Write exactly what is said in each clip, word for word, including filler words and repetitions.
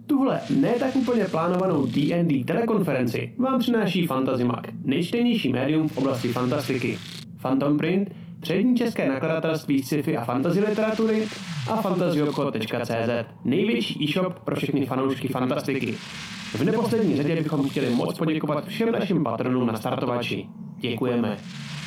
Tuhle ne tak úplně plánovanou D and D telekonferenci vám přináší Fantasymag, nejčtenější médium v oblasti fantastiky. Phantom Print, přední české nakladatelství sci-fi a fantasy literatury a fantasyobchod tečka cé zet, největší e-shop pro všechny fanoušky fantastiky. V neposlední řadě bychom chtěli moc poděkovat všem našim patronům na startovači. Děkujeme.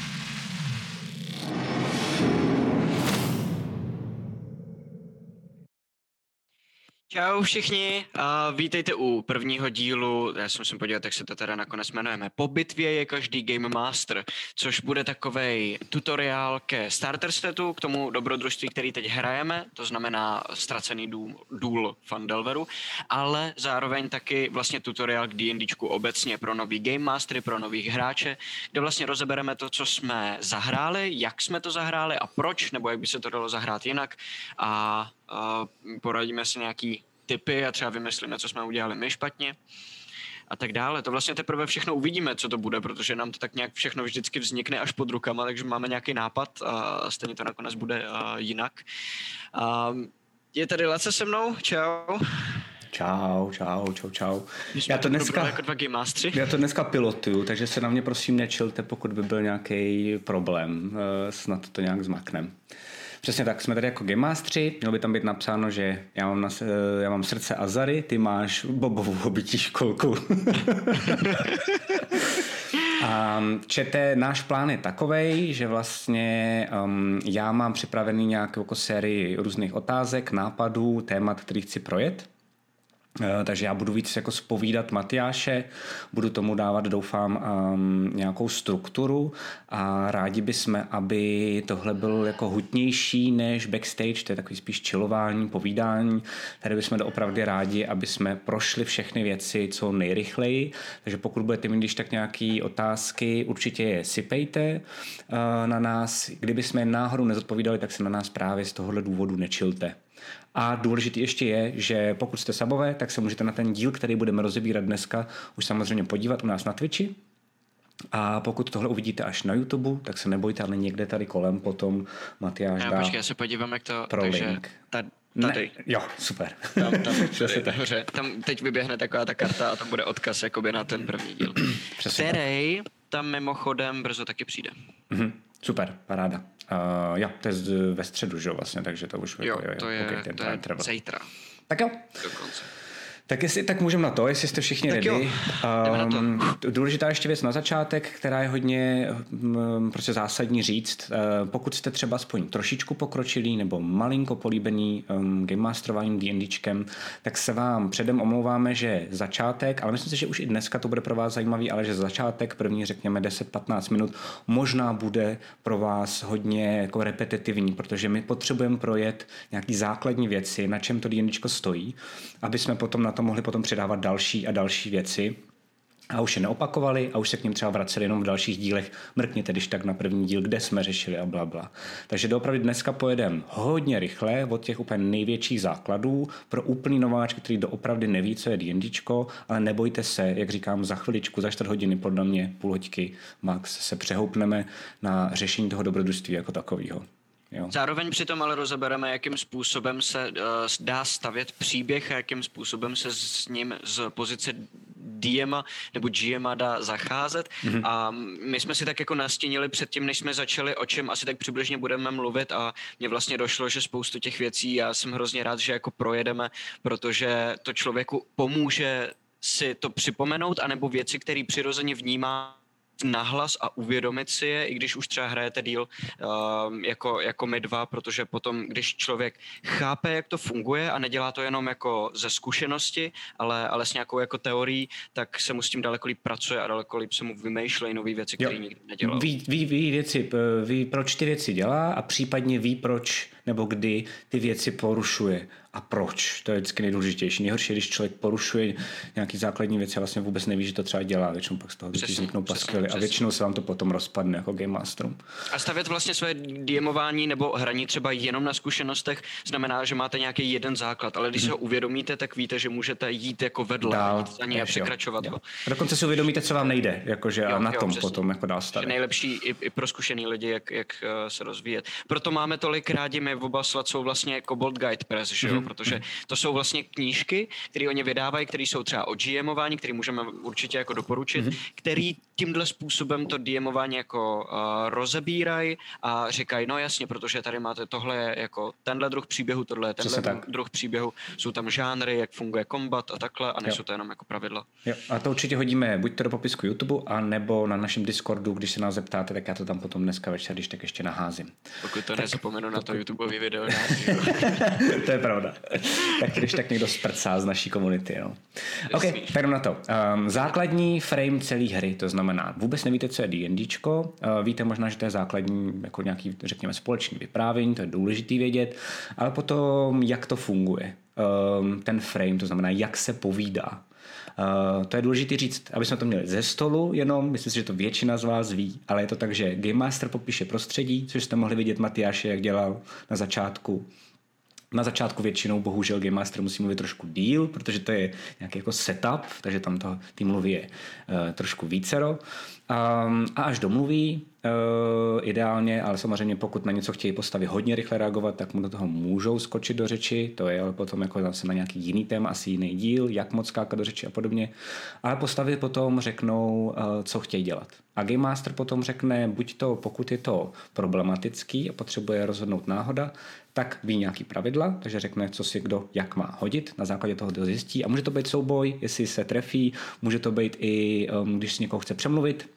Čau všichni a vítejte u prvního dílu, já si musím podívat, jak se to teda nakonec jmenujeme. Po bitvě je každý Game Master, což bude takovej tutoriál ke starter setu, k tomu dobrodružství, který teď hrajeme, to znamená ztracený důl, důl Phandelveru, ale zároveň taky vlastně tutoriál k D&Dčku obecně pro nový Game Mastery, pro nových hráče, kde vlastně rozebereme to, co jsme zahráli, jak jsme to zahráli a proč, nebo jak by se to dalo zahrát jinak a a poradíme si nějaký tipy a třeba vymyslíme, co jsme udělali my špatně a tak dále. To vlastně teprve všechno uvidíme, co to bude, protože nám to tak nějak všechno vždycky vznikne až pod rukama, takže máme nějaký nápad a stejně to nakonec bude jinak. A je tady Lace se mnou, čau. Čau, čau, čau, čau. Já to, dneska, jako dva game mastery. já to dneska pilotuju, takže se na mě prosím nečilte, pokud by byl nějaký problém. Snad to nějak zmaknem. Přesně tak, jsme tady jako Game Mastery, mělo by tam být napsáno, že já mám, na, já mám srdce Azary, ty máš bobovou hobití školku. A čete, náš plán je takovej, že vlastně um, já mám připravený nějakou jako sérii různých otázek, nápadů, témat, který chci projet. Takže já budu víc jako zpovídat Matyáše, budu tomu dávat, doufám, um, nějakou strukturu a rádi bychom, aby tohle bylo jako hutnější než backstage, to je takový spíš chillování, povídání. Tady bychom opravdu rádi, aby jsme prošli všechny věci co nejrychleji, takže pokud budete mít když tak nějaké otázky, určitě je sypejte uh, na nás. Kdyby jsme je náhodou nezodpovídali, tak se na nás právě z tohohle důvodu nečilte. A důležitý ještě je, že pokud jste sabové, tak se můžete na ten díl, který budeme rozebírat dneska, už samozřejmě podívat u nás na Twitchi. A pokud tohle uvidíte až na YouTube, tak se nebojte, ale někde tady kolem potom Matyáš dá. Já počkej, já se podívám, jak to... Pro takže link. Tady. Ne, jo, super. Tam, tam, tady, nahoře. Tam teď vyběhne taková ta karta a tam bude odkaz jakoby na ten první díl. Který tam mimochodem brzo taky přijde. Mhm, super, paráda. Uh, jo, to je ve středu, že jo, vlastně, takže to už... Jo, jako, jo, to je, okay, to je zítra. Tak jo. Dokonce. Tak jestli tak můžeme na to, jestli jste všichni tak ready. Jo, jdeme na to. Um, důležitá ještě věc na začátek, která je hodně um, prostě zásadní říct. Uh, pokud jste třeba aspoň trošičku pokročilý nebo malinko políbený um, game masterováním D&Dčkem, tak se vám předem omlouváme, že začátek, ale myslím si, že už i dneska to bude pro vás zajímavý, ale že začátek, první řekněme deset patnáct minut, možná bude pro vás hodně jako repetitivní, protože my potřebujeme projet nějaký základní věci, na čem to D&Dčko stojí, aby jsme potom na to mohli potom přidávat další a další věci a už je neopakovali a už se k ním třeba vraceli jenom v dalších dílech. Mrkněte když tak na první díl, kde jsme řešili a bla bla. Takže doopravdy dneska pojedeme hodně rychle od těch úplně největších základů pro úplný nováčky, který doopravdy neví, co je D&Dčko, ale nebojte se, jak říkám, za chviličku, za čtvrt hodiny, podle mě půl hoďky max se přehoupneme na řešení toho dobrodružství jako takového. Jo. Zároveň přitom ale rozebereme, jakým způsobem se uh, dá stavět příběh a jakým způsobem se s ním z pozice D M a nebo G M a dá zacházet. Mm-hmm. A my jsme si tak jako nastínili předtím, než jsme začali, o čem asi tak přibližně budeme mluvit a mně vlastně došlo, že spoustu těch věcí já jsem hrozně rád, že jako projedeme, protože to člověku pomůže si to připomenout, anebo věci, které přirozeně vnímá nahlas a uvědomit si je, i když už třeba hrajete díl uh, jako, jako my dva, protože potom, když člověk chápe, jak to funguje a nedělá to jenom jako ze zkušenosti, ale, ale s nějakou jako teorií, tak se mu s tím daleko líp pracuje a daleko líp se mu vymýšlejí nové věci, které nikdy nedělal. Ví, ví, ví, věci, ví, proč ty věci dělá a případně ví, proč nebo kdy ty věci porušuje. A proč? To je vždycky nejdůležitější. Nejhorší, když člověk porušuje nějaký základní věci a vlastně vůbec neví, že to třeba dělá. Většinou pak z toho vzniknou paskvily a většinou se vám to potom rozpadne jako game masterům. A stavět vlastně své DMování nebo hraní třeba jenom na zkušenostech znamená, že máte nějaký jeden základ, ale když hmm. se ho uvědomíte, tak víte, že můžete jít jako vedle, dál, jít za něj a překračovat jo, ho. A dokonce si uvědomíte, co vám nejde, jakože jo, a na jo, tom přesně. Potom jako dál stavět. Nejlepší i, i pro zkušený lidi, jak, jak uh, se rozvíjet. Proto máme tolik rádi, my oba s Lacou vlastně Cobalt Guide Press, že jo? protože to jsou vlastně knížky, které oni vydávají, které jsou třeba odžiemování, které můžeme určitě jako doporučit, mm-hmm. který tímhle způsobem to DMování jako uh, rozebírají a říkají, no jasně, protože tady máte tohle jako tenhle druh příběhu, tohle je tenhle druh, druh příběhu, jsou tam žánry, jak funguje kombat a takhle a nejsou to jenom jako pravidla. Jo. A to určitě hodíme buď to do popisku YouTube, a nebo na našem Discordu, když se nás zeptáte, tak já to tam potom dneska večer, když tak ještě naházím. Pokud to tak, nezapomenu na to pokud... YouTubeový video. To je pravda. Tak když tak někdo sprcá z naší komunity. No. OK, tak jdem na to. Um, základní frame celé hry, to znamená, vůbec nevíte, co je D&Dčko, uh, víte možná, že to je základní jako nějaký, řekněme, společný vyprávění, to je důležitý vědět, ale potom, jak to funguje. Um, ten frame, to znamená, jak se povídá. Uh, to je důležité říct, aby jsme to měli ze stolu jenom, myslím si, že to většina z vás ví, ale je to tak, že Game Master popíše prostředí, což jste mohli vidět Matyáše, jak dělal na začátku. Na začátku většinou bohužel Game Master musí mluvit trošku díl, protože to je nějaký jako setup, takže tam to, ty mluvy je uh, trošku vícero. Um, a až domluví, uh, ideálně, ale samozřejmě pokud na něco chtějí postavy hodně rychle reagovat, tak mu do toho můžou skočit do řeči, to je ale potom jako zase na nějaký jiný téma, asi jiný díl, jak moc skákat do řeči a podobně. Ale postavy potom řeknou, uh, co chtějí dělat. A Game Master potom řekne, buď to, pokud je to problematický a potřebuje rozhodnout náhoda, tak ví nějaký pravidla, takže řekne, co si kdo jak má hodit, na základě toho to zjistí. A může to být souboj, jestli se trefí, může to být i, um, když si někoho chce přemluvit,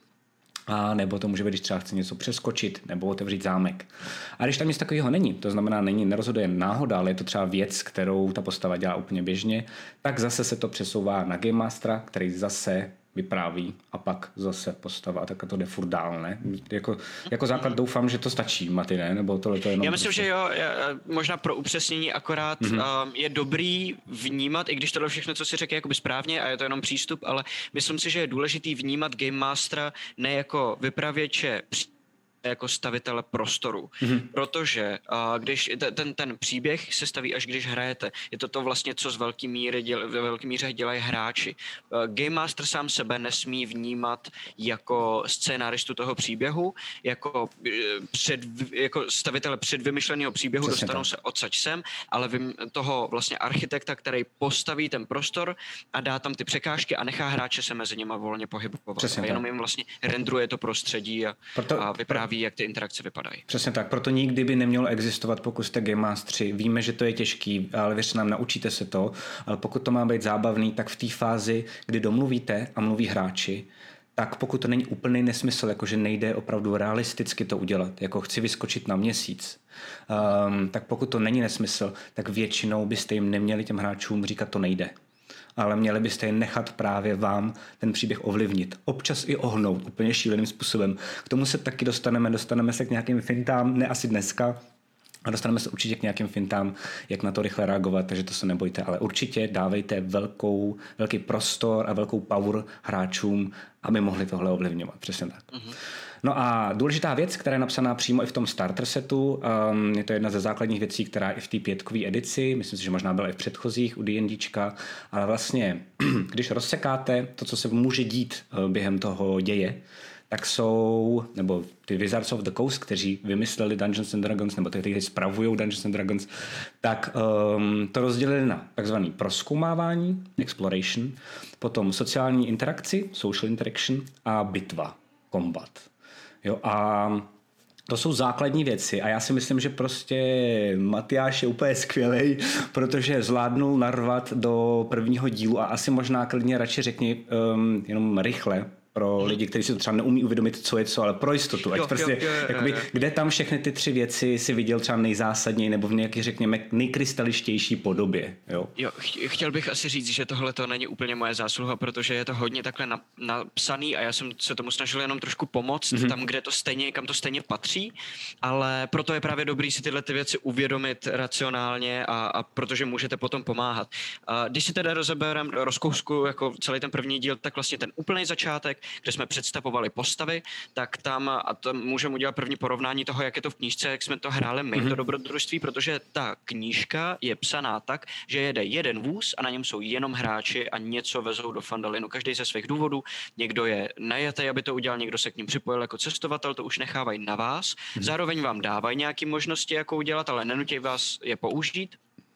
a nebo to může být, když třeba chce něco přeskočit nebo otevřít zámek. A když tam nic takového není, to znamená, není, nerozhoduje náhoda, ale je to třeba věc, kterou ta postava dělá úplně běžně, tak zase se to přesouvá na Game Mastera, který zase vypráví a pak zase postava, tak to jde furt dál, ne? Jako, jako základ doufám, že to stačí, Maty, ne? Nebo tohle to je jenom... Já myslím, prostě... že jo, možná pro upřesnění akorát mm-hmm. um, je dobrý vnímat, i když tohle všechno, co si řekl, je jakoby správně a je to jenom přístup, ale myslím si, že je důležitý vnímat Game Mastera ne jako vypravěče jako stavitele prostoru. Mm-hmm. Protože uh, když ten, ten příběh se staví, až když hrajete. Je to to vlastně, co z velké míry děl, ve velké míře dělají hráči. Uh, Game Master sám sebe nesmí vnímat jako scénáristu toho příběhu, jako, uh, před, jako stavitele předvymyšleného příběhu, přesně dostanou tak. se odsaď sem, ale vím, toho vlastně architekta, který postaví ten prostor a dá tam ty překážky a nechá hráče se mezi nimi volně pohybovat. Přesně a jenom tak. jim vlastně rendruje to prostředí a, Proto, a vypráví ví, jak ty interakce vypadají. Přesně tak, proto nikdy by nemělo existovat, pokud jste Game Masteři. Víme, že to je těžký, ale věřte nám, naučíte se to, ale pokud to má být zábavný, tak v té fázi, kdy domluvíte a mluví hráči, tak pokud to není úplný nesmysl, jakože nejde opravdu realisticky to udělat, jako chci vyskočit na měsíc, um, tak pokud to není nesmysl, tak většinou byste jim neměli těm hráčům říkat, to nejde. Ale měli byste jen nechat právě vám ten příběh ovlivnit. Občas i ohnout úplně šíleným způsobem. K tomu se taky dostaneme, dostaneme se k nějakým fintám, ne asi dneska, a dostaneme se určitě k nějakým fintám, jak na to rychle reagovat, takže to se nebojte, ale určitě dávejte velkou, velký prostor a velkou power hráčům, aby mohli tohle ovlivňovat. Přesně tak. Mm-hmm. No a důležitá věc, která je napsaná přímo i v tom starter setu, um, je to jedna ze základních věcí, která je i v té pětkové edici, myslím si, že možná byla i v předchozích u D&Dčka, ale vlastně, když rozsekáte to, co se může dít uh, během toho děje, tak jsou, nebo ty Wizards of the Coast, kteří vymysleli Dungeons and Dragons, nebo ty, kteří spravují Dungeons and Dragons, tak um, to rozdělili na takzvaný prozkoumávání, exploration, potom sociální interakci, social interaction a bitva, combat. Jo, a to jsou základní věci a já si myslím, že prostě Matyáš je úplně skvělej, protože zvládnul narvat do prvního dílu a asi možná klidně radši řekni um, jenom rychle, pro lidi, kteří si to třeba neumí uvědomit, co je co, ale pro jistotu. Ať jo, prostě, jo, jo, jo, jakoby, jo. Kde tam všechny ty tři věci si viděl třeba nejzásadněji nebo v nějaké, řekněme, nejkrystaličtější podobě. Jo, jo chtěl bych asi říct, že tohle to není úplně moje zásluha, protože je to hodně takhle napsaný a já jsem se tomu snažil jenom trošku pomoct mm-hmm. tam, kde to stejně, kam to stejně patří, ale proto je právě dobrý si tyhle ty věci uvědomit racionálně a, a protože můžete potom pomáhat. A když si teda rozeberem, rozkousku jako celý ten první díl, tak vlastně ten úplný začátek, kde jsme představovali postavy, tak tam, a tam můžeme udělat první porovnání toho, jak je to v knížce, jak jsme to hráli my, mm-hmm. to dobrodružství, protože ta knížka je psaná tak, že jede jeden vůz a na něm jsou jenom hráči a něco vezou do Fandalinu. Každý ze svých důvodů, někdo je najatý, aby to udělal, někdo se k ním připojil jako cestovatel, to už nechávají na vás. Mm-hmm. Zároveň vám dávají nějaké možnosti, jak udělat, ale nenutí vás je použít.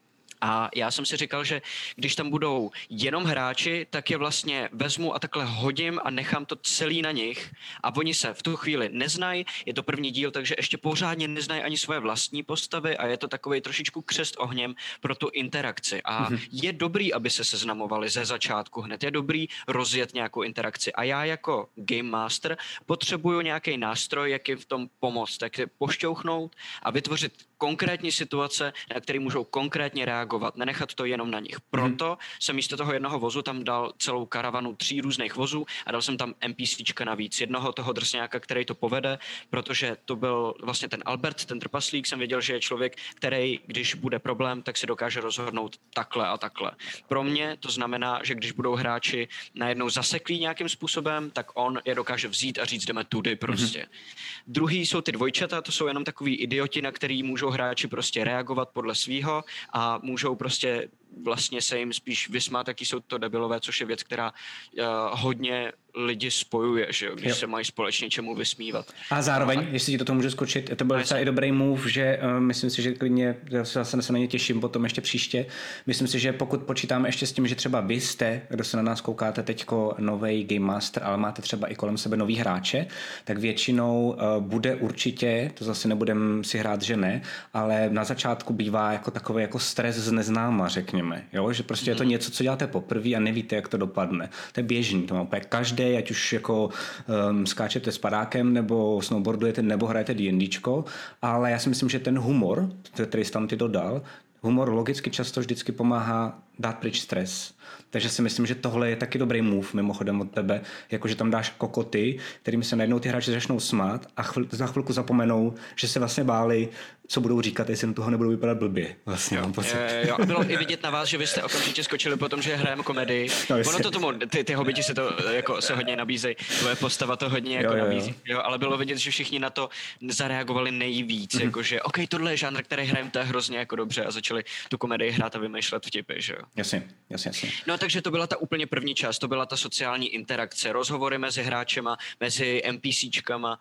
A já jsem si říkal, že když tam budou jenom hráči, tak je vlastně vezmu a takhle hodím a nechám to celý na nich a oni se v tu chvíli neznají, je to první díl, takže ještě pořádně neznají ani svoje vlastní postavy a je to takovej trošičku křest ohněm pro tu interakci a mm-hmm. je dobrý, aby se seznamovali ze začátku hned, je dobrý rozjet nějakou interakci a já jako Game Master potřebuju nějaký nástroj, jak jim v tom pomoct, tak je pošťouchnout a vytvořit konkrétní situace, na které můžou konkrétně reagovat, nenechat to jenom na nich. Proto mm-hmm. jsem místo toho jednoho vozu tam dal celou karavanu tří různých vozů a dal jsem tam NPCčka navíc. Jednoho toho drsňáka, který to povede, protože to byl vlastně ten Albert, ten trpaslík, jsem věděl, že je člověk, který, když bude problém, tak si dokáže rozhodnout takhle a takhle. Pro mě to znamená, že když budou hráči najednou zaseklí nějakým způsobem, tak on je dokáže vzít a říct, jdeme tudy prostě. Mm-hmm. Druhý jsou ty dvojčata, to jsou jenom takový idioti, na který můžou hráči prostě reagovat podle svýho a můžou prostě vlastně se jim spíš vysmát, jaký jsou to debilové, což je věc, která uh, hodně lidi spojuje, že jo, když jo. se mají společně čemu vysmívat. A zároveň, no, a... jestli ti do toho můžu skočit, to byl docela i dobrý move, že uh, myslím si, že klidně, já se zase na ně těším potom ještě příště, myslím si, že pokud počítáme ještě s tím, že třeba vy jste, kdo se na nás koukáte teďko novej Game Master, ale máte třeba i kolem sebe nový hráče, tak většinou uh, bude určitě, to zase nebudem si hrát, že ne, ale na začátku bývá jako takový jako stres z neznáma, řekněme, jo, že prostě mm-hmm. je to něco, co děláte poprvé a nevíte, jak to dopadne. To je běžný, to má úplně každý, ať už jako um, skáčete s padákem, nebo snowboardujete, nebo hrajete DNDčko, ale já si myslím, že ten humor, který jsi tam ty dodal, humor logicky často vždycky pomáhá dát pryč stres. Takže si myslím, že tohle je taky dobrý move mimochodem od tebe, jakože tam dáš kokoty, kterým se najednou ty hráči začnou smát a chvil, za chvilku zapomenou, že se vlastně báli, co budou říkat, jestli na toho nebudou vypadat blbě. Vlastně, jo, jo, jo, bylo i vidět na vás, že vy jste okamžitě skočili po tom, že hrajeme komedii. No, ono to tomu, ty, ty hobiti se to jako se hodně nabízejí, tvoje postava to hodně jako jo, jo, nabízí, jo, ale bylo vidět, že všichni na to zareagovali nejvíc, mm-hmm. jakože OK, tohle je žánr, který hrajeme, to je hrozně jako dobře a začali tu komedii hrát a vymýšlet vtipy, že jo. Jasně, jasně, jasně. No takže to byla ta úplně první část, to byla ta sociální interakce, rozhovory mezi hráčema, mezi NPCčkama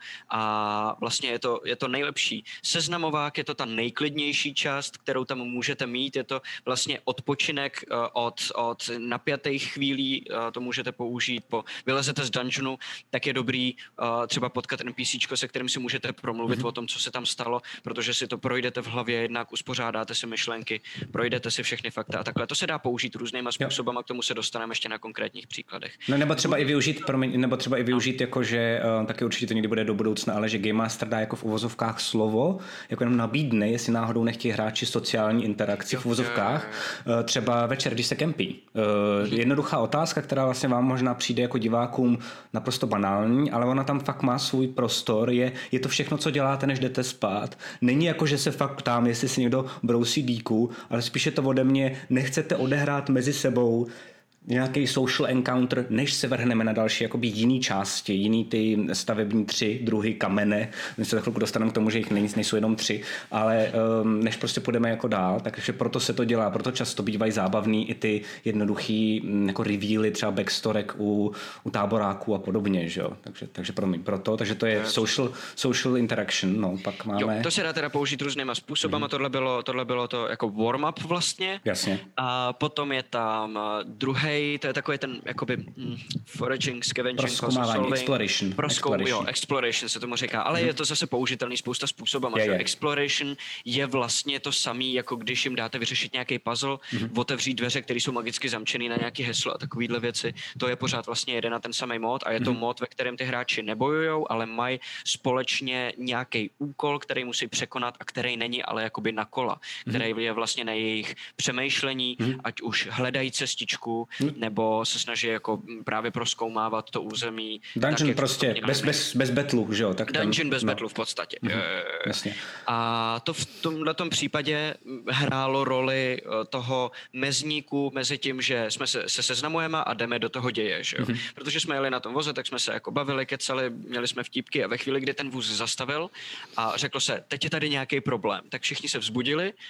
a vlastně je to, je to nejlepší. Seznamovák je to ta nejklidnější část, kterou tam můžete mít, je to vlastně odpočinek od, od napjatých chvílí, to můžete použít, po vylezete z dungeonu, tak je dobrý třeba potkat NPCčko, se kterým si můžete promluvit mm-hmm. o tom, co se tam stalo, protože si to projdete v hlavě, jednak uspořádáte si myšlenky, projdete si všechny fakta a takhle. To se dá použít různýma způsobama, k tomu se dostaneme ještě na konkrétních příkladech. No nebo třeba i využít, promiň, nebo třeba i využít no. jako, že uh, taky určitě to někdy bude do budoucna, ale že Game Master dá jako v uvozovkách slovo, jako jenom nabídne, jestli náhodou nechtějí hráči sociální interakci jo, v uvozovkách, jo, jo. Uh, třeba večer, když se kempí. Uh, mhm. Jednoduchá otázka, která vlastně vám možná přijde jako divákům naprosto banální, ale ona tam fakt má svůj prostor, je, je to všechno, co děláte, než jdete spát. Není jako, že se fakt ptám, jestli si někdo brousí dýku, ale spíše to ode mě nechcete odehrát mezi sebou nějaký social encounter, než se vrhneme na další jakoby jiný části, jiný ty stavební tři druhy kamene. My se za chvilku dostaneme k tomu, že jich nejsou jenom tři, ale um, než prostě půjdeme jako dál, takže proto se to dělá, proto často bývají zábavný i ty jednoduchý jako revealy, třeba backstorek u, u táboráků a podobně, že jo. Takže, takže promiň, proto, takže to je social, social interaction, no, pak máme... Jo, to se dá teda použít různýma způsobama, mm-hmm. tohle, bylo, tohle bylo to jako warm-up vlastně. Jasně. A potom je tam druhý to je takový ten jakoby mm, foraging, scavenging, prozkoumávání, exploration. Proskou, exploration. Jo, exploration se tomu říká, ale mm. je to zase použitelný spousta způsobama. Je, je. Exploration je vlastně to samý, jako když jim dáte vyřešit nějaký puzzle, mm. otevřít dveře, které jsou magicky zamčený na nějaký heslo a takovýhle věci. To je pořád vlastně jeden a ten samý mod a je to mm. mod, ve kterém ty hráči nebojujou, ale mají společně nějaký úkol, který musí překonat a který není ale jakoby na kola, mm. který je vlastně na jejich přemýšlení, mm. ať už hledají cestičku, nebo se snaží jako právě prozkoumávat to území. Dungeon tak, prostě, bez, bez, bez betlu, že jo? Tak Dungeon ten, bez no. betlu v podstatě. Mm-hmm. Jasně. A to v tomhletom případě hrálo roli toho mezníku mezi tím, že jsme se, se seznamujeme a jdeme do toho děje, že jo? Mm-hmm. Protože jsme jeli na tom voze, tak jsme se jako bavili, kecali, měli jsme vtípky a ve chvíli, kdy ten vůz zastavil a řeklo se, teď je tady nějaký problém, tak všichni se vzbudili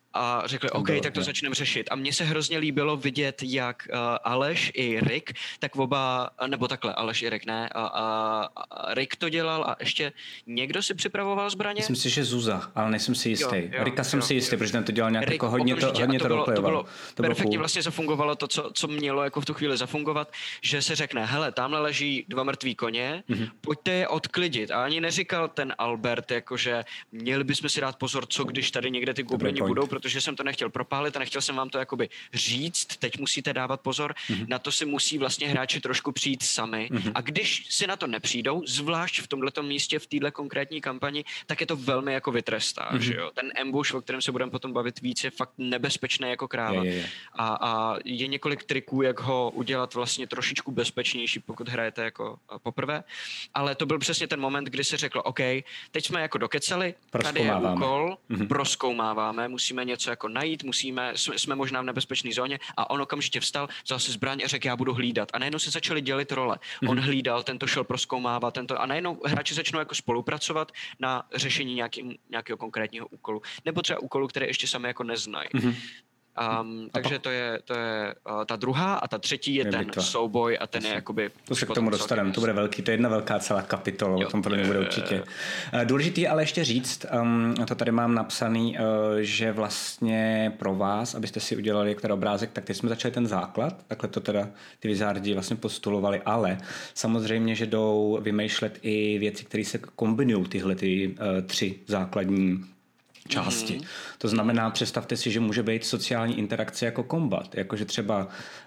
a řekli, OK, bylo, tak to ne. začneme řešit. A mně se hrozně líbilo vidět, jak uh, Aleš i Rick, tak oba, nebo takhle, Aleš i Rick, ne, a, a, a Rick to dělal a ještě někdo si připravoval zbraně? Myslím si, že Zuza, ale nejsem si jistý. Jo, jo, Ricka jsem jo, si jistý, jo. protože ten to dělal nějak Rick, jako hodně to, hodně to, to bylo, to roleplayoval. bylo To bylo perfektně cool. vlastně zafungovalo to, co, co mělo jako v tu chvíli zafungovat, že se řekne, hele, tamhle leží dva mrtví koně, mm-hmm. pojďte je odklidit. A ani neříkal ten Albert, jakože měli bychom si dát pozor, co když tady někde ty goblini budou, protože jsem to nechtěl propálit a nechtěl jsem vám to jakoby říct, teď musíte dávat pozor, mm-hmm. na to si musí vlastně hráči trošku přijít sami. Mm-hmm. A když si na to nepřijdou, zvlášť v tomhletom místě, v téhle konkrétní kampani, tak je to velmi jako vytrestá, mm-hmm. že jo. Ten ambush, o kterém se budeme potom bavit víc, je fakt nebezpečný jako kráva. Je, je, je. A, a je několik triků, jak ho udělat vlastně trošičku bezpečnější, pokud hrajete jako poprvé. Ale to byl přesně ten moment, kdy se řeklo, OK, teď jsme jako dokecali, tady je úkol, mm-hmm. proskoumáváme, musíme něco jako najít, musíme, jsme možná v nebezpečné zóně a on okamžitě vstal, vzal si zbraň a řekl, já budu hlídat. A najednou se začaly dělit role. Mm-hmm. On hlídal, tento šel proskoumávat, tento a najednou hráči začnou jako spolupracovat na řešení nějaký, nějakého konkrétního úkolu. Nebo třeba úkolu, které ještě sami jako neznají. Mm-hmm. Um, takže to je, to je uh, ta druhá a ta třetí je, je ten bitva. Souboj a ten je jakoby... To se k tomu dostaneme, to bude velký, to je jedna velká celá kapitola, jo, o tom podle mě bude určitě. Důležitý je ale ještě říct, um, to tady mám napsaný, uh, že vlastně pro vás, abyste si udělali některý obrázek, tak teď jsme začali ten základ, takhle to teda ty Wizardi vlastně postulovali, ale samozřejmě, že jdou vymýšlet i věci, které se kombinují tyhle ty uh, tři základní části. Mm-hmm. To znamená, představte si, že může být sociální interakce jako kombat. Jakože třeba,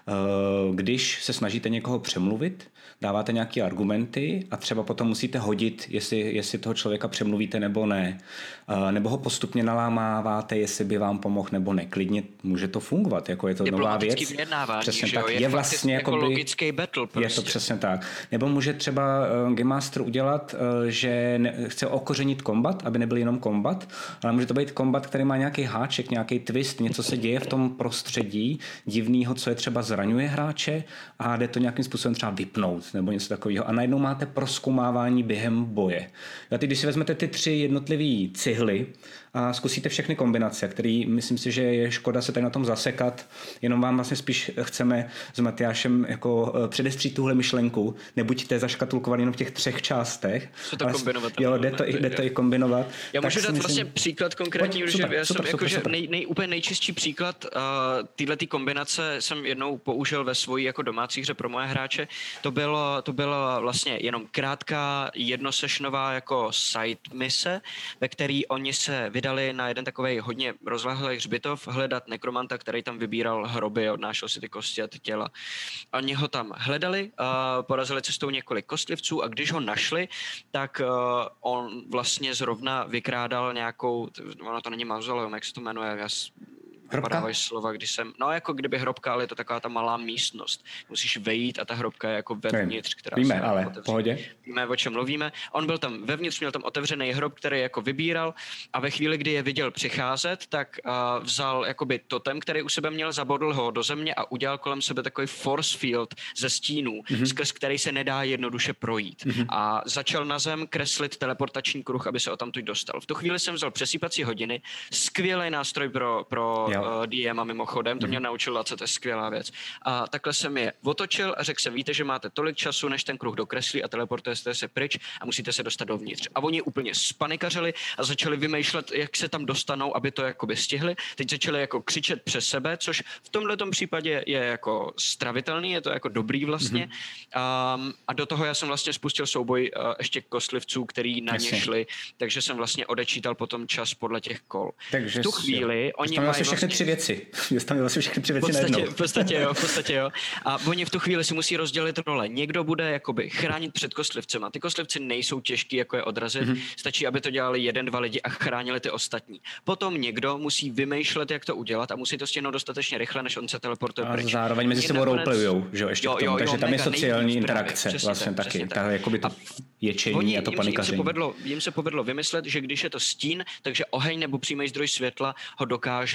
když se snažíte někoho přemluvit, dáváte nějaké argumenty a třeba potom musíte hodit, jestli, jestli toho člověka přemluvíte nebo ne. Nebo ho postupně nalámáváte, jestli by vám pomohl nebo ne. Klidně může to fungovat, jako je to nová věc. Přesně tak. Je, je vlastně jako logický battle. Prostě. Je to přesně tak. Nebo může třeba Game Master udělat, že ne, chce okořenit kombat, aby nebyl jenom kombat, ale může to být kombat, který má nějaký háček, nějaký twist, něco se děje v tom prostředí divného, co je třeba zraňuje hráče a jde to nějakým způsobem třeba vypnout nebo něco takového. A najednou máte prozkoumávání během boje. A teď, když si vezmete ty tři jednotlivé cihly a zkusíte všechny kombinace, které myslím si, že je škoda se tady na tom zasekat, jenom vám vlastně spíš chceme s Matyášem jako předestřít tuhle myšlenku, nebuďte zaškatulkovaný jenom v těch třech částech. Co to kombinovat? Jo, jde to, jde to i kombinovat. Já můžu dát myslím, vlastně příklad konkrétní, že super, já super, jsem super, jakože super. nej, nej, úplně nejčistší příklad uh, této kombinace jsem jednou použil ve svojí jako domácí hře pro moje hráče. To bylo, to bylo vlastně jenom krátká jednosešnová jako side mise, ve který oni se vydali na jeden takovej hodně rozlehlý hřbitov hledat nekromanta, který tam vybíral hroby, odnášel si ty kosti a ty těla. Oni ho tam hledali, uh, porazili cestou několik kostlivců a když ho našli, tak uh, on vlastně zrovna vykrádal nějakou, ono to není mauzoleum, jak se to jmenuje, já podávají slova, když jsem, no jako kdyby hrobka, ale je to taková ta malá místnost. Musíš vejít a ta hrobka je jako vevnitř, která Víme, se ale otevře. Pohodě. Víme, o čem mluvíme. On byl tam vevnitř, měl tam otevřený hrob, který jako vybíral a ve chvíli, kdy je viděl přicházet, tak uh, vzal jakoby totem, který u sebe měl, zabodl ho do země a udělal kolem sebe takový force field ze stínů, mm-hmm. skrz který se nedá jednoduše projít. Mm-hmm. A začal na zem kreslit teleportační kruh, aby se o tamtud dostal. V tu chvíli jsem vzal přesýpací hodiny, skvělý nástroj pro, pro uh, D M a mimochodem, to mě mm-hmm. naučil Lace, to je skvělá věc. A takhle jsem je otočil a řekl jsem, víte, že máte tolik času, než ten kruh dokreslí a teleportujete se pryč a musíte se dostat dovnitř. A oni úplně spanikařili a začali vymýšlet, jak se tam dostanou, aby to jakoby stihli. Teď začali jako křičet přes sebe, což v tomhletom případě je jako stravitelný, je to jako dobrý vlastně. Mm-hmm. Um, a do toho já jsem vlastně spustil souboj uh, ještě kostlivců, který na ně šli, takže jsem vlastně odečítal potom čas podle těch kol. Takže v tu chvíli jo. oni mají vlastně všechny tři věci. Tam vlastně všechny tři věci najednou. V podstatě jo, v podstatě jo. A oni v tu chvíli si musí rozdělit role. Někdo bude jakoby chránit před kostlivcema. Ty kostlivci nejsou těžký, jako je odrazit. Mm-hmm. Stačí, aby to dělali jeden, dva lidi a chránili ty ostatní. Potom někdo musí vymýšlet, jak to udělat a musí to stihnout dostatečně rychle, než on se teleportuje pryč. A zároveň mezi sebou roleplayujou, že jo, ještě jo, k tomu. Jo, Takže jo, tam je sociální interakce přesně vlastně tak, taky. tak. Ta, jakoby to ječení oni, a to jim, panikaření. Jim se, povedlo, jim se povedlo vymyslet, že když je to stín, takže oheň nebo přímý zdroj světla ho dokáže jako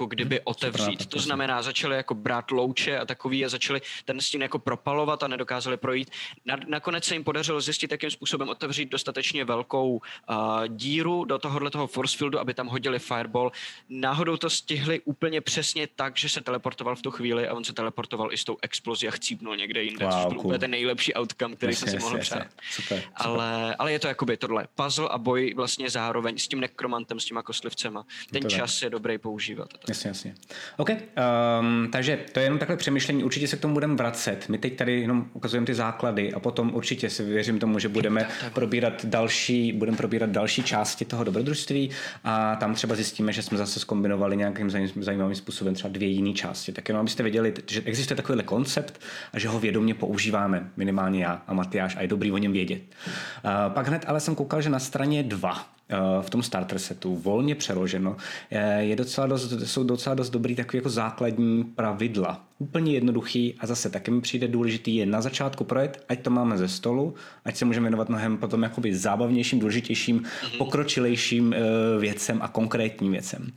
jako kdyby otevřít. To znamená, začali jako brát louče a takový a začali ten stín jako propalovat a nedokázali projít. Nakonec se jim podařilo zjistit, jakým způsobem otevřít dostatečně velkou uh, díru do tohohle toho force fieldu, aby tam hodili fireball. Náhodou to stihli úplně přesně tak, že se teleportoval v tu chvíli a on se teleportoval i s tou explozí a chcípnul někde jinde, wow, což byl úplně ten nejlepší outcome, který jsem si mohl přát. Super, ale, ale je to jakoby tohle puzzle a boj vlastně zároveň s tím nekromantem, s těma kostlivcema. Ten to čas je dobrý používat. Jasně, jasně. OK, um, takže to je jenom takhle přemýšlení, určitě se k tomu budeme vracet. My teď tady jenom ukazujeme ty základy a potom určitě si věřím tomu, že budeme probírat další, budeme probírat další části toho dobrodružství a tam třeba zjistíme, že jsme zase zkombinovali nějakým zajímavým způsobem třeba dvě jiné části. Tak jenom abyste věděli, že existuje takovýhle koncept a že ho vědomě používáme, minimálně já a Matyáš, a je dobrý o něm vědět. Uh, pak hned ale jsem koukal, že na straně dva v tom starter setu, volně přeloženo, je docela dost, jsou docela dost dobrý takový jako základní pravidla. Úplně jednoduchý a zase taky mi přijde důležitý je na začátku projet, ať to máme ze stolu, ať se můžeme věnovat mnohem potom jakoby zábavnějším, důležitějším, mm-hmm. pokročilejším uh, věcem a konkrétním věcem.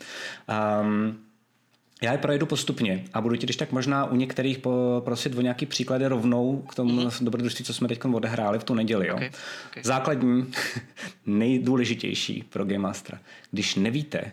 Um, Já je projdu postupně a budu ti když tak možná u některých prosit o nějaký příklady rovnou k tomu mm-hmm. dobrodružství, co jsme teď odehráli v tu neděli. Jo? Okay. Okay. Základní, nejdůležitější pro Game Mastera. Když nevíte,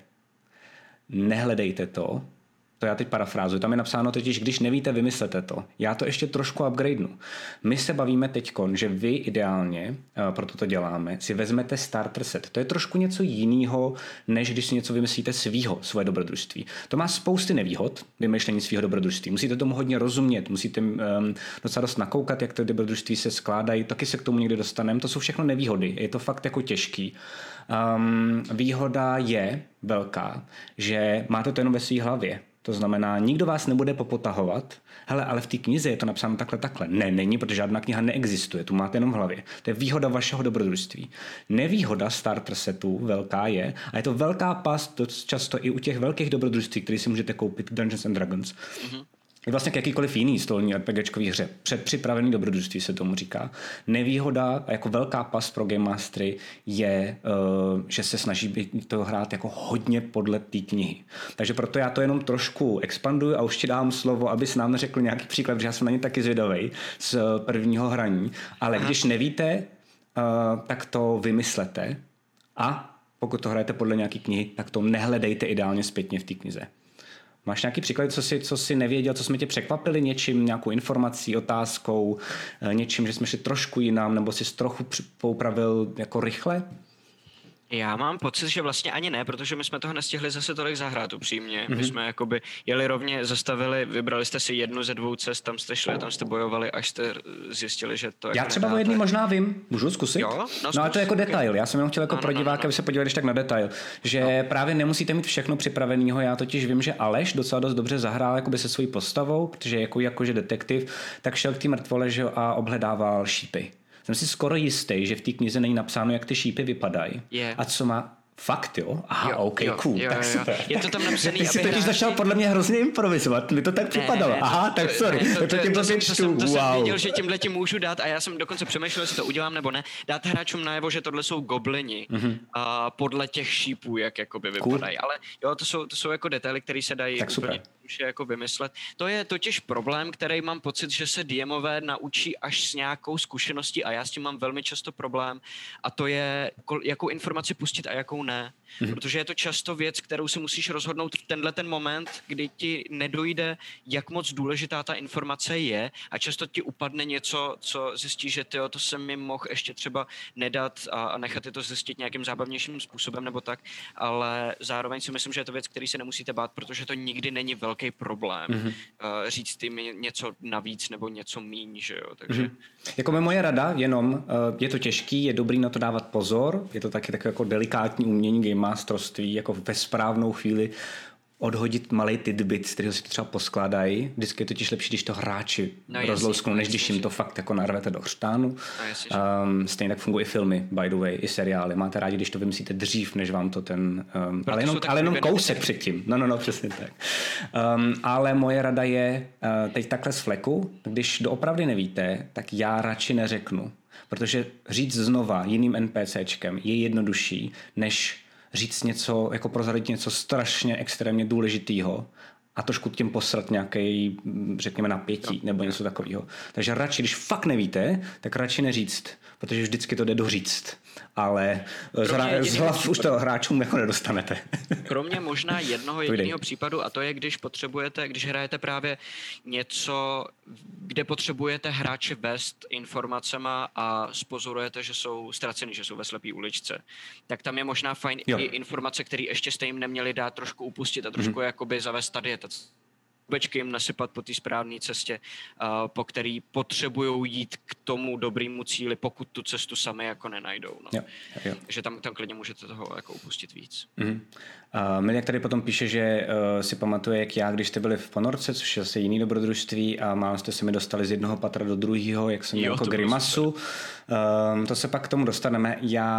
nehledejte to, to já teď parafrázuji, tam je napsáno totiž, když nevíte, vymyslete to. Já to ještě trošku upgradenu. My se bavíme teďkon, že vy ideálně, proto to děláme, si vezmete starter set. To je trošku něco jiného, než když si něco vymyslíte svýho, svoje dobrodružství. To má spousty nevýhod, vymýšlení svýho dobrodružství. Musíte tomu hodně rozumět, musíte um, docela dost nakoukat, jak ty dobrodružství se skládají, taky se k tomu někdy dostaneme. To jsou všechno nevýhody, je to fakt jako těžký. Um, výhoda je velká, že máte to jenom ve své hlavě. To znamená, nikdo vás nebude popotahovat, hele, ale v té knize je to napsáno takhle, takhle. Ne, není, protože žádná kniha neexistuje, tu máte jenom v hlavě. To je výhoda vašeho dobrodružství. Nevýhoda starter setu velká je, a je to velká past často i u těch velkých dobrodružství, které si můžete koupit Dungeons and Dragons. Mm-hmm. Je vlastně k jakýkoliv jiný stolní RPGčkový hře. Předpřipravený dobrodružství se tomu říká. Nevýhoda a jako velká past pro Game Mastery je, uh, že se snaží to hrát jako hodně podle té knihy. Takže proto já to jenom trošku expanduju a už ti dám slovo, abys nám řekl nějaký příklad, protože já jsem na ně taky zvědavej z prvního hraní. Ale když nevíte, uh, tak to vymyslete a pokud to hrajete podle nějaký knihy, tak to nehledejte ideálně zpětně v té knize. Máš nějaký příklad, co jsi, co jsi nevěděl, co jsme tě překvapili něčím, nějakou informací, otázkou, něčím, že jsme šli trošku jinam, nebo jsi trochu poupravil jako rychle? Já mám pocit, že vlastně ani ne, protože my jsme toho nestihli zase tolik zahrát upřímně. Mm-hmm. My jsme jakoby jeli rovně, zastavili, vybrali jste si jednu ze dvou cest, tam jste šli, tam jste bojovali, až jste zjistili, že to... Já jako třeba o jedný možná vím, můžu zkusit? Jo? No, no zkus, ale to je jako okay. detail, já jsem jenom chtěl jako no, pro diváka, no, no, no. aby se podívali tak na detail, že no. právě nemusíte mít všechno připraveného, já totiž vím, že Aleš docela dost dobře zahrál jakoby se svojí postavou, protože jako jakože detektiv, tak šel k té mrtvole, že a obhledával šípy. Jsem si skoro jistý, že v té knize není napsáno, jak ty šípy vypadají yeah. a co má. Fakt jo? Aha, jo, ok, jo, cool, jo, tak jo, super. Je to tam napsaný, ty jsi totiž začal podle mě hrozně improvizovat, mi to tak připadalo. Ne, ne, Aha, tak sorry, ne, to, to, to, to, to, jsem, to, jsem, to wow. jsem věděl, že tímhle tím můžu dát a já jsem dokonce přemýšlel, jestli to udělám nebo ne, dát hráčům najevo, že tohle jsou goblini mm-hmm. a podle těch šípů, jak jakoby vypadají. Cool. Ale jo, to jsou, to jsou jako detaily, které se dají tak úplně už jako vymyslet. To je totiž problém, který mám pocit, že se DMové naučí až s nějakou zkušeností a já s tím mám velmi často problém a to je, jakou informaci pustit a jakou ne. Mm-hmm. Protože je to často věc, kterou si musíš rozhodnout v tenhle ten moment, kdy ti nedojde, jak moc důležitá ta informace je a často ti upadne něco, co zjistíš, že tyjo, to jsem mi mohl ještě třeba nedat a, a nechat je to zjistit nějakým zábavnějším způsobem nebo tak, ale zároveň si myslím, že je to věc, který se nemusíte bát, protože to nikdy není velký problém mm-hmm. uh, říct jim něco navíc nebo něco míň, že jo, takže... Mm-hmm. Jako moje rada, jenom uh, je to těžký, je dobrý na to dávat pozor, je to taky takové jako delikátní umění game masterství, jako ve správnou chvíli odhodit malý tidbit, z kterého si to třeba poskládají. Vždycky je totiž lepší, když to hráči no, rozlousknou, než když jim to fakt jako narvete do chřtánu. No, um, stejně tak fungují i filmy, by the way, i seriály. Máte rádi, když to vymyslíte dřív, než vám to ten... Um, ale jenom, ale jenom kousek předtím. No, no, no, přesně tak. Um, ale moje rada je, uh, teď takhle z fleku, když doopravdy nevíte, tak já radši neřeknu. Protože říct znova jiným NPCčkem je jednodušší, než říct něco, jako prozradit něco strašně extrémně důležitýho a trošku tím posrat nějaký, řekněme, napětí nebo něco takového. Takže radši, když fakt nevíte, tak radši neříct, protože vždycky to jde doříct. Ale z, hra, z hlav už to hráčům jako nedostanete. Kromě možná jednoho jediného případu, a to je, když potřebujete, když hrajete právě něco, kde potřebujete hráče vést informacema a spozorujete, že jsou ztraceni, že jsou ve slepý uličce, tak tam je možná fajn jo. i informace, které ještě jste jim neměli dát trošku upustit a trošku hmm. jakoby zavést tady bečky jim nasypat po té správné cestě, uh, po který potřebují jít k tomu dobrému cíli, pokud tu cestu sami jako nenajdou. No. Jo, jo. Takže tam, tam klidně můžete toho jako upustit víc. Mm. Uh, Miliak tady potom píše, že uh, si pamatuje, jak já, když jste byli v Ponorce, což je asi jiný dobrodružství a málem jste se mi dostali z jednoho patra do druhého, jak jsem měl jako grimasu. Uh, to se pak k tomu dostaneme.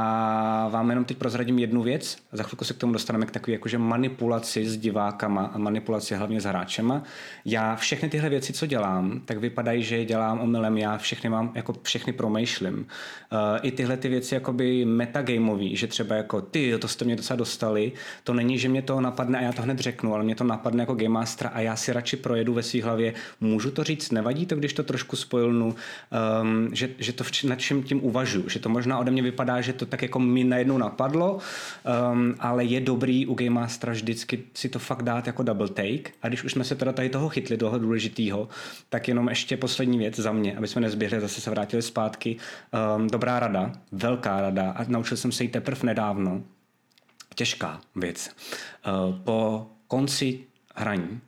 Já vám jenom teď prozradím jednu věc a za chvilku se k tomu dostaneme k takové jakože manipulaci s divákama a manipulaci hlavně s hráčema. Já všechny tyhle věci, co dělám, tak vypadají, že je dělám omylem, já všechny mám, jako všechny promýšlím. Uh, I tyhle ty věci jakoby metagameový, že třeba jako ty, to jste mě docela dostali, to není, že mě to napadne a já to hned řeknu, ale mě to napadne jako Game Mastera a já si radši projedu ve svý hlavě, můžu to říct, nevadí to, když to trošku spojilnu, um, že, že to v, nad čím tím uvažuji, že to možná ode mě vypadá, že to tak jako mi najednou napadlo, um, ale je dobrý u Game Mastera vždycky si to fakt dát jako double take a když už jsme se teda tady toho chytli, toho důležitýho, tak jenom ještě poslední věc za mě, aby jsme nezběhli, zase se vrátili zpátky. Um, dobrá rada, velká rada a naučil jsem se ji teprve nedávno. Těžká věc. Uh, po konci hraní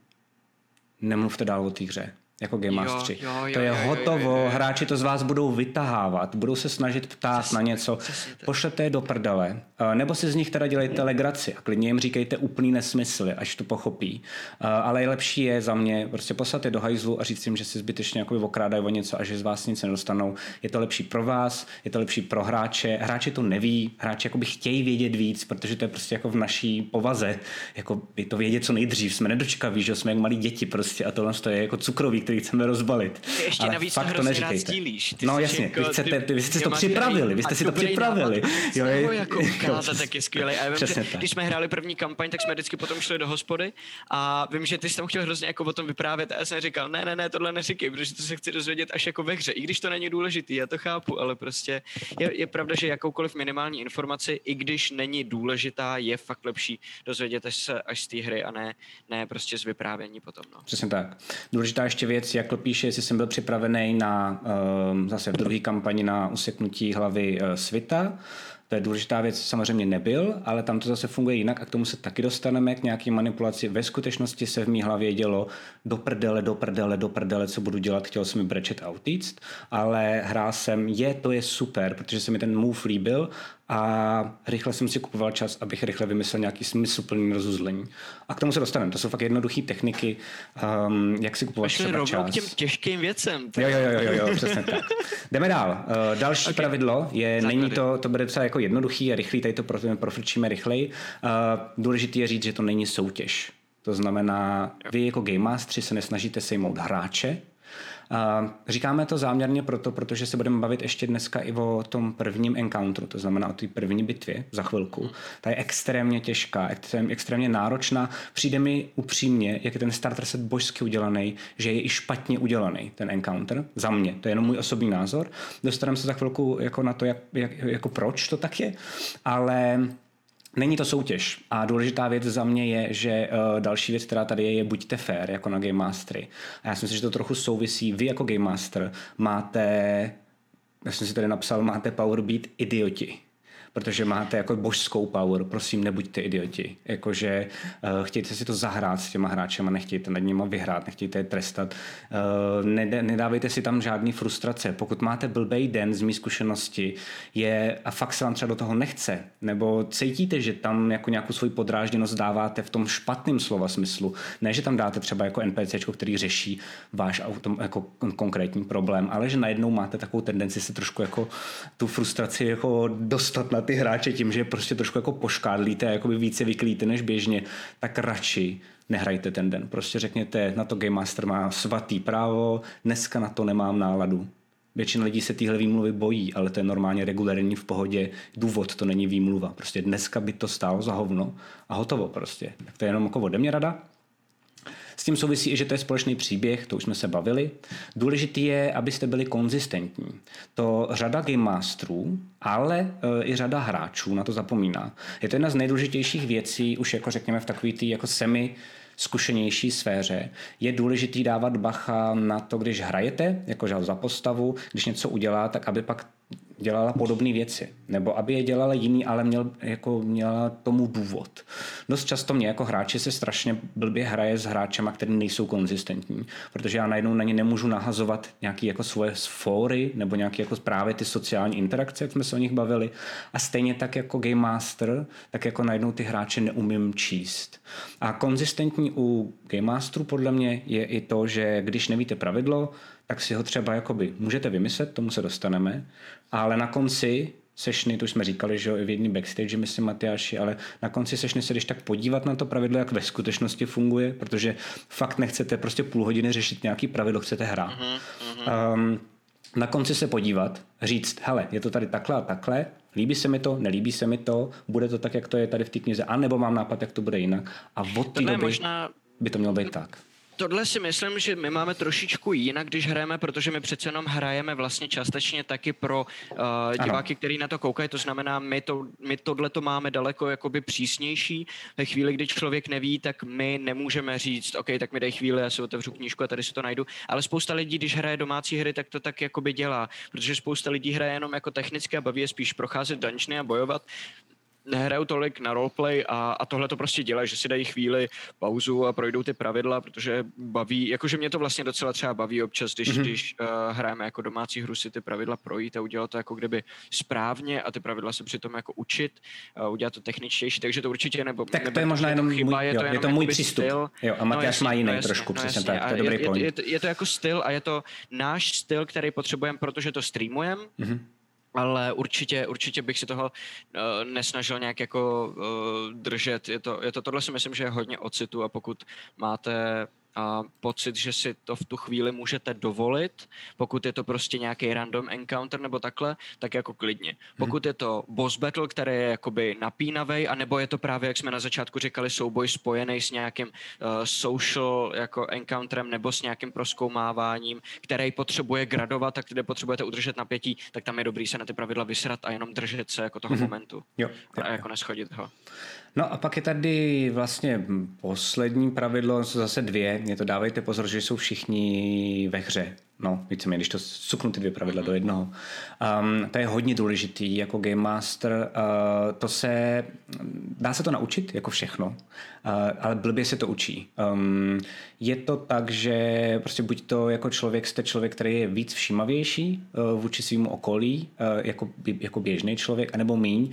nemluvte dál o té hře. Jako Game Masteri. Jo, jo, jo, to je hotovo, jo, jo, jo. Hráči to z vás budou vytahávat, budou se snažit ptát přesně, na něco, pošlete je do prdele, nebo si z nich teda dělejte legraci a klidně jim říkejte úplný nesmysly, až to pochopí. Ale lepší je za mě prostě poslat je do hajzlu a říct jim, že si zbytečně jakoby okrádají o něco a že z vás nic nedostanou. Je to lepší pro vás, je to lepší pro hráče. Hráči to neví, hráči jakoby chtějí vědět víc, protože to je prostě jako v naší povaze. Jako je to vědět co nejdřív, jsme nedočkaví, že jsme jak malí děti prostě a tohle je jako cukrový, který chceme rozbalit. Ty ještě ale navíc fakt to neříkejte. Ty no jasně, jako, vy, chcete, ty, vy jste si to připravili, vy jste si to připravili. Jo, je, jako ukázat, tak je skvělý. A já vím, že když jsme hráli první kampaň, tak jsme vždycky potom šli do hospody a vím, že ty jsi tam chtěl hrozně jako o tom vyprávět a já jsem říkal, ne, ne, ne, tohle neříkej, protože to se chci dozvědět až jako ve hře. I když to není důležitý, já to chápu, ale prostě je, je pravda, že jakoukoliv minimální informaci, i když není důležitá, je fakt lepší dozvědět až se až z té hry a ne, ne prostě z vyprávění potom. No. Přesně tak. Důležitá ještě věc, jak píše, jestli jsem byl připravený na um, zase v druhé kampani na useknutí hlavy uh, Svita. To je důležitá věc, samozřejmě nebyl, ale tam to zase funguje jinak a k tomu se taky dostaneme k nějaký manipulaci. Ve skutečnosti se v mý hlavě dělo do prdele, do prdele, do prdele, co budu dělat, chtěl jsem mi brečet a utíct, ale hrál jsem, je, to je super, protože se mi ten move líbil a rychle jsem si kupoval čas, abych rychle vymyslel nějaký smysluplný rozuzlení. A k tomu se dostaneme. To jsou fakt jednoduché techniky, um, jak si kupovat třeba čas. rovnou k těm těžkým věcem. Jo, jo, jo, jo, jo, přesně tak. Jdeme dál. Uh, další okay. pravidlo je, Základy. není to, to bude docela jako jednoduchý a rychlý, tady to profrčíme rychleji. Uh, důležitý je říct, že to není soutěž. To znamená, vy jako Game Masteri se nesnažíte sejmout hráče. Uh, říkáme to záměrně proto, protože se budeme bavit ještě dneska i o tom prvním encounteru, to znamená o té první bitvě za chvilku. Ta je extrémně těžká, extrém, extrémně náročná. Přijde mi upřímně, jak je ten starter set božsky udělaný, že je i špatně udělaný ten encounter. Za mě, to je jenom můj osobní názor. Dostaneme se za chvilku jako na to, jak, jak, jako proč to tak je, ale není to soutěž a důležitá věc za mě je, že uh, další věc, která tady je, je buďte fair jako na Game Mastery. A já si myslím, že to trochu souvisí. Vy jako Game Master máte, já jsem si tady napsal, máte power být idioti. Protože máte jako božskou power, prosím, nebuďte idioti. Jakože uh, chtějte si to zahrát s těma hráčema, nechtějte nad nimi vyhrát, nechtějte je trestat. Uh, ned- nedávejte si tam žádný frustrace. Pokud máte blbej den z mý zkušenosti je, a fakt se vám třeba do toho nechce, nebo cítíte, že tam jako nějakou svoji podrážděnost dáváte v tom špatném slova smyslu, ne, že tam dáte třeba jako NPCčko, který řeší váš autom, jako konkrétní problém, ale že najednou máte takovou tendenci se trošku jako tu frustraci jako dostat na ty hráče tím, že prostě trošku jako poškádlíte a jakoby více vyklíte než běžně, tak radši nehrajte ten den. Prostě řekněte, na to Game Master má svatý právo, dneska na to nemám náladu. Většina lidí se téhle výmluvy bojí, ale to je normálně regulérní v pohodě. Důvod to není výmluva. Prostě dneska by to stálo za hovno a hotovo prostě. Tak to je jenom jako ode mě rada. S tím souvisí i, že to je společný příběh, to už jsme se bavili. Důležitý je, abyste byli konzistentní. To řada game masterů, ale e, i řada hráčů na to zapomíná. Je to jedna z nejdůležitějších věcí, už jako řekněme v takový tý jako semi zkušenější sféře. Je důležitý dávat bacha na to, když hrajete, jako za postavu, když něco udělá, tak aby pak dělala podobné věci. Nebo aby je dělala jiný, ale měl, jako měla tomu důvod. Dost často mě jako hráči se strašně blbě hraje s hráčema, který nejsou konzistentní, protože já najednou na ně nemůžu nahazovat nějaké jako svoje fóry nebo nějaké jako právě ty sociální interakce, jak jsme se o nich bavili. A stejně tak jako Game Master, tak jako najednou ty hráče neumím číst. A konzistentní u Game Masteru podle mě je i to, že když nevíte pravidlo, tak si ho třeba jakoby můžete vymyslet, tomu se dostaneme, ale na konci sešny, to už jsme říkali, že jo, i v jedný backstage, myslím, Matyáši, ale na konci sešny se když tak podívat na to pravidlo, jak ve skutečnosti funguje, protože fakt nechcete prostě půl hodiny řešit nějaký pravidlo, chcete hrát. Uh-huh. Um, na konci se podívat, říct, hele, je to tady takhle a takhle, líbí se mi to, nelíbí se mi to, bude to tak, jak to je tady v té knize, anebo mám nápad, jak to bude jinak. A od té doby možná... by to mělo být tak. Tohle si myslím, že my máme trošičku jinak, když hrajeme, protože my přece jenom hrajeme vlastně částečně taky pro uh, diváky, kteří na to koukají, to znamená, my, to, my tohle to máme daleko jakoby přísnější. Ve chvíli, kdy člověk neví, tak my nemůžeme říct, OK, tak mi dej chvíli, já si otevřu knížku a tady si to najdu, ale spousta lidí, když hraje domácí hry, tak to tak jakoby dělá, protože spousta lidí hraje jenom jako technicky a baví je spíš procházet dungeony a bojovat. Nehrajou tolik na roleplay a, a tohle to prostě dělají, že si dají chvíli pauzu a projdou ty pravidla, protože baví, jakože mě to vlastně docela třeba baví občas, když, mm-hmm. když uh, hrajeme jako domácí hru, si ty pravidla projít a udělat to jako kdyby správně a ty pravidla se přitom jako učit, uh, udělat to techničtější, takže to určitě nebo... Tak nebo to je možná jenom chyba, můj, je to, jo, jenom je to můj přístup. Styl. Jo, a Matyáš no, má jiný no, jasně, trošku, no, přesně jasně. tak, to je dobrý je, point. je, je, je to jako styl a je to náš styl, který potřebujeme, protože to streamujeme. Mm-hmm. Ale určitě, určitě bych si toho uh, nesnažil nějak jako uh, držet. Je to, je to, tohle si myslím, že je hodně o citu a pokud máte uh, pocit, že si to v tu chvíli můžete dovolit, pokud je to prostě nějaký random encounter nebo takhle, tak jako klidně. Pokud je to boss battle, který je jakoby napínavej, anebo je to právě, jak jsme na začátku říkali, souboj spojený s nějakým uh, social jako encounterem nebo s nějakým prozkoumáváním, který potřebuje gradovat a kde potřebujete udržet napětí, tak tam je dobrý se na ty pravidla vysrat a jenom držet se jako toho mm-hmm. momentu. Jo, jo, a jako jo. neschodit ho. No a pak je tady vlastně poslední pravidlo, zase dvě. Mě to dávejte pozor, že jsou všichni ve hře. No, víceméně, když to suknu ty dvě pravidla do jednoho. Um, to je hodně důležitý jako Game Master. Uh, to se, dá se to naučit, jako všechno, uh, ale blbě se to učí. Um, je to tak, že prostě buď to jako člověk, jste člověk, který je víc všímavější uh, vůči svýmu okolí, uh, jako, jako běžný člověk, anebo míň.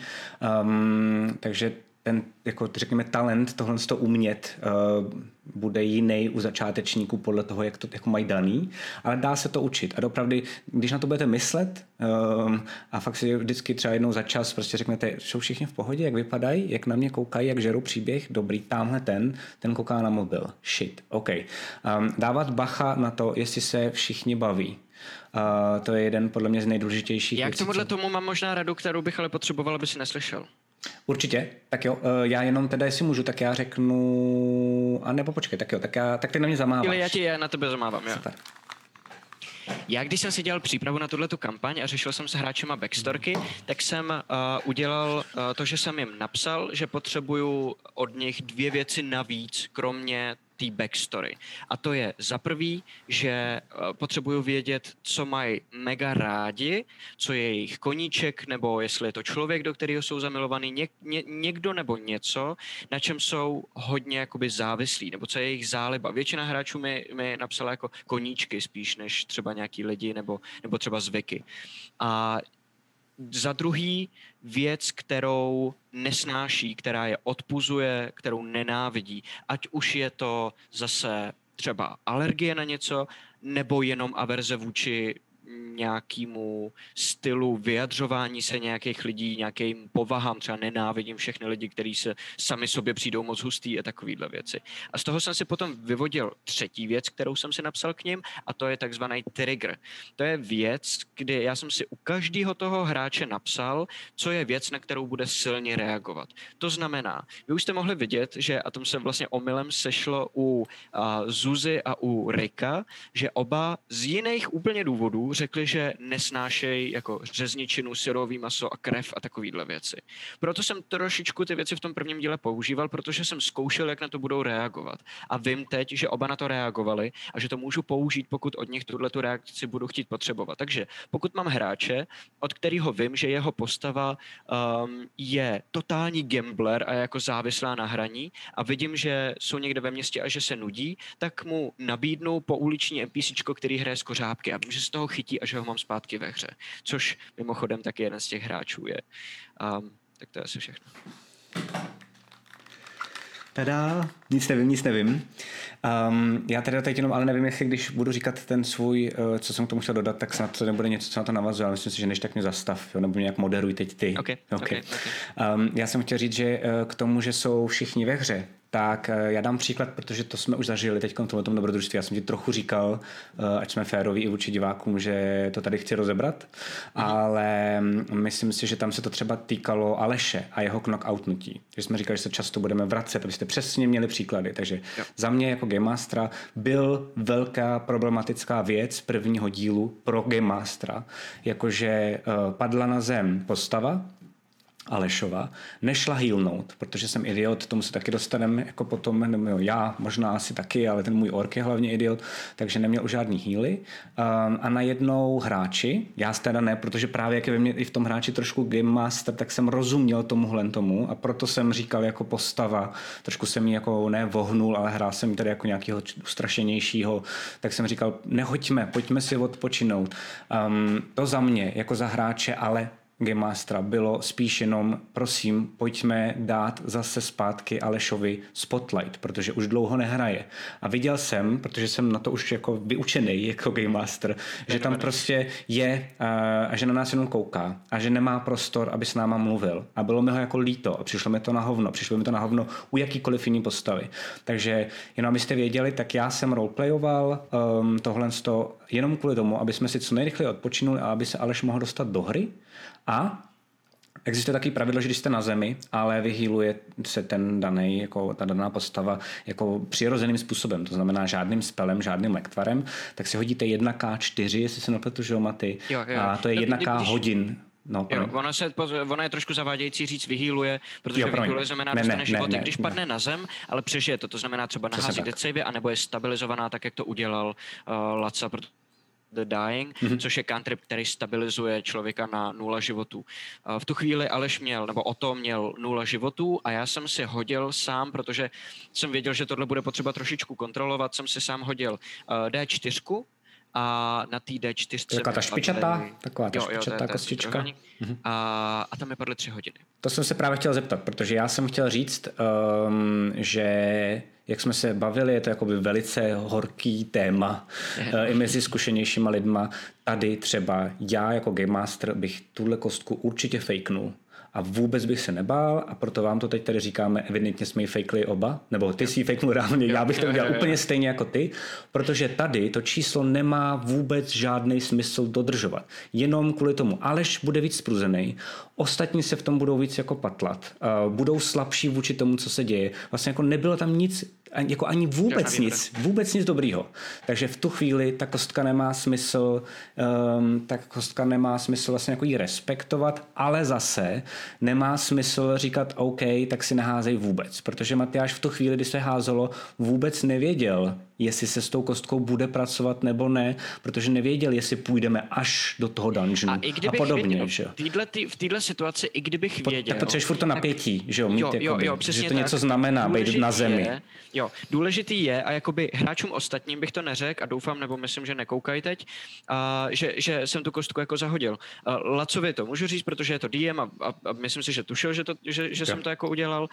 Um, takže ten, jako řekněme, talent, tohle to umět, uh, bude jiný u začátečníků podle toho, jak to jako mají daný, ale dá se to učit. A opravdu, když na to budete myslet um, a fakt si vždycky třeba jednou za čas prostě řeknete, jsou všichni v pohodě, jak vypadají, jak na mě koukají, jak žerou příběh, dobrý, tamhle ten, ten kouká na mobil. Shit, OK. Um, dávat bacha na to, jestli se všichni baví. Uh, to je jeden podle mě z nejdůležitějších Já věcí. k tomuhle tomu mám možná radu, kterou bych ale potřeboval, aby si neslyšel. Určitě, tak jo, já jenom teda, jestli můžu, tak já řeknu, a nebo počkej, tak jo, tak, já, tak ty na mě zamáváš. Já ti já na tebe zamávám, jo. Super. Já když jsem si dělal přípravu na tuhletu kampaň a řešil jsem s hráčema backstorky, tak jsem uh, udělal uh, to, že jsem jim napsal, že potřebuju od nich dvě věci navíc, kromě té backstory. A to je za prvý, že uh, potřebuju vědět, co mají mega rádi, co je jejich koníček, nebo jestli je to člověk, do kterého jsou zamilovaný, něk, ně, někdo nebo něco, na čem jsou hodně jakoby závislí, nebo co je jejich záliba. Většina hráčů mi, mi napsala jako koníčky spíš, než třeba nějaký lidi, nebo, nebo třeba zvyky. A za druhý věc, kterou nesnáší, která je odpuzuje, kterou nenávidí. Ať už je to zase třeba alergie na něco, nebo jenom averze vůči nějakému stylu vyjadřování se nějakých lidí, nějakým povahám, třeba nenávidím všechny lidi, kteří se sami sobě přijdou moc hustý a takovýhle věci. A z toho jsem si potom vyvodil třetí věc, kterou jsem si napsal k ním, a to je takzvaný trigger. To je věc, kdy já jsem si u každého toho hráče napsal, co je věc, na kterou bude silně reagovat. To znamená, vy už jste mohli vidět, že, a tom se vlastně omylem sešlo u uh, Zuzy a u Ricka, že oba z jiných úplně důvodů řekli, že nesnášejí jako řezničinu, syrový maso a krev a takovýhle věci. Proto jsem trošičku ty věci v tom prvním díle používal, protože jsem zkoušel, jak na to budou reagovat. A vím teď, že oba na to reagovali a že to můžu použít, pokud od nich tuhletu reakci budu chtít potřebovat. Takže pokud mám hráče, od kterého vím, že jeho postava um, je totální gambler a je jako závislá na hraní a vidím, že jsou někde ve městě a že se nudí, tak mu nabídnu pouliční NPCčko, který hraje z kořápky a vím, že se toho chytí a že ho mám zpátky ve hře. Což mimochodem taky jeden z těch hráčů je. Um, tak to je asi všechno. Tada, nic nevím, nic nevím. Um, já teda teď jenom, ale nevím, jestli když budu říkat ten svůj, uh, co jsem k tomu chtěl dodat, tak snad to nebude něco, co na to navazuje, ale myslím si, že než tak mě zastav, jo, nebo mě nějak moderuj teď ty. Okay, okay. Okay, okay. Um, já jsem chtěl říct, že uh, k tomu, že jsou všichni ve hře, tak uh, já dám příklad, protože to jsme už zažili teď v tom dobrodružství. Já jsem ti trochu říkal, uh, ať jsme féroví i vůči divákům, že to tady chci rozebrat, mm-hmm. ale myslím si, že tam se to třeba týkalo Aleše a jeho knockoutnutí. Takže jsme říkali, že se často budeme vracet, abyste přesně měli příklady. Takže jo. Za mě jako Game Mastera byl velká problematická věc prvního dílu pro Game Mastera, jakože uh, padla na zem postava Alešova, nešla healnout, protože jsem idiot, tomu se taky dostaneme jako potom, nebo já možná asi taky, ale ten můj ork je hlavně idiot, takže neměl už žádný healy. Um, a najednou hráči, já teda ne, protože právě jak je ve mně i v tom hráči trošku Game Master, tak jsem rozuměl tomuhle tomu a proto jsem říkal jako postava, trošku jsem ji jako ne vohnul, ale hrál jsem tady jako nějakého ustrašenějšího, tak jsem říkal, nehoďme, pojďme si odpočinout. Um, to za mě, jako za hráče, ale Game Mastera bylo spíš jenom, prosím, pojďme dát zase zpátky Alešovi spotlight, protože už dlouho nehraje. A viděl jsem, protože jsem na to už jako vyučený jako Game Master, že tam prostě je a že na nás jenom kouká a že nemá prostor, aby s náma mluvil. A bylo mi ho jako líto a přišlo mi to na hovno. Přišlo mi to na hovno u jakýkoliv jiný postavy. Takže jenom abyste věděli, tak já jsem roleplayoval um, tohle jenom kvůli tomu, aby jsme si co nejrychleji odpočinuli a aby se Aleš mohl dostat do hry. A existuje taky pravidlo, že když jste na zemi, ale vyhýluje se ten daný, jako ta daná postava jako přirozeným způsobem, to znamená žádným spelem, žádným lektvarem, tak si hodíte jedna ká čtyři, jestli se nepletu, že jo, Maty, jo, jo. A to je jedna ká hodin. No, jo, ono, se, ono je trošku zavádějící říct vyhýluje, protože jo, vyhýluje znamená ne, dostane ne, životy, ne, když ne, padne ne. na zem, ale přežije to, to znamená třeba nahází death save, anebo je stabilizovaná tak, jak to udělal uh, Laca, protože The Dying, mm-hmm. což je cantrip, který stabilizuje člověka na nula životů. V tu chvíli Aleš měl, nebo Otto měl nula životů a já jsem si hodil sám, protože jsem věděl, že tohle bude potřeba trošičku kontrolovat, jsem si sám hodil dé čtyři a na té dé čtyři... Taková ta špičatá, taková ta špičatá kostička. Mm-hmm. A, a tam mi padly tři hodiny. To jsem se právě chtěl zeptat, protože já jsem chtěl říct, um, že jak jsme se bavili, je to jakoby velice horký téma i mezi zkušenějšíma lidma. Tady třeba já jako Game Master bych tuhle kostku určitě fejknul. A vůbec bych se nebál a proto vám to teď tady říkáme, evidentně jsme ji fejkli oba, nebo ty si ji fejknul reálně, já bych to udělal úplně stejně jako ty, protože tady to číslo nemá vůbec žádný smysl dodržovat. Jenom kvůli tomu Aleš bude víc spruzený, ostatní se v tom budou víc jako patlat, budou slabší vůči tomu, co se děje. Vlastně jako nebylo tam nic, jako ani vůbec nic, vůbec nic dobrýho. Takže v tu chvíli ta kostka nemá smysl, um, ta kostka nemá smysl vlastně jako jí respektovat, ale zase nemá smysl říkat OK, tak si neházej vůbec, protože Matyáš v tu chvíli, kdy se házelo, vůbec nevěděl, jestli se s tou kostkou bude pracovat nebo ne, protože nevěděl, jestli půjdeme až do toho dungeonu a, a podobně. Věděl, že? Týhle, tý, v této situaci, i kdybych věděl... Tak potřebuješ furt to napětí, že jo? Mít jo, jakoby, jo, jo, že to tak, něco znamená, být na zemi. Je, Jo, důležitý je, a jakoby hráčům ostatním bych to neřekl a doufám, nebo myslím, že nekoukají teď, a, že, že jsem tu kostku jako zahodil. A Lacovi to můžu říct, protože je to D M a, a, a myslím si, že tušil, že, to, že, že jsem to jako udělal,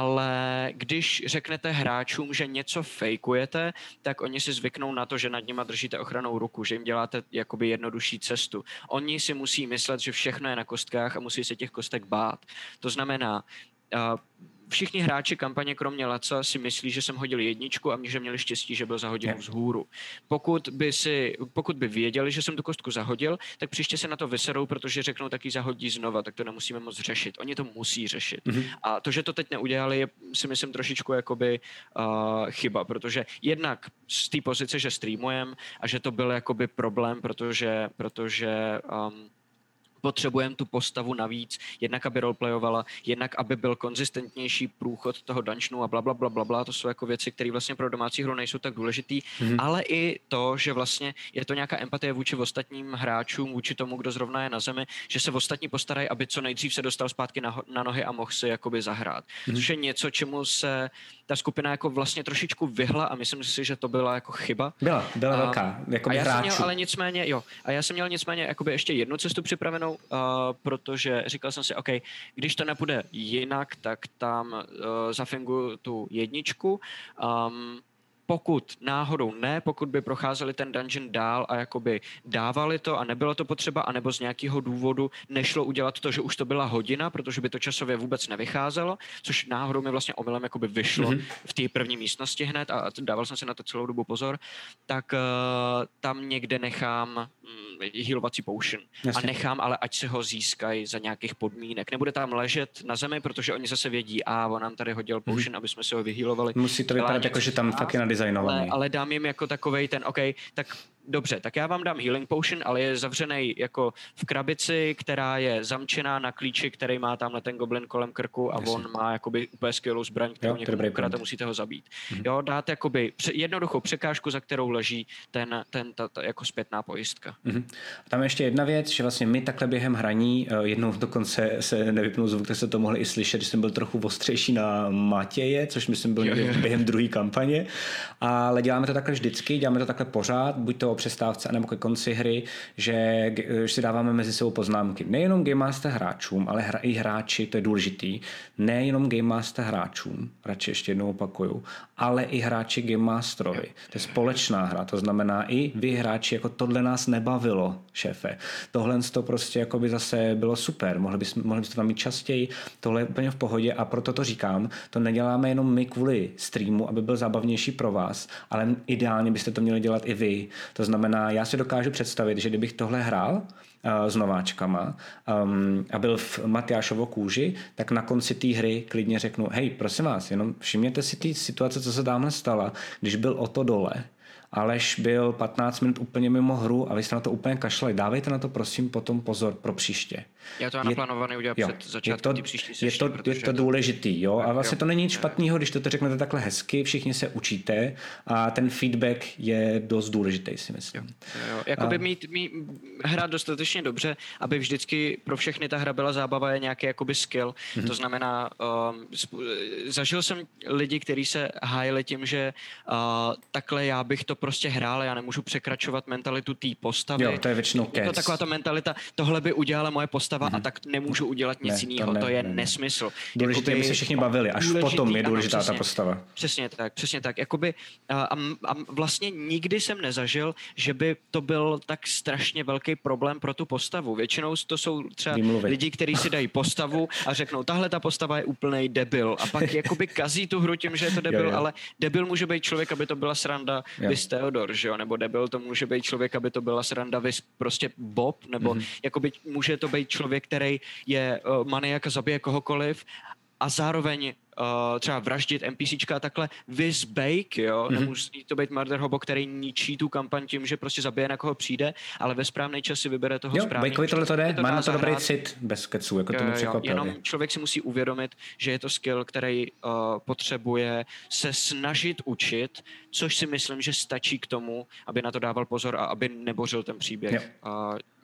ale když řeknete hráčům, že něco fejkujete, tak oni si zvyknou na to, že nad nima držíte ochranou ruku, že jim děláte jakoby jednodušší cestu. Oni si musí myslet, že všechno je na kostkách a musí se těch kostek bát. To znamená, a, všichni hráči kampaně, kromě Laca, si myslí, že jsem hodil jedničku a mě, že měli štěstí, že byl za hodinu vzhůru. Pokud by, si, pokud by věděli, že jsem tu kostku zahodil, tak příště se na to vyserou, protože řeknou, tak ji zahodí znova, tak to nemusíme moc řešit. Oni to musí řešit. Mm-hmm. A to, že to teď neudělali, je si myslím trošičku jakoby uh, chyba, protože jednak z té pozice, že streamujem a že to byl jakoby problém, protože, protože um, potřebujeme tu postavu navíc, jednak aby roleplayovala, jednak aby byl konzistentnější průchod toho dungeonu a bla, bla, bla, bla, bla. To jsou jako věci, které vlastně pro domácí hru nejsou tak důležitý, mm-hmm. ale i to, že vlastně je to nějaká empatie vůči ostatním hráčům, vůči tomu, kdo zrovna je na zemi, že se ostatní postarají, aby co nejdřív se dostal zpátky na, na nohy a mohl si jakoby zahrát. Mm-hmm. Což je něco, čemu se ta skupina jako vlastně trošičku vyhla a myslím si, že to byla jako chyba. Byla, byla a, velká. A já jsem měl ale nicméně, jo, a já jsem měl nicméně jakoby ještě jednu cestu připravenou, Uh, protože říkal jsem si, OK, když to nepůjde jinak, tak tam uh, zafinguju tu jedničku. Um, pokud náhodou ne, pokud by procházeli ten dungeon dál a jakoby dávali to a nebylo to potřeba, anebo z nějakého důvodu nešlo udělat to, že už to byla hodina, protože by to časově vůbec nevycházelo, což náhodou mi vlastně omylem jakoby vyšlo mm-hmm. v té první místnosti hned a dával jsem si na to celou dobu pozor, tak uh, tam někde nechám healovací potion. Jasně. A nechám, ale ať se ho získají za nějakých podmínek. Nebude tam ležet na zemi, protože oni zase vědí, a on nám tady hodil potion, hmm. aby jsme si ho vyhealovali. Musí to vypadat jako, že tam fakt je nadizajnovaný. Ale, ale dám jim jako takovej ten, OK, tak dobře, tak já vám dám healing potion, ale je zavřenej jako v krabici, která je zamčená na klíči, který má tamhle ten goblin kolem krku a Jasně. on má jakoby úplně skvělou zbraň, kterou někomu ukradete, musíte ho zabít. Mm-hmm. Jo, dáte jakoby jednoduchou překážku, za kterou leží ten, ten ta, ta, jako zpětná pojistka. Mm-hmm. A tam je ještě jedna věc, že vlastně my takhle během hraní, jednou dokonce se nevypnul zvuk, tak se to mohli i slyšet, že jsem byl trochu ostřejší na Matěje, což myslím byl někdy během druhé kampaně, ale děláme to takhle vždycky, děláme to takhle pořád, buď to o přestávce, nebo ke konci hry, že, že si dáváme mezi sebou poznámky. Nejenom Game Master hráčům, ale hra, i hráči, to je důležitý, nejenom Game Master hráčům, radši ještě jednou opakuju, ale i hráči Game Masterovi. To je společná hra, to znamená i vy hráči, jako tohle nás nebavilo, šéfe. Tohle to prostě jako by zase bylo super, mohli byste, mohli byste tam mít častěji, tohle je úplně v pohodě a proto to říkám, to neděláme jenom my kvůli streamu, aby byl zábavnější pro vás, ale ideálně byste to měli dělat i vy. To znamená, já si dokážu představit, že kdybych tohle hrál uh, s nováčkama um, a byl v Matyášovo kůži, tak na konci té hry klidně řeknu, hej, prosím vás, jenom všimněte si ty situace, co se tamhle stala, když byl o to dole. Aleš byl patnáct minut úplně mimo hru a vy jste na to úplně kašlali. Dávejte na to prosím potom pozor pro příště. Já to mám naplánovaný udělat jo, před začátkem té příští sešny. Je to, je to důležitý, jo. A vlastně to není nic špatného, když to řeknete takhle hezky, všichni se učíte a ten feedback je dost důležitý, si myslím. Jo, jo. Jakoby a... mít, mít, hrát dostatečně dobře, aby vždycky pro všechny ta hra byla zábava, je nějaký jakoby skill. Mm-hmm. To znamená, um, zažil jsem lidi, kteří se hájili tím, že uh, takhle já bych to prostě hrál, já nemůžu překračovat mentalitu té postavy. Jo, to je většinou kec. Je to taková ta mentalita, tohle by udělala moje postava mm-hmm. a tak nemůžu udělat nic ne, jiného. To, to, to je ne, nesmysl. Důležité, aby se všichni bavili, až důležitý, potom je důležitá ano, přesně, ta postava. Přesně tak, přesně tak. Jakoby, a, a vlastně nikdy jsem nezažil, že by to byl tak strašně velký problém pro tu postavu. Většinou to jsou třeba Vymluvit. lidi, kteří si dají postavu a řeknou, tahle ta postava je úplnej debil. A pak jakoby kazí tu hru tím, že je to debil, jo, jo. ale debil může být člověk, aby to byla sranda vys Theodor, že jo? Nebo debil to může být člověk, aby to byla sranda vys prostě Bob, nebo mm-hmm. jakoby může to být člověk, který je uh, maniak a zabije kohokoliv a zároveň uh, třeba vraždit NPCčka a takhle vis Bake, jo, mm-hmm. nemusí to být murder hobo, který ničí tu kampaň tím, že prostě zabije na koho přijde, ale ve správný čas si vybere toho správného. Jo, Bakeovi tohle to jde, má na to dobrý cit bez keců, jako to mi překvapilo. Jenom člověk si musí uvědomit, že je to skill, který uh, potřebuje se snažit učit, což si myslím, že stačí k tomu, aby na to dával pozor a aby nebořil ten příběh. Uh,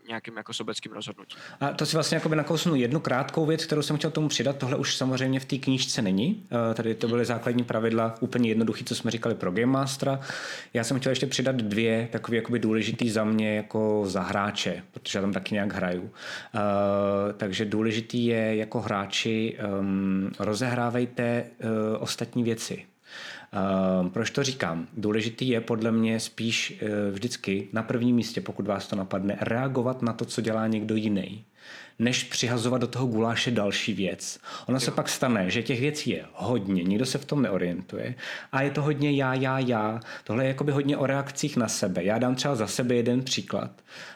nějakým jako sobeckým rozhodnutím. A to si vlastně jakoby nakousnu jednu krátkou věc, kterou jsem chtěl tomu přidat. Tohle už samozřejmě v té knížce není. Tady to byly základní pravidla, úplně jednoduchý, co jsme říkali pro Game Mastera. Já jsem chtěl ještě přidat dvě takové jakoby důležitý za mě jako za hráče, protože já tam taky nějak hraju. Uh, takže důležitý je jako hráči um, rozehrávejte uh, ostatní věci. Uh, proč to říkám? Důležitý je podle mě spíš uh, vždycky na prvním místě, pokud vás to napadne, reagovat na to, co dělá někdo jiný, než přihazovat do toho guláše další věc. Ono jo. se pak stane, že těch věcí je hodně, nikdo se v tom neorientuje a je to hodně já, já, já. Tohle je jakoby hodně o reakcích na sebe. Já dám třeba za sebe jeden příklad,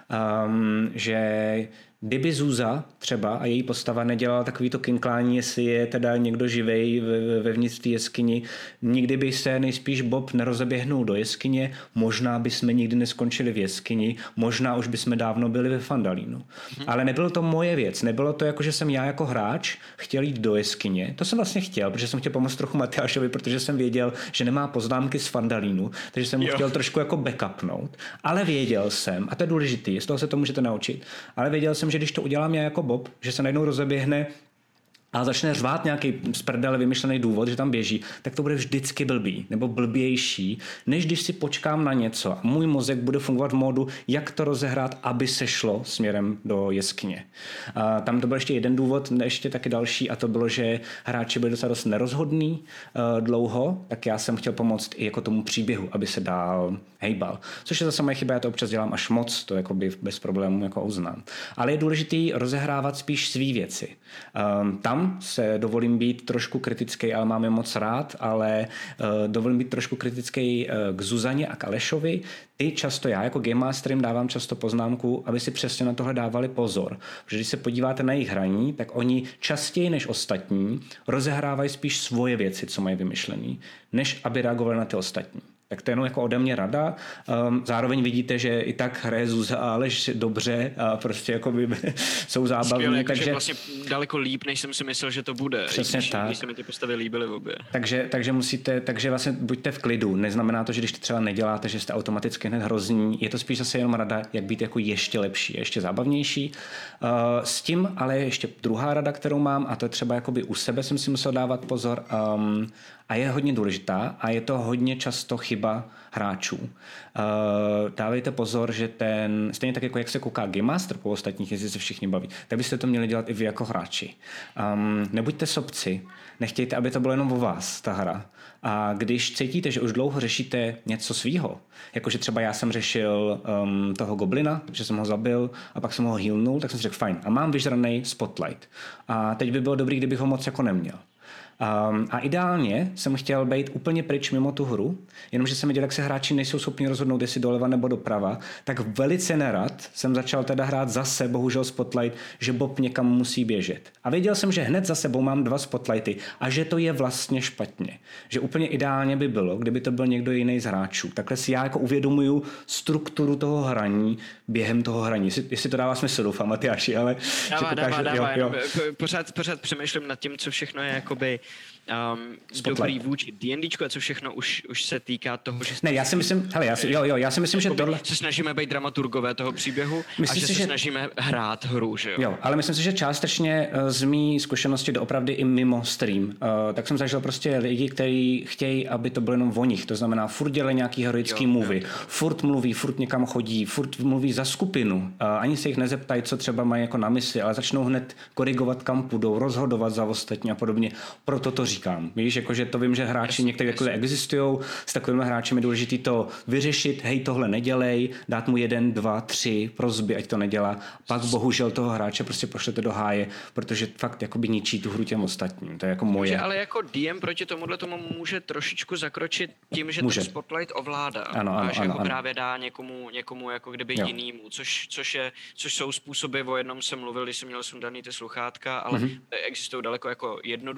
um, že kdyby Zúza třeba a její postava nedělala takový to kinklání, jestli je teda někdo živej vevnitř té jeskyni, nikdy by se nejspíš Bob nerozeběhnul do jeskyně, možná by jsme nikdy neskončili v jeskyni, možná už by jsme dávno byli ve Fandalínu. Mhm. Ale nebylo to moje věc, nebylo to jako, že jsem já jako hráč chtěl jít do jeskyně. To jsem vlastně chtěl, protože jsem chtěl pomoct trochu Matyášovi, protože jsem věděl, že nemá poznámky z Fandalínu, takže jsem mu jo. chtěl trošku jako backupnout. Ale věděl jsem, a to je důležitý, z toho se to můžete naučit, ale věděl jsem, že když to udělám já jako Bob, že se najednou rozeběhne a začne řvát nějaký z prdele vymyšlený důvod, že tam běží, tak to bude vždycky blbý nebo blbější, než když si počkám na něco a můj mozek bude fungovat v módu, jak to rozehrát, aby se šlo směrem do jeskyně. A tam to byl ještě jeden důvod, ještě taky další, a to bylo, že hráči byli docela dost nerozhodný uh, dlouho, tak já jsem chtěl pomoct i jako tomu příběhu, aby se dál hejbal. Což je zase moje chyba, já to občas dělám až moc, to jakoby bez problémů jako uznám. Ale je důležitý rozehrávat spíš svý věci. Um, tam se dovolím být trošku kritický, ale mám je moc rád, ale uh, dovolím být trošku kritický uh, k Zuzaně a k Alešovi. Ty často, já jako Game Master jim dávám často poznámku, aby si přesně na tohle dávali pozor. Protože když se podíváte na jejich hraní, tak oni častěji než ostatní rozehrávají spíš svoje věci, co mají vymyšlený, než aby reagovali na ty ostatní. Tak to je jenom jako ode mě rada. Um, zároveň vidíte, že i tak hraje Zúza a Aleš dobře a prostě jako by jsou zábavní. Skvěle, takže vlastně daleko líp, než jsem si myslel, že to bude. Přesně když, tak. Když se mi ty postavy líbily v obě. Takže, takže musíte, takže vlastně buďte v klidu. Neznamená to, že když to třeba neděláte, že jste automaticky hned hrozní. Je to spíš zase jenom rada, jak být jako ještě lepší, ještě zábavnější. Uh, s tím ale ještě druhá rada, kterou mám, a to je třeba jakoby u sebe jsem si musel dávat pozor, um, a je hodně důležitá a je to hodně často chyba hráčů. Uh, dávejte pozor, že ten, stejně tak jako jak se kouká Game Master po ostatních, jestli se všichni baví, tak byste to měli dělat i vy jako hráči. Um, nebuďte sobci, nechtějte, aby to bylo jenom o vás, ta hra. A když cítíte, že už dlouho řešíte něco svýho, jakože třeba já jsem řešil um, toho goblina, že jsem ho zabil a pak jsem ho healnul, tak jsem si řekl fajn, a mám vyžranej spotlight. A teď by bylo dobrý, kdybych ho moc jako neměl. Um, a ideálně jsem chtěl být úplně pryč mimo tu hru, jenomže jsem viděl, jak se hráči nejsou schopni rozhodnout, jestli doleva nebo doprava, tak velice nerad jsem začal teda hrát zase, bohužel spotlight, že Bob někam musí běžet. A věděl jsem, že hned za sebou mám dva spotlighty a že to je vlastně špatně. Že úplně ideálně by bylo, kdyby to byl někdo jiný z hráčů. Takhle si já jako uvědomuju strukturu toho hraní během toho hraní. Jestli, jestli to dává smysl, doufám, Matyáši, ale... Dává, dává, pokáže, dává. Jo, jo. Pořád, pořád přemýšlím nad tím, co všechno je jakoby Um, dobrý vůči D&Dčku a co všechno už, už se týká toho, že... Ne, já si myslím, hele, já si, jo, jo, já si myslím, že tohle... se snažíme být dramaturgové toho příběhu myslím a že si, se že... snažíme hrát hru, že jo? Jo, ale myslím si, že částečně z mý zkušenosti doopravdy i mimo stream, uh, tak jsem zažil prostě lidi, kteří chtějí, aby to bylo jenom o nich, to znamená furt dělají nějaký heroický jo, movie, jo, jo. furt mluví, furt někam chodí, furt mluví za skupinu, uh, ani se jich nezeptají, co třeba mají jako na mysli, ale začnou hned korigovat, kam půjdou, rozhodovat za ostatní a podobně, proto to říkám. Víš, jakože to vím, že hráči některé takové existují, s takovými hráči je důležité to vyřešit, hej, tohle nedělej, dát mu jeden, dva, tři prosby, ať to nedělá, pak bohužel toho hráče prostě pošlete do háje, protože fakt jakoby ničí tu hru těm ostatním, to je jako moje. Může, ale jako D M proti tomuhle tomu může trošičku zakročit tím, že může. Ten spotlight ovládá. Ano, ano, a že ano, jako ano. právě dá někomu, někomu jako kdyby jo. jinýmu, což, což, je, což jsou způsoby, o jednom jsem mluvil, když jsem měl sundaný ty sluchátka, ale mm-hmm. existují daleko jako jednodušší způsoby,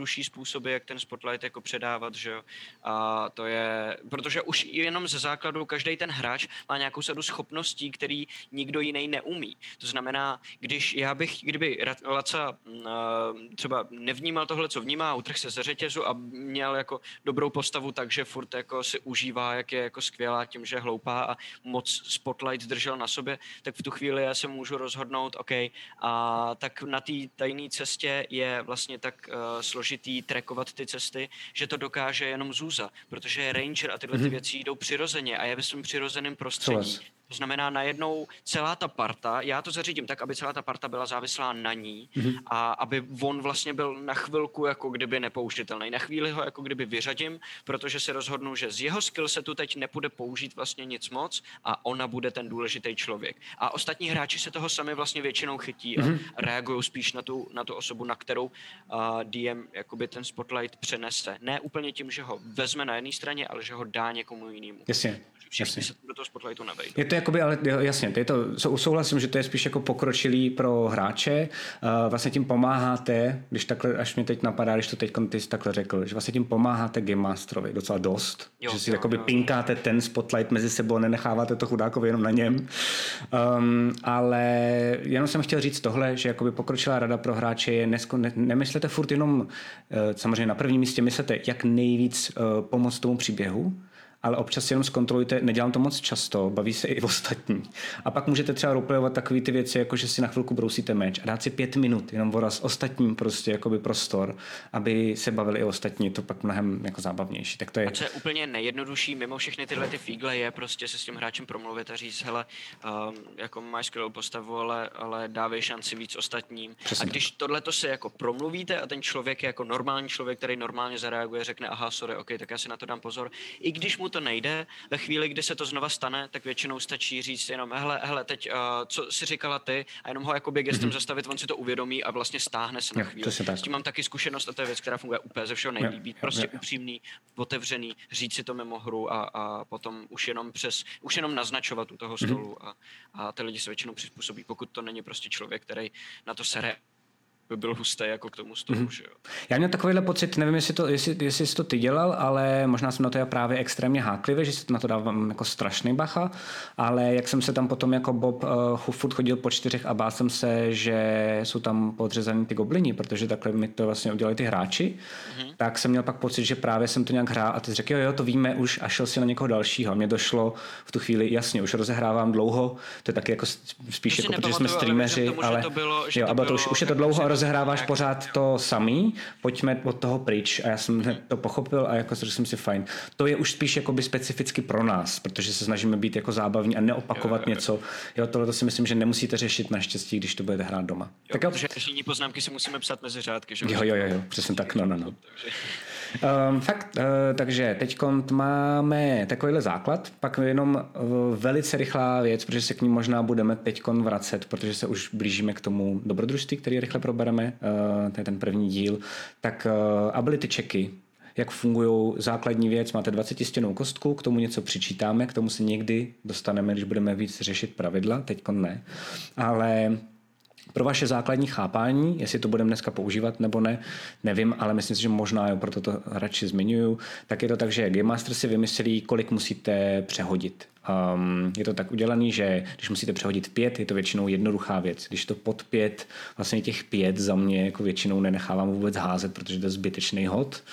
způsoby, jak ten spotlight jako předávat, že jo. A to je, protože už jenom ze základu každý ten hráč má nějakou sadu schopností, který nikdo jiný neumí. To znamená, když já bych, kdyby Laca třeba nevnímal tohle, co vnímá, utrhl se ze řetězu a měl jako dobrou postavu, takže furt jako si užívá, jak je jako skvělá tím, že je hloupá a moc spotlight držel na sobě, tak v tu chvíli já se můžu rozhodnout, OK, a tak na té tajné cestě je vlastně tak uh, složitý trackovat ty cesty, že to dokáže jenom Zúza, protože je ranger a tyhle ty věci jdou přirozeně a je ve svém přirozeném prostředí. To znamená najednou celá ta parta, já to zařídím tak, aby celá ta parta byla závislá na ní mm-hmm. a aby on vlastně byl na chvilku jako kdyby nepoužitelný. Na chvíli ho jako kdyby vyřadím, protože se rozhodnu, že z jeho skillsetu teď nepůjde použít vlastně nic moc a ona bude ten důležitý člověk. A ostatní hráči se toho sami vlastně většinou chytí mm-hmm. a reagují spíš na tu, na tu osobu, na kterou uh, D M jakoby ten spotlight přenese. Ne úplně tím, že ho vezme na jedné straně, ale že ho dá někomu jinému. Jasně. Všichni se do toho spotlightu nevejdou. Je to jakoby, ale jasně, je to, souhlasím, že to je spíš jako pokročilý pro hráče. Uh, vlastně tím pomáháte, když takhle, až mě teď napadá, když to teď ty jsi takhle řekl, že vlastně tím pomáháte Game Masterovi docela dost. Jo, že si jo, jakoby jo, pinkáte jo. ten spotlight mezi sebou, nenecháváte to chudákovi jenom na něm. Um, ale jenom jsem chtěl říct tohle, že jakoby pokročilá rada pro hráče je, nesko, ne, nemyslete furt jenom, uh, samozřejmě na prvním místě myslete, jak nejvíc uh, pomoct tomu příběhu, ale občas jenom zkontrolujte, nedělám to moc často, baví se i ostatní. A pak můžete třeba roleplayovat takové ty věci, jako že si na chvilku brousíte meč a dát si pět minut, jenom voraz ostatním prostě jakoby prostor, aby se bavili i ostatní, to pak mnohem jako zábavnější. Tak to je... A co je úplně nejjednodušší mimo všechny tyhle ty fígle je prostě se s tím hráčem promluvit a říct, hele, um, jako máš skvělou postavu, ale, ale dávej šanci víc ostatním. Přesně. A když tohleto se jako promluvíte a ten člověk je jako normální člověk, který normálně zareaguje, řekne, aha, sorry, ok, tak já si na to dám pozor. I když mu to nejde, ve chvíli, kdy se to znova stane, tak většinou stačí říct jenom, hele, hele, teď, uh, co si říkala ty, a jenom ho jakoby gestem mm-hmm. zastavit, on si to uvědomí a vlastně stáhne se na chvíli. S tím mám taky zkušenost a to je věc, která funguje úplně ze všeho nejlíp. Být prostě jo. upřímný, otevřený, říct si to mimo hru a, a potom už jenom přes, už jenom naznačovat u toho stolu mm-hmm. a, a ty lidi se většinou přizpůsobí, pokud to není prostě člověk, který na to sere, by byl hustý jako k tomu stolu, mm-hmm. že jo. Já měl takovýhle pocit, nevím, jestli, to, jestli, jestli jsi to ty dělal, ale možná jsem na to já právě extrémně háklivý, že si na to dávám jako strašný bacha, ale jak jsem se tam potom jako Bob uh, furt chodil po čtyřech a bál jsem se, že jsou tam podřezaný ty goblini, protože takhle mi to vlastně udělali ty hráči, mm-hmm. tak jsem měl pak pocit, že právě jsem to nějak hrál a ty řekl, jo, jo, to víme už a šel si na někoho dalšího. Mně došlo v tu chvíli, jasně, už rozehrávám dlouho, to je taky jako spíš jako, protože jsme streameři, ale, ale to bylo, jo, to bylo, to už, už je to dlouho, rozehráváš pořád to samý, pojďme od toho pryč a já jsem to pochopil a jako řekl jsem si fajn. To je už spíš jakoby specificky pro nás, protože se snažíme být jako zábavní a neopakovat jo, jo, jo. něco. Jo, tohle si myslím, že nemusíte řešit naštěstí, když to budete hrát doma. Jo, tak jo. Protože jiní poznámky si musíme psát mezi řádky, že? Jo, jo, jo, jo, přesně tak, no, no, no. Um, fakt, uh, takže teď máme takovýhle základ, pak jenom uh, velice rychlá věc, protože se k ní možná budeme teď vracet, protože se už blížíme k tomu dobrodružství, který rychle probereme, uh, to je ten první díl, tak uh, ability checky, jak fungují základní věc, máte dvacetistěnnou kostku, k tomu něco přičítáme, k tomu se někdy dostaneme, když budeme víc řešit pravidla, teďko ne, ale pro vaše základní chápání, jestli to budeme dneska používat nebo ne, nevím, ale myslím si, že možná, jo, proto to radši zmiňuju, tak je to tak, že Game Master si vymyslí, kolik musíte přehodit. Um, je to tak udělaný, že když musíte přehodit pět, je to většinou jednoduchá věc. Když to pod pět, vlastně těch pět za mě jako většinou nenechávám vůbec házet, protože to je zbytečný hod.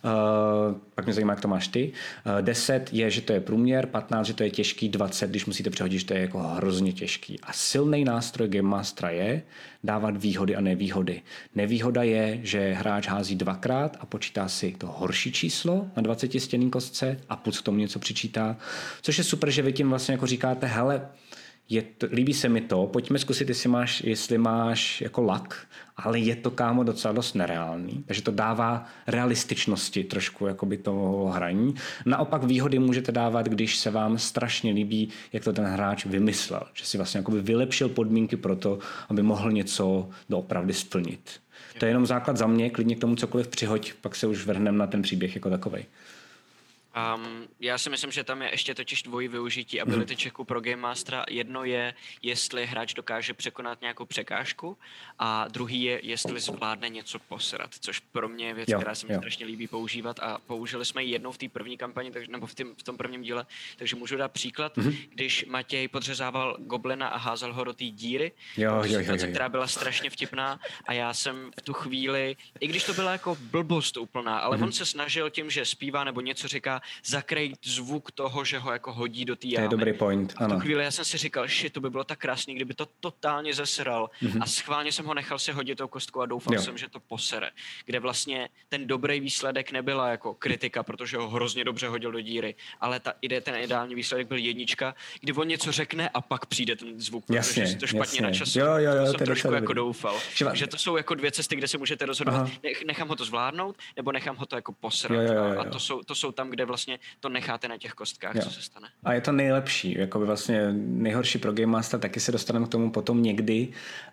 Uh, pak mě zajímá, jak to máš ty. Uh, deset je, že to je průměr, patnáct, že to je těžký, dvacet, když musíte přehodit, že to je jako hrozně těžký. A silný nástroj Game Mastera je dávat výhody a nevýhody. Nevýhoda je, že hráč hází dvakrát a počítá si to horší číslo na dvacetistěnný kostce a plus k tomu něco přičítá, což je super, že vy tím vlastně jako říkáte, hele, je to, líbí se mi to, pojďme zkusit, jestli máš, jestli máš jako lak, ale je to, kámo, docela dost nereálný. Takže to dává realističnosti trošku jakoby toho hraní. Naopak výhody můžete dávat, když se vám strašně líbí, jak to ten hráč vymyslel. Že si vlastně jakoby vylepšil podmínky pro to, aby mohl něco doopravdy splnit. To je jenom základ za mě, klidně k tomu cokoliv přihoď, pak se už vrhneme na ten příběh jako takovej. Um, já si myslím, že tam je ještě totiž dvojí využití ability mm. checku pro Game Mastera. Jedno je, jestli hráč dokáže překonat nějakou překážku a druhý je, jestli zvládne něco posrat, což pro mě je věc, jo, která se mi jo. strašně líbí používat a použili jsme ji jednou v té první kampani, tak, nebo v, tým, v tom prvním díle, takže můžu dát příklad, mm. když Matěj podřezával goblina a házel ho do té díry, jo, jo, jo, situace, jo. která byla strašně vtipná a já jsem v tu chvíli, i když to byla jako blbost úplná, ale mm. on se snažil tím, že zpívá nebo něco říká, zakrýt zvuk toho, že ho jako hodí do té jámy. To je dobrý point, a v ano. tu chvíli já jsem si říkal, že to by bylo tak krásný, kdyby to totálně zesral mm-hmm. a schválně jsem ho nechal si hodit tou kostkou a doufal jo. jsem, že to posere. Kde vlastně ten dobrý výsledek nebyla jako kritika, protože ho hrozně dobře hodil do díry, ale ta ide, ten ideální výsledek byl jednička, kdy on něco řekne a pak přijde ten zvuk, jasně, protože si to špatně načasuje. Jo, jo, jo, to jsem trošku jako dobrý. doufal. Živa. Že to jsou jako dvě cesty, kde se můžete rozhodovat. Nech, nechám ho to zvládnout, nebo nechám ho to jako posrat. Jo, jo, jo, jo. A to jsou, to jsou tam, kde vlastně to necháte na těch kostkách, jo. co se stane. A je to nejlepší, jako by vlastně nejhorší pro Game Master, taky se dostaneme k tomu potom někdy,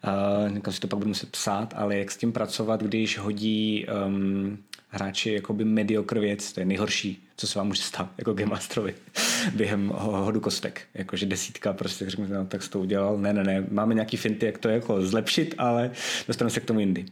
uh, si to pak budu muset psát, ale jak s tím pracovat, když hodí um, hráči jakoby mediocre věc, to je nejhorší, co se vám může stát jako Game Masterovi během hodu kostek, jakože desítka, prostě řekněme, no, tak jsi to udělal, ne, ne, ne, máme nějaký finty, jak to jako zlepšit, ale dostaneme se k tomu jindy.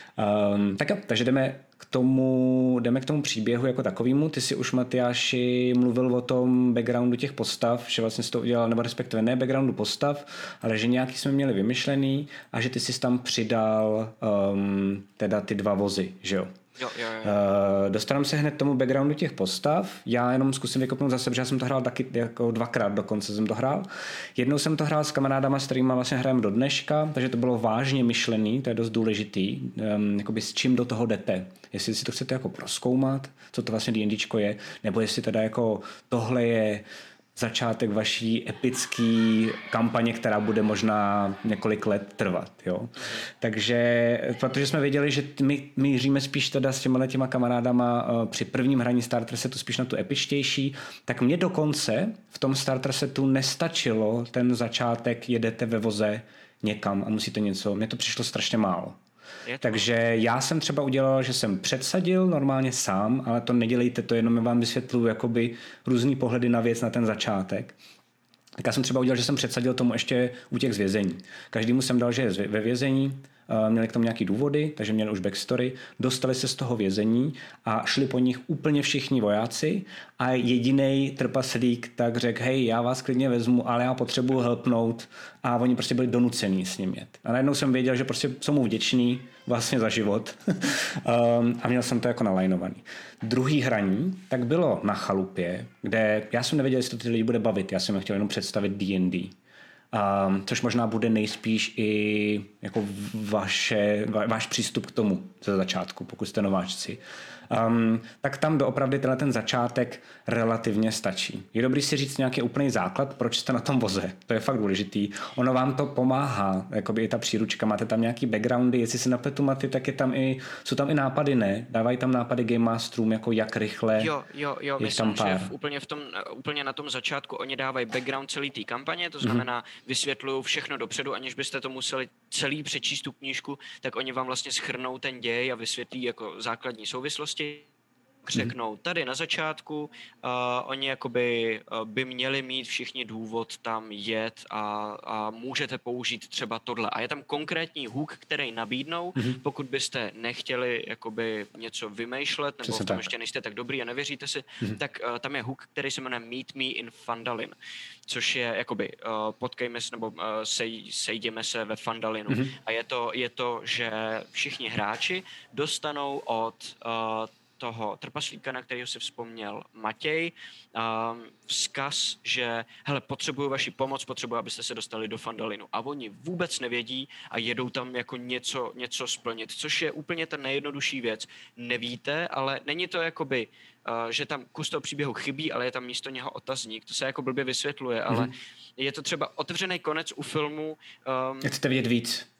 Um, tak jo, takže jdeme k tomu, jdeme k tomu příběhu jako takovému. Ty si už, Matyáši, mluvil o tom backgroundu těch postav, že vlastně jsi to udělal, nebo respektive ne backgroundu postav, ale že nějaký jsme měli vymyšlený a že ty jsi tam přidal um, teda ty dva vozy, že jo? Jo, jo, jo. Uh, dostaneme se hned k tomu backgroundu těch postav. Já jenom zkusím vykopnout za sebe, že já jsem to hrál taky jako dvakrát dokonce jsem to hrál. Jednou jsem to hrál s kamarádama, s kterýma vlastně hrajeme do dneška, takže to bylo vážně myšlený, to je dost důležitý, um, jakoby s čím do toho jdete. Jestli si to chcete jako prozkoumat, co to vlastně D&Dčko je, nebo jestli teda jako tohle je začátek vaší epický kampaně, která bude možná několik let trvat. Jo? Takže, protože jsme věděli, že my míříme spíš teda s těma těma kamarádama uh, při prvním hraní starter setu spíš na tu epičtější, tak mě dokonce v tom starter setu nestačilo ten začátek, jedete ve voze někam a musíte něco, mně to přišlo strašně málo. Takže já jsem třeba udělal, že jsem předsadil normálně sám, ale to nedělejte, to jenom vám vysvětluji jakoby různý pohledy na věc na ten začátek. Tak já jsem třeba udělal, že jsem předsadil tomu ještě útěk z vězení. Každému jsem dal, že je ve vězení, měli k tomu nějaký důvody, takže měli už backstory, dostali se z toho vězení a šli po nich úplně všichni vojáci a jedinej trpaslík tak řekl, hej, já vás klidně vezmu, ale já potřebuji helpnout a oni prostě byli donucený s ním jet. A najednou jsem věděl, že prostě jsou mu vděční vlastně za život um, a měl jsem to jako nalajnovaný. Druhý hraní tak bylo na chalupě, kde já jsem nevěděl, jestli to ty lidi bude bavit, já jsem chtěl jenom představit D and D. Um, což možná bude nejspíš i jako vaše, va, váš přístup k tomu ze začátku, pokud jste nováčci. Um, tak tam doopravdy tenhle ten začátek relativně stačí. Je dobrý si říct nějaký úplný základ, proč jste na tom voze. To je fakt důležitý. Ono vám to pomáhá, jakoby i ta příručka, máte tam nějaký backgroundy, jestli si napletu maty, tak je tam i, jsou tam i nápady, ne? Dávají tam nápady Game Masterům, jako jak rychle. Jo, jo, jo, je myslím, tam pár. že v, úplně, v tom, úplně na tom začátku oni dávají background celý té kampaně, to znamená, mm-hmm. vysvětlují všechno dopředu, aniž byste to museli celý přečíst tu knížku, tak oni vám vlastně shrnou ten děj a vysvětlí jako základní souvislosti. Řeknou, tady na začátku uh, oni jakoby uh, by měli mít všichni důvod tam jet a, a můžete použít třeba tohle. A je tam konkrétní hook, který nabídnou, mm-hmm. pokud byste nechtěli jakoby něco vymýšlet, nebo Přesně v tom tak. ještě nejste tak dobrý a nevěříte si, mm-hmm. tak uh, tam je hook, který se jmenuje Meet Me in Phandalin, což je jakoby uh, potkejme se nebo uh, sej, sejděme se ve Phandalinu. Mm-hmm. A je to, je to, že všichni hráči dostanou od uh, toho trpaslíka, na kterého si vzpomněl Matěj, um, vzkaz, že hele, potřebuju vaši pomoc, potřebuju, abyste se dostali do Phandalinu. A oni vůbec nevědí a jedou tam jako něco, něco splnit, což je úplně ta nejjednodušší věc. Nevíte, ale není to jakoby, uh, že tam kus toho příběhu chybí, ale je tam místo něho otazník. To se jako blbě vysvětluje, ale mm-hmm. je to třeba otevřený konec u filmu. Um, Jak chcete vidět víc?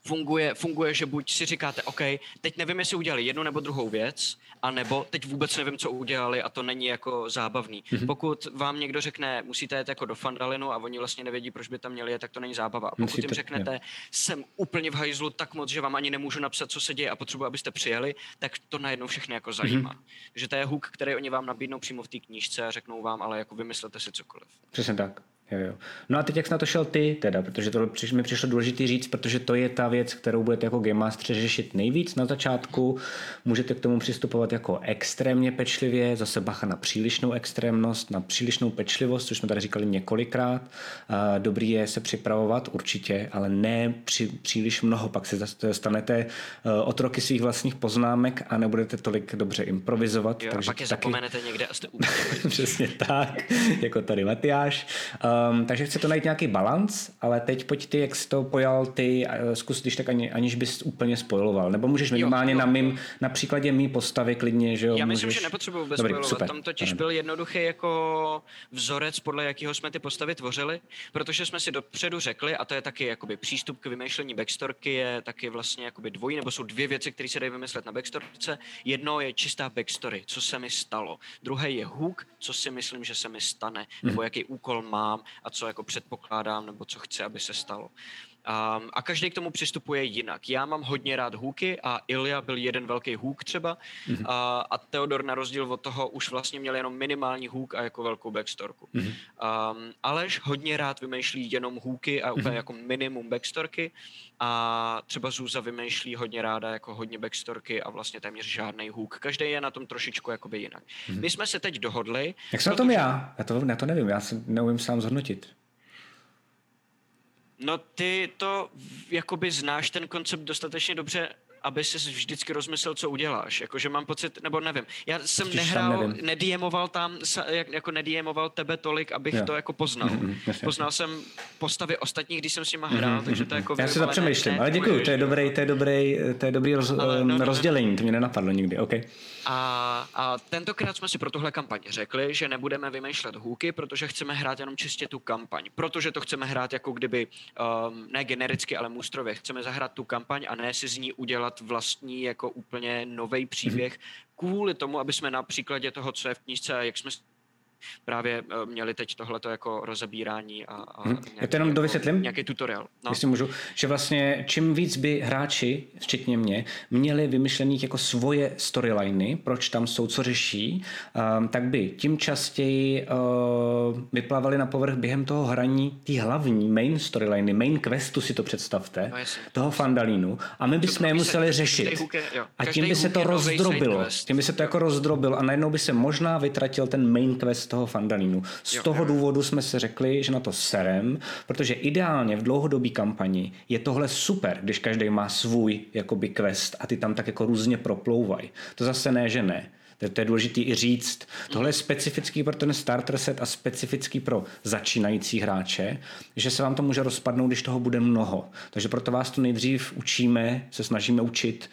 funguje, funguje, že buď si říkáte, OK, teď nevím, jestli udělali jednu nebo druhou věc, anebo teď vůbec nevím, co udělali a to není jako zábavný. Mm-hmm. Pokud vám někdo řekne, musíte jet jako do Fandalinu a oni vlastně nevědí, proč by tam měli jet, tak to není zábava. A pokud musíte, jim řeknete, jo. jsem úplně v hajzlu tak moc, že vám ani nemůžu napsat, co se děje a potřebuji, abyste přijeli, tak to najednou všechny jako zajímá. Mm-hmm. Že to je hook, který oni vám nabídnou přímo v té knížce a řeknou vám, ale jako vymyslete si cokoliv. Přesně tak. Jo, jo. No a teď jak jsi na to šel ty teda, protože to mi přišlo důležitý říct, protože to je ta věc, kterou budete jako Game Master řešit nejvíc na začátku. Můžete k tomu přistupovat jako extrémně pečlivě, zase bacha na přílišnou extrémnost, na přílišnou pečlivost, což jsme tady říkali několikrát. Dobrý je se připravovat určitě, ale ne při, příliš mnoho, pak se stanete otroky svých vlastních poznámek a nebudete tolik dobře improvizovat. Jo, takže pak je taky... zapomenete někde a jste úplně... Přesně tak, jako tady Matyáš. Um, takže chce to najít nějaký balans, ale teď pojď ty, jak jsi to pojal ty, zkus když tak ani, aniž bys úplně spoiloval, nebo můžeš minimálně jo, jo, na mým, na příkladě mý postavy klidně, že jo. Já můžeš... myslím, že nepotřebuji vůbec Dobrý, spoilovat, super. tam totiž byl jednoduchý jako vzorec, podle jakého jsme ty postavy tvořili, protože jsme si dopředu řekli, a to je taky jakoby přístup k vymýšlení backstorky, je taky vlastně jakoby dvojí, nebo jsou dvě věci, které se dají vymyslet na backstorce. Jedno je čistá backstory, co se mi stalo. Druhé je hook, co si myslím, že se mi stane, hmm. nebo jaký úkol mám a co jako předpokládám, nebo co chci, aby se stalo. Um, a každý k tomu přistupuje jinak. Já mám hodně rád hooky a Ilja byl jeden velký hook třeba mm-hmm. a, a Theodor na rozdíl od toho už vlastně měl jenom minimální hook a jako velkou backstorku. Mm-hmm. Um, Aleš hodně rád vymýšlí jenom hooky a úplně mm-hmm. jako minimum backstorky a třeba Zúza vymýšlí hodně ráda jako hodně backstorky a vlastně téměř žádnej hook. Každý je na tom trošičku jakoby jinak. Mm-hmm. My jsme se teď dohodli... Jak jsem na tom já? Já to, já to nevím, já se neumím sám zhodnotit. No ty to jakoby znáš ten koncept dostatečně dobře, aby jsi vždycky rozmyslel, co uděláš. Jakože mám pocit, nebo nevím. Já jsem Vždyť nehrál, nediemoval tam, jako nediemoval tebe tolik, abych jo. to jako poznal. Mm-hmm, Poznal jsem postavy ostatních, když jsem s nima hrál, mm-hmm. takže to jako... Já si to přemýšlím, ale děkuju, to je dobrý, to je dobrý, to je dobrý roz, ale, no, rozdělení, no, to mě nenapadlo nikdy, OK. A, a tentokrát jsme si pro tuhle kampaň řekli, že nebudeme vymýšlet hooky, protože chceme hrát jenom čistě tu kampaň. Protože to chceme hrát jako kdyby, um, ne genericky, ale mustrově. Chceme zahrát tu kampaň a ne si z ní udělat vlastní jako úplně novej příběh kvůli tomu, aby jsme na příkladě toho, co je v knížce a jak jsme právě uh, měli teď tohleto jako rozebírání a, a hmm. nějaký, Já to jenom jako, dovysvětlím, nějaký tutoriál. No. Jestli můžu, že vlastně čím víc by hráči, včetně mě, měli vymyšlených jako svoje storyliny, proč tam jsou, co řeší, um, tak by tím častěji uh, vyplavali na povrch během toho hraní ty hlavní main storyliny, main questu si to představte, no, toho Fandalínu a my bychom je museli řešit. Je, a tím by se to rozdrobilo. Tím by se to jako rozdrobil a najednou by se možná vytratil ten main quest toho Fandalínu. Z jo, toho jo. důvodu jsme si řekli, že na to serem, protože ideálně v dlouhodobý kampani je tohle super, když každý má svůj jakoby quest a ty tam tak jako různě proplouvají. To zase ne, že ne. To je důležité i říct. Tohle je specifický pro ten starter set a specifický pro začínající hráče, že se vám to může rozpadnout, když toho bude mnoho. Takže proto vás to nejdřív učíme, se snažíme učit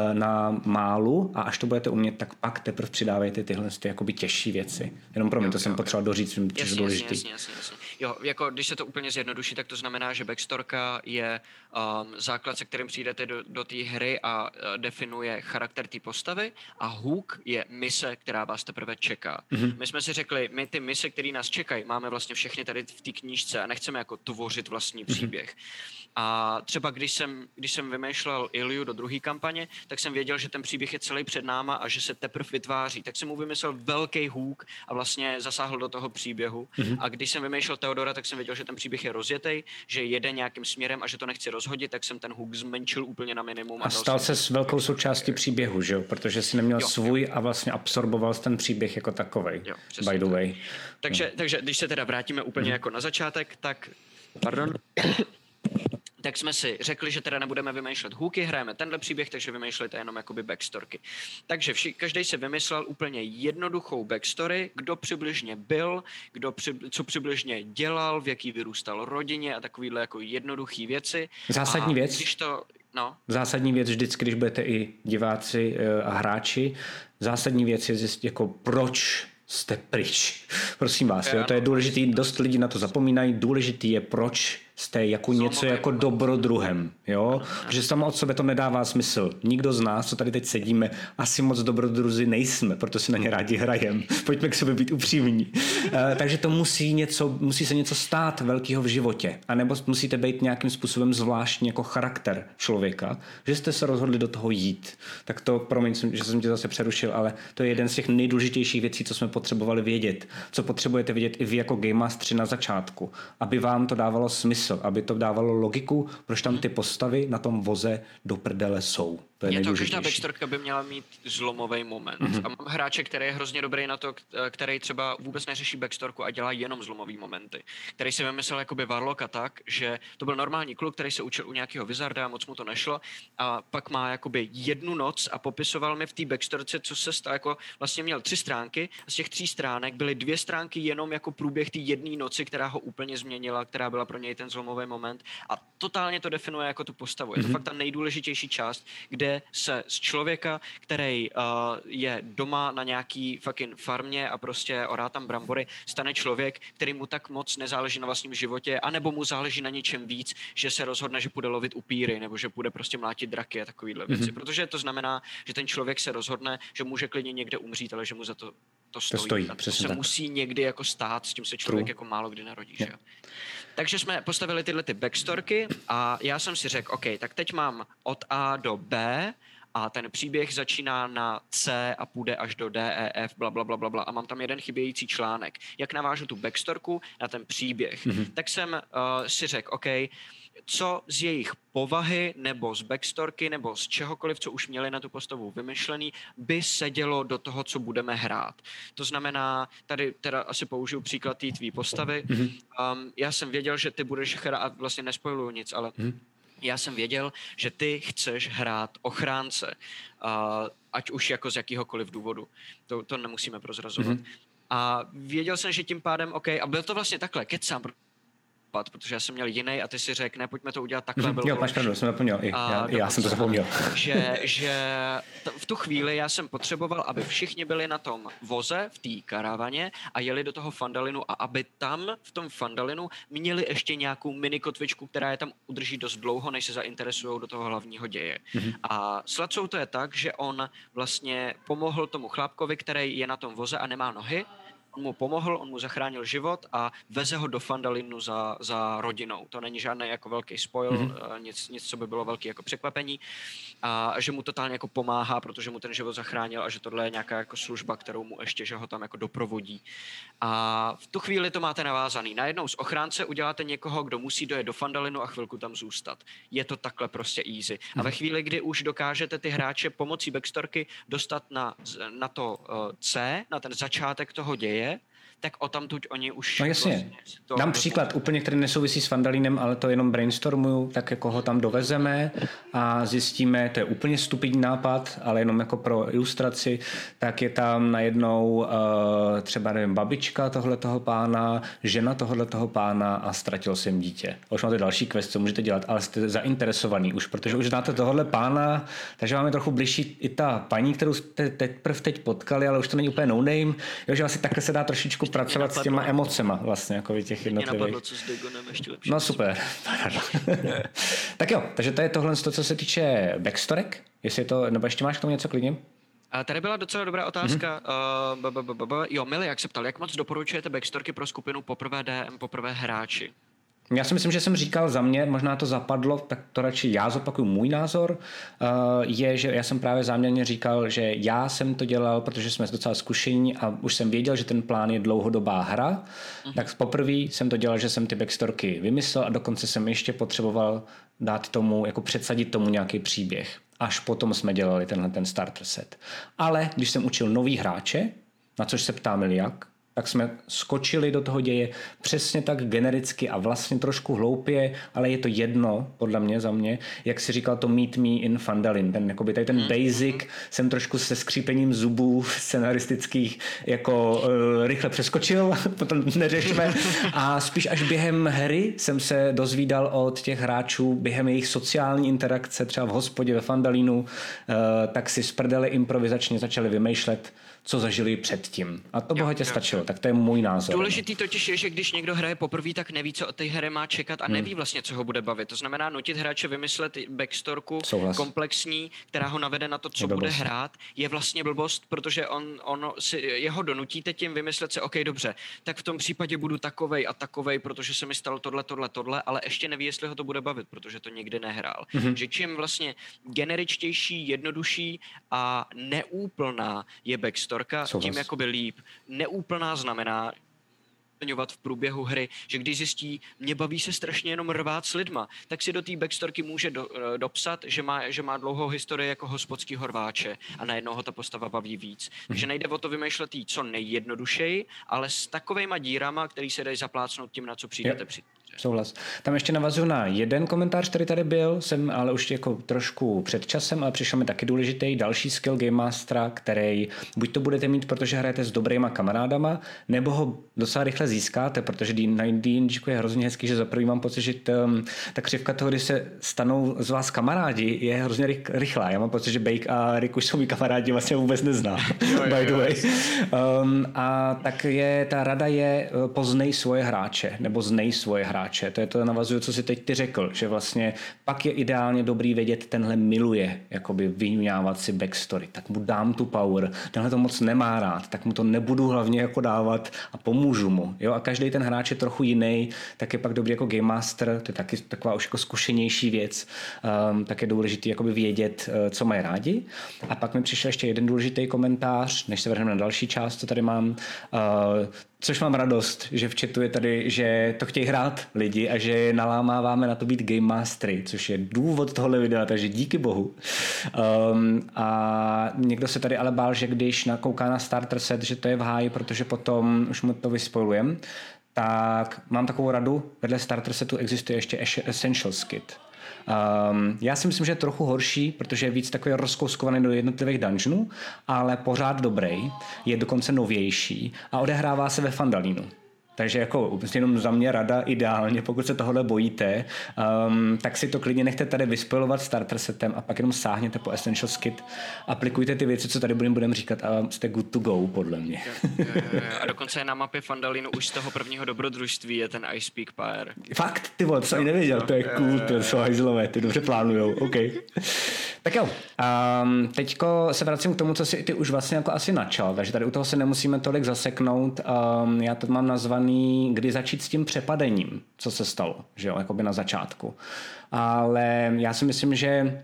na málu a až to budete umět, tak pak teprve přidávejte tyhle ty jakoby těžší věci. Jenom pro mě to jo, jsem jo, potřeboval doříct, že je důležitý. Jasně, jasně, jasně. Jo, jako když se to úplně zjednoduší, tak to znamená, že backstorka je um, základ, se kterým přijdete do, do té hry a uh, definuje charakter té postavy a hook je mise, která vás teprve čeká. Mm-hmm. My jsme si řekli, my ty mise, které nás čekají, máme vlastně všechny tady v té knížce a nechceme jako tvořit vlastní příběh. Mm-hmm. A třeba když jsem, když jsem vymýšlel Ilju do druhé kampaně, tak jsem věděl, že ten příběh je celý před náma a že se teprve vytváří. Tak jsem mu vymyslel velký hook a vlastně zasáhl do toho příběhu. Mm-hmm. A když jsem vymýšlel Theodora, tak jsem věděl, že ten příběh je rozjetý, že jede nějakým směrem a že to nechci rozhodit, tak jsem ten hook zmenšil úplně na minimum. A, a stal se s velkou součástí příběhu, že jo? Protože jsi neměl jo, svůj jo. a vlastně absorboval ten příběh jako takovej. Jo, by the way. Takže, takže když se teda vrátíme úplně mm-hmm. jako na začátek, tak pardon. tak jsme si řekli, že teda nebudeme vymýšlet hooky, hrajeme tenhle příběh, takže vymýšlejte jenom jakoby backstorky. Takže vši, každý si vymyslel úplně jednoduchou backstory, kdo přibližně byl, kdo při, co přibližně dělal, v jaký vyrůstal rodině a takovýhle jako jednoduchý věci. Zásadní a věc. Když to, no. Zásadní věc vždycky, když budete i diváci a hráči, zásadní věc je zjistit jako proč jste pryč. Prosím vás, jo, to je důležitý, dost lidí na to zapomínají, důležitý je, proč jste jako něco jako dobrodruhem, jo? Protože samo od sebe to nedává smysl. Nikdo z nás, co tady teď sedíme, asi moc dobrodruzi nejsme, proto si na ně rádi hrajem. Pojďme k sobě být upřímní. Uh, takže to musí něco, musí se něco stát velkého v životě. A nebo musíte být nějakým způsobem zvláštní jako charakter člověka, že jste se rozhodli do toho jít. Tak to, promiň, že jsem tě zase přerušil, ale to je jeden z těch nejdůležitějších věcí, co jsme potřebovali vědět. Co potřebujete vědět i vy jako game masteři na začátku. Aby vám to dávalo smysl, aby to dávalo logiku, proč tam ty postavy na tom voze do prdele jsou. To je, je to, každá backstorka by měla mít zlomový moment. Mm-hmm. A mám hráče, který je hrozně dobrý na to, který třeba vůbec neřeší backstorku a dělá jenom zlomový momenty. Který si vymyslel jakoby Warlocka tak, že to byl normální kluk, který se učil u nějakého wizarda, moc mu to nešlo a pak má jakoby jednu noc a popisoval mi v té backstorce, co se stalo, jako vlastně měl tři stránky a z těch tří stránek byly dvě stránky jenom jako průběh té jedné noci, která ho úplně změnila, která byla pro něj ten zlomový moment a totálně to definuje jako tu postavu. Je to mm-hmm. fakt ta nejdůležitější část, kde se z člověka, který uh, je doma na nějaký fucking farmě a prostě orá tam brambory, stane člověk, který mu tak moc nezáleží na vlastním životě, anebo mu záleží na něčem víc, že se rozhodne, že půjde lovit upíry, nebo že půjde prostě mlátit draky a takovýhle věci. Mm-hmm. Protože to znamená, že ten člověk se rozhodne, že může klidně někde umřít, ale že mu za to to stojí. To, stojí, a to se tak. musí někdy jako stát, s tím se člověk True. jako málo kdy narodí. Že? Takže jsme postavili tyhle ty backstorky a já jsem si řekl, OK, tak teď mám od A do B a ten příběh začíná na C a půjde až do D, E, F, bla, bla, bla, bla, bla. A mám tam jeden chybějící článek. Jak navážu tu backstorku na ten příběh? Mm-hmm. Tak jsem uh, si řekl, OK, co z jejich povahy nebo z backstorky nebo z čehokoliv, co už měli na tu postavu vymyšlený, by sedělo do toho, co budeme hrát. To znamená, tady teda asi použiju příklad té tvý postavy. Mm-hmm. Um, já jsem věděl, že ty budeš hrát, a vlastně nespoiluju nic, ale mm-hmm. já jsem věděl, že ty chceš hrát ochránce, uh, ať už jako z jakýhokoliv důvodu. To, to nemusíme prozrazovat. Mm-hmm. A věděl jsem, že tím pádem, OK, a byl to vlastně takhle, kecám, protože já jsem měl jiný a ty si řekl, ne, pojďme to udělat takhle. Mm-hmm. Jo, máš pravdu, jsem zapomněl. I, já, já jsem to zapomněl. Že, že t- v tu chvíli já jsem potřeboval, aby všichni byli na tom voze, v té karavaně a jeli do toho Fandalinu a aby tam v tom Fandalinu měli ještě nějakou mini kotvičku, která je tam udrží dost dlouho, než se zainteresujou do toho hlavního děje. Mm-hmm. A s Lacou to je tak, že on vlastně pomohl tomu chlápkovi, který je na tom voze a nemá nohy. On mu pomohl, on mu zachránil život a veze ho do Fandalinu za, za rodinou. To není žádný jako velký spoil, mm-hmm. nic, nic, co by bylo velký jako překvapení. A že mu totálně jako pomáhá, protože mu ten život zachránil a že tohle je nějaká jako služba, kterou mu ještě, že ho tam jako doprovodí. A v tu chvíli to máte navázaný. Najednou z ochránce uděláte někoho, kdo musí dojet do Fandalinu a chvilku tam zůstat. Je to takhle prostě easy. Mm-hmm. A ve chvíli, kdy už dokážete ty hráče pomocí backstorky dostat na, na to uh, C, na ten začátek toho děje, tak o tamtuť oni už... No jasně. Vlastně to dám příklad úplně, který nesouvisí s Fandalinem, ale to jenom brainstormuju, tak jako ho tam dovezeme a zjistíme, to je úplně stupidní nápad, ale jenom jako pro ilustraci, tak je tam najednou uh, třeba, nevím, babička tohletoho pána, žena tohletoho pána a ztratil jsem dítě. A už máte další quest, co můžete dělat, ale jste zainteresovaný už, protože už znáte tohle pána, takže máme trochu bližší i ta paní, kterou jste teprve teď potkali, ale už to není úplně no name, jo, že asi takhle se dá trošičku pracovat s těma emocema vlastně, jako těch jednotlivých. Mě napadlo, co s Dagonem ještě lepší. No super. Tak jo, takže to je tohle, co se týče backstorek, jestli je to, nebo ještě máš k tomu něco klidně? A tady byla docela dobrá otázka. Mm-hmm. Uh, jo, Mili, jak se ptal, jak moc doporučujete backstorky pro skupinu poprvé D M, poprvé hráči? Já si myslím, že jsem říkal za mě, možná to zapadlo, tak to radši já zopakuju můj názor, je, že já jsem právě záměrně říkal, že já jsem to dělal, protože jsme docela zkušení a už jsem věděl, že ten plán je dlouhodobá hra, mm-hmm. tak poprvé jsem to dělal, že jsem ty backstorky vymyslel a dokonce jsem ještě potřeboval dát tomu, jako předsadit tomu nějaký příběh. Až potom jsme dělali tenhle ten starter set. Ale když jsem učil nový hráče, na což se ptám jak, tak jsme skočili do toho děje přesně tak genericky a vlastně trošku hloupě, ale je to jedno, podle mě, za mě, jak si říkal to Meet Me in Fandalin. Ten, jakoby, tady ten mm. basic jsem trošku se skřípením zubů scenaristických jako uh, rychle přeskočil, potom neřešme. A spíš až během hry jsem se dozvídal od těch hráčů, během jejich sociální interakce, třeba v hospodě ve Fandalinu, uh, tak si z prdele improvizačně začali vymýšlet co zažili předtím. A to bohatě stačilo, tak to je můj názor. Důležitý totiž je, že když někdo hraje poprvé, tak neví, co od té hry má čekat a neví hmm. vlastně, co ho bude bavit. To znamená nutit hráče vymyslet backstorku Souhlas. komplexní, která ho navede na to, co bude hrát, je vlastně blbost, protože on, on si, jeho donutíte tím vymyslet se, OK, dobře, tak v tom případě budu takovej a takovej, protože se mi stalo tohle, tohle, tohle, ale ještě neví, jestli ho to bude bavit, protože to nikdy nehrál. Hmm. Že čím vlastně generičtější, jednodušší a neúplná je backstorka, Souhlas. tím jakoby líp. Neúplná znamená v průběhu hry, že když zjistí, mě baví se strašně jenom rvát s lidma, tak si do té backstorky může do, dopsat, že má, že má dlouhou historii jako hospodskýho rváče a najednou ho ta postava baví víc. Hmm. Takže nejde o to vymýšlet jí co nejjednodušeji, ale s takovejma dírama, který se dají zaplácnout tím, na co přijdete při. Souhlas. Tam ještě navazuju na jeden komentář, který tady byl, jsem ale už jako trošku před časem, ale přišel mi taky důležitý další skill Game Mastera, který buď to budete mít, protože hrajete s dobrýma kamarádama, nebo ho docela rychle získáte, protože na D and D je hrozně hezký, že za prvý mám pocit, že um, ta křivka toho, když se stanou z vás kamarádi, je hrozně rychlá. Já mám pocit, že Bake a Rick už jsou mi kamarádi, vlastně vůbec nezná. By the way. Um, a tak je, ta rada je poznej svoje hráče, nebo znej svoje hráče. To je to navazuje, co si teď ty řekl, že vlastně pak je ideálně dobrý vědět, tenhle miluje jakoby vyňávat si backstory, tak mu dám tu power, tenhle to moc nemá rád, tak mu to nebudu hlavně jako dávat a pomůžu mu. Jo? A každý ten hráč je trochu jiný, tak je pak dobrý jako Game Master, to je taky taková už jako zkušenější věc, um, tak je důležitý jakoby vědět, uh, co mají rádi. A pak mi přišel ještě jeden důležitý komentář, než se vrhneme na další část, co tady mám, uh, což mám radost, že v chatu je tady, že to chtějí hrát lidi a že nalámáváme na to být Game Mastery, což je důvod tohle videa, takže díky bohu. Um, a někdo se tady ale bál, že když nakouká na starter set, že to je v háji, protože potom už mu to vyspoilujem, tak mám takovou radu, vedle starter setu existuje ještě Essentials Kit. Um, já si myslím, že je trochu horší, protože je víc takový rozkouskovaný do jednotlivých dungeonů, ale pořád dobrý, je dokonce novější a odehrává se ve Fandalinu. Takže jako jenom za mě rada ideálně, pokud se tohle bojíte, um, tak si to klidně nechte tady vyspojovat starter setem a pak jenom sáhněte po Essentials Kit, aplikujte ty věci, co tady budeme budem říkat a jste good to go, podle mě. Jo, jo, jo. A dokonce je na mapě Fandalinu už z toho prvního dobrodružství je ten Ice Peak Pyre. Fakt? Ty vole, to jsem ani nevěděl, to je cool, to jsou hajzlové, ty dobře plánujou, OK. Tak jo, um, teďko se vracím k tomu, co si ty už vlastně jako asi načal, takže tady u toho se nemusíme tolik zaseknout. Um, já to mám nazvaný, kdy začít s tím přepadením, co se stalo, že jo, jakoby na začátku. Ale já si myslím, že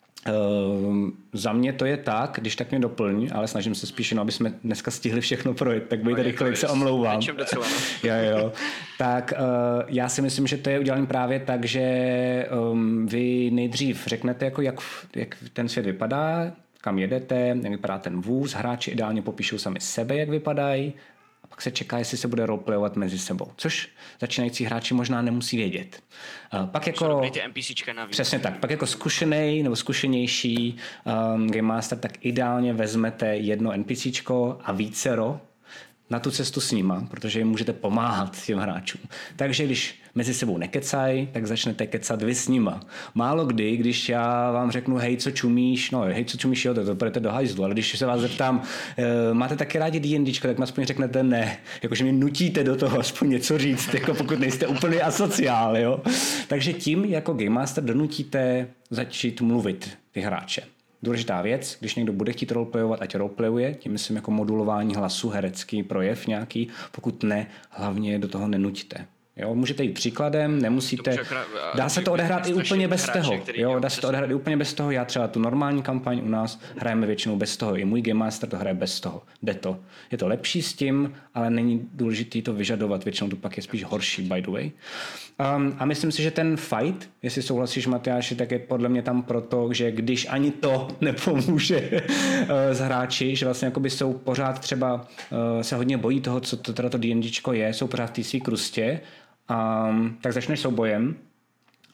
Uh, za mě to je tak, když tak mě doplň, ale snažím se spíš, no, aby jsme dneska stihli všechno projít, tak bejte rychle, jak se omlouvám. jo, jo. Tak uh, já si myslím, že to je udělané právě tak, že um, vy nejdřív řeknete, jako jak, jak ten svět vypadá, kam jedete, jak vypadá ten vůz, hráči ideálně popíšou sami sebe, jak vypadají, a pak se čeká, jestli se bude roleplayovat mezi sebou, což začínající hráči možná nemusí vědět. Uh, pak jako ty NPCčka navíc. Přesně tak. Pak jako zkušenej nebo zkušenější um, Game Master, tak ideálně vezmete jedno NPCčko a vícero na tu cestu s nima, protože jim můžete pomáhat těm hráčům. Takže když mezi sebou nekecají, tak začnete kecat vy s nima. Málo kdy, když já vám řeknu, hej, co čumíš, no hej, co čumíš, jo, to, to půjdete do hajzlu, ale když se vás zeptám, e, máte taky rádi D and D, tak mi aspoň řeknete ne. Jakože mě nutíte do toho aspoň něco říct, jako pokud nejste úplně asociál, jo. Takže tím jako Game Master donutíte začít mluvit ty hráče. Důležitá věc, když někdo bude chtít roleplayovat, ať roleplayuje, tím myslím jako modulování hlasu, herecký projev nějaký, pokud ne, hlavně do toho nenuťte. Jo, můžete jít příkladem, nemusíte, dá se to odehrát i úplně bez toho, jo, dá se to odehrát i úplně bez toho, já třeba tu normální kampaň u nás hrajeme většinou bez toho, i můj Game Master to hraje bez toho, jde to. Je to lepší s tím, ale není důležitý to vyžadovat, většinou to pak je spíš horší, by the way. Um, a myslím si, že ten fight, jestli souhlasíš, Matyáši, tak je podle mě tam proto, že když ani to nepomůže uh, z hráči, že vlastně jakoby jsou pořád třeba, uh, se hodně bojí toho, co to teda to D and Dčko je, jsou pořád v té svý krustě, um, tak začneš soubojem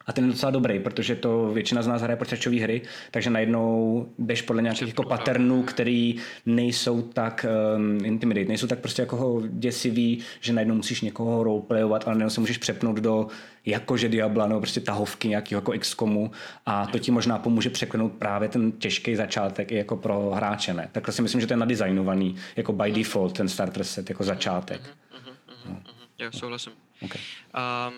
A ten je docela dobrý, protože to většina z nás hraje počítačové hry, takže najednou jdeš podle nějakých jako patternů, který nejsou tak um, intimidate, nejsou tak prostě jako děsivý, že najednou musíš někoho roleplayovat, ale najednou se můžeš přepnout do jakože Diabla nebo prostě tahovky nějakého jako iks komu a to ti možná pomůže překlenout právě ten těžký začátek i jako pro hráče, ne? Takhle si myslím, že to je nadizajnovaný jako by default ten starter set jako začátek. Uh-huh, uh-huh, uh-huh. Jo, souhlasím. Okay. Um,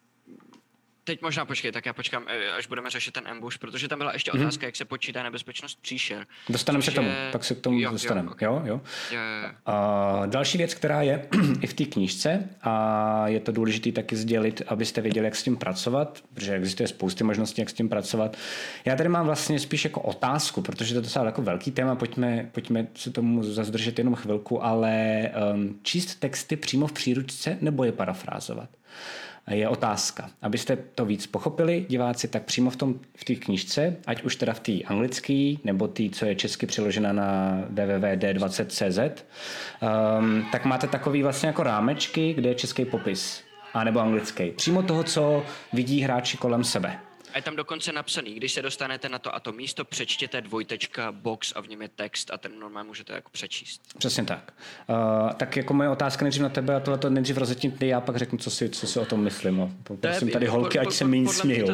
Teď možná počkej, tak já počkám, až budeme řešit ten ambush, protože tam byla ještě otázka, mm-hmm. jak se počítá nebezpečnost příšer. Dostaneme se k tomu, tak se k tomu dostaneme. Jo, okay. jo, jo. jo, jo. A další věc, která je i v té knížce a je to důležité taky sdělit, abyste věděli, jak s tím pracovat, protože existuje spousty možností, jak s tím pracovat. Já tady mám vlastně spíš jako otázku, protože to je docela jako velký téma, pojďme, pojďme se tomu zazdržet jenom chvilku, ale um, číst texty přímo v příručce nebo je parafrázovat? Je otázka. Abyste to víc pochopili, diváci, tak přímo v tom v té knížce, ať už teda v té anglické, nebo té, co je česky přeložena na w w w tečka d dvacet tečka c z, um, tak máte takový vlastně jako rámečky, kde je český popis, anebo anglický. Přímo toho, co vidí hráči kolem sebe. A je tam dokonce napsaný, když se dostanete na to a to místo, přečtěte dvojtečka box a v něm je text a ten normálně můžete jako přečíst. Přesně tak. Uh, tak jako moje otázka nejdřív na tebe a tohle to nejdřív rozjetím ty, já pak řeknu, co si, co si o tom myslím. No. Prosím tady holky, ať se méně smějou.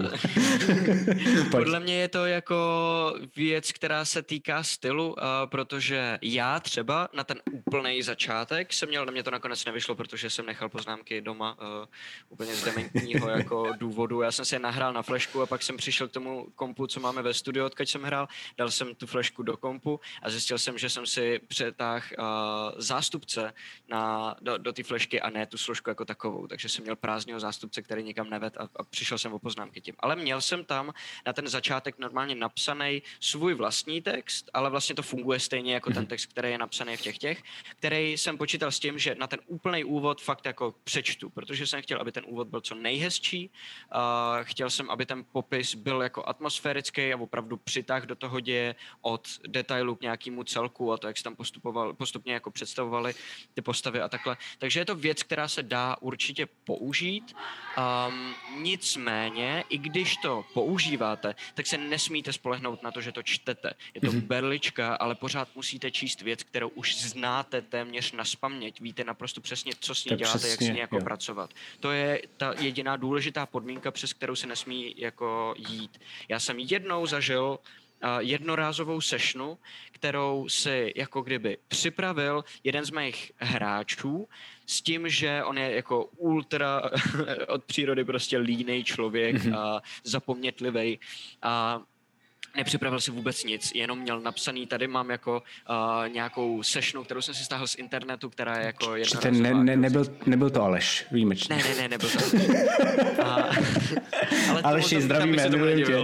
Podle mě je to jako věc, která se týká stylu, uh, protože já třeba na ten úplnej začátek jsem měl, na mě to nakonec nevyšlo, protože jsem nechal poznámky doma uh, úplně z dementního jako důvodu. Já jsem si je nahrál na flešku a pak jsem přišel k tomu kompu, co máme ve studiu, odkud jsem hrál, dal jsem tu flešku do kompu a zjistil jsem, že jsem si přetáhl uh, zástupce na, do, do té flešky a ne tu složku jako takovou, takže jsem měl prázdného zástupce, který nikam neved a, a přišel jsem o poznámky tím. Ale měl jsem tam na ten začátek normálně napsaný svůj vlastní text, ale vlastně to funguje stejně jako ten text, který je napsaný v těch těch, který jsem počítal s tím, že na ten úplný úvod fakt jako přečtu, protože jsem chtěl, aby ten úvod byl co nejhezčí, uh, chtěl jsem, aby ten popis byl jako atmosférický a opravdu přitáhl do toho děje od detailu k nějakému celku a to, jak se tam postupoval, postupně jako představovali ty postavy a takhle. Takže je to věc, která se dá určitě použít. Um, nicméně, i když to používáte, tak se nesmíte spolehnout na to, že to čtete. Je to berlička, ale pořád musíte číst věc, kterou už znáte téměř naspaměť. Víte naprosto přesně, co s ní děláte, přesně, jak s ní jako jo. pracovat. To je ta jediná důležitá podmínka, přes kterou se nesmí jako jít. Já jsem jednou zažil uh, jednorázovou sessionu, kterou si jako kdyby připravil jeden z mých hráčů s tím, že on je jako ultra od přírody prostě línej člověk a zapomnětlivej a nepřipravil si vůbec nic, jenom měl napsaný, tady mám jako uh, nějakou sessionu, kterou jsem si stáhl z internetu, která je jako jednorázová. Ne, ne, nebyl, nebyl to Aleš, výjimečně. Ne, ne, ne, nebyl to. A, ale Aleši, zdravíme, milujem tě.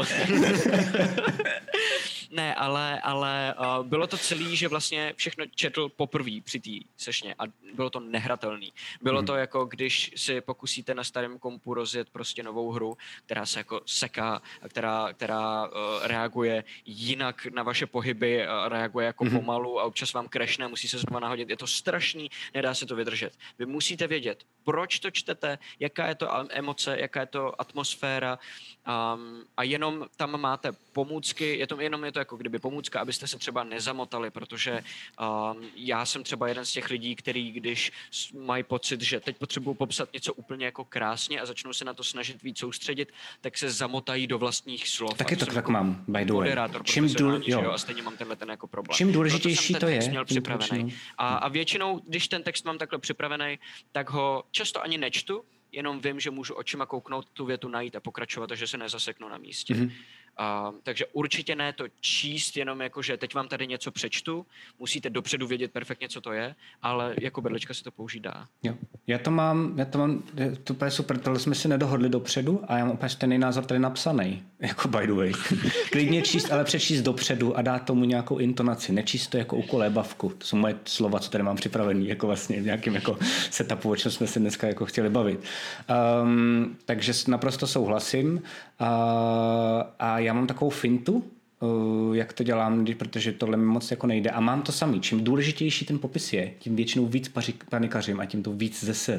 Ne, ale, ale uh, bylo to celý, že vlastně všechno četl poprvé při té sešně a bylo to nehratelný. Bylo hmm. to jako, když si pokusíte na starém kompu rozjet prostě novou hru, která se jako seká, která, která uh, reaguje jinak na vaše pohyby, uh, reaguje jako hmm. pomalu a občas vám crashne, musí se znova nahodit. Je to strašný, nedá se to vydržet. Vy musíte vědět, proč to čtete, jaká je to emoce, jaká je to atmosféra um, a jenom tam máte pomůcky, je to, jenom je to jako kdyby pomůcka, abyste se třeba nezamotali, protože um, já jsem třeba jeden z těch lidí, který když mají pocit, že teď potřebují popsat něco úplně jako krásně a začnou se na to snažit víc soustředit, tak se zamotají do vlastních slov. Taky to tak mám, by the way. Čím důl, jo. Jo, a stejně mám tenhle ten jako problém. Čím důležitější to je. Měl připravený. A, a většinou, když ten text mám takhle připravený, tak ho často ani nečtu, jenom vím, že můžu očima kouknout, tu větu najít a pokračovat, takže se nezaseknu na místě. Mm-hmm. Uh, takže určitě ne to číst jenom jako, že teď vám tady něco přečtu, musíte dopředu vědět perfektně, co to je, ale jako berlička se to použít dá. Jo. Já to mám, já to mám, to je super, tohle jsme si nedohodli dopředu a já mám úplně stejný názor tady napsaný, jako by the way. Klidně číst, ale přečíst dopředu a dát tomu nějakou intonaci, nečíst to jako u kolébavku. To jsou moje slova, co tady mám připravený, jako vlastně v nějakým jako setupu, o čem jsme se dneska jako chtěli bavit. Um, takže naprosto souhlasím uh, a já mám takovou fintu, uh, jak to dělám, protože tohle mi moc jako nejde. A mám to samý. Čím důležitější ten popis je, tím většinou víc panikařím a tím to víc zeseru.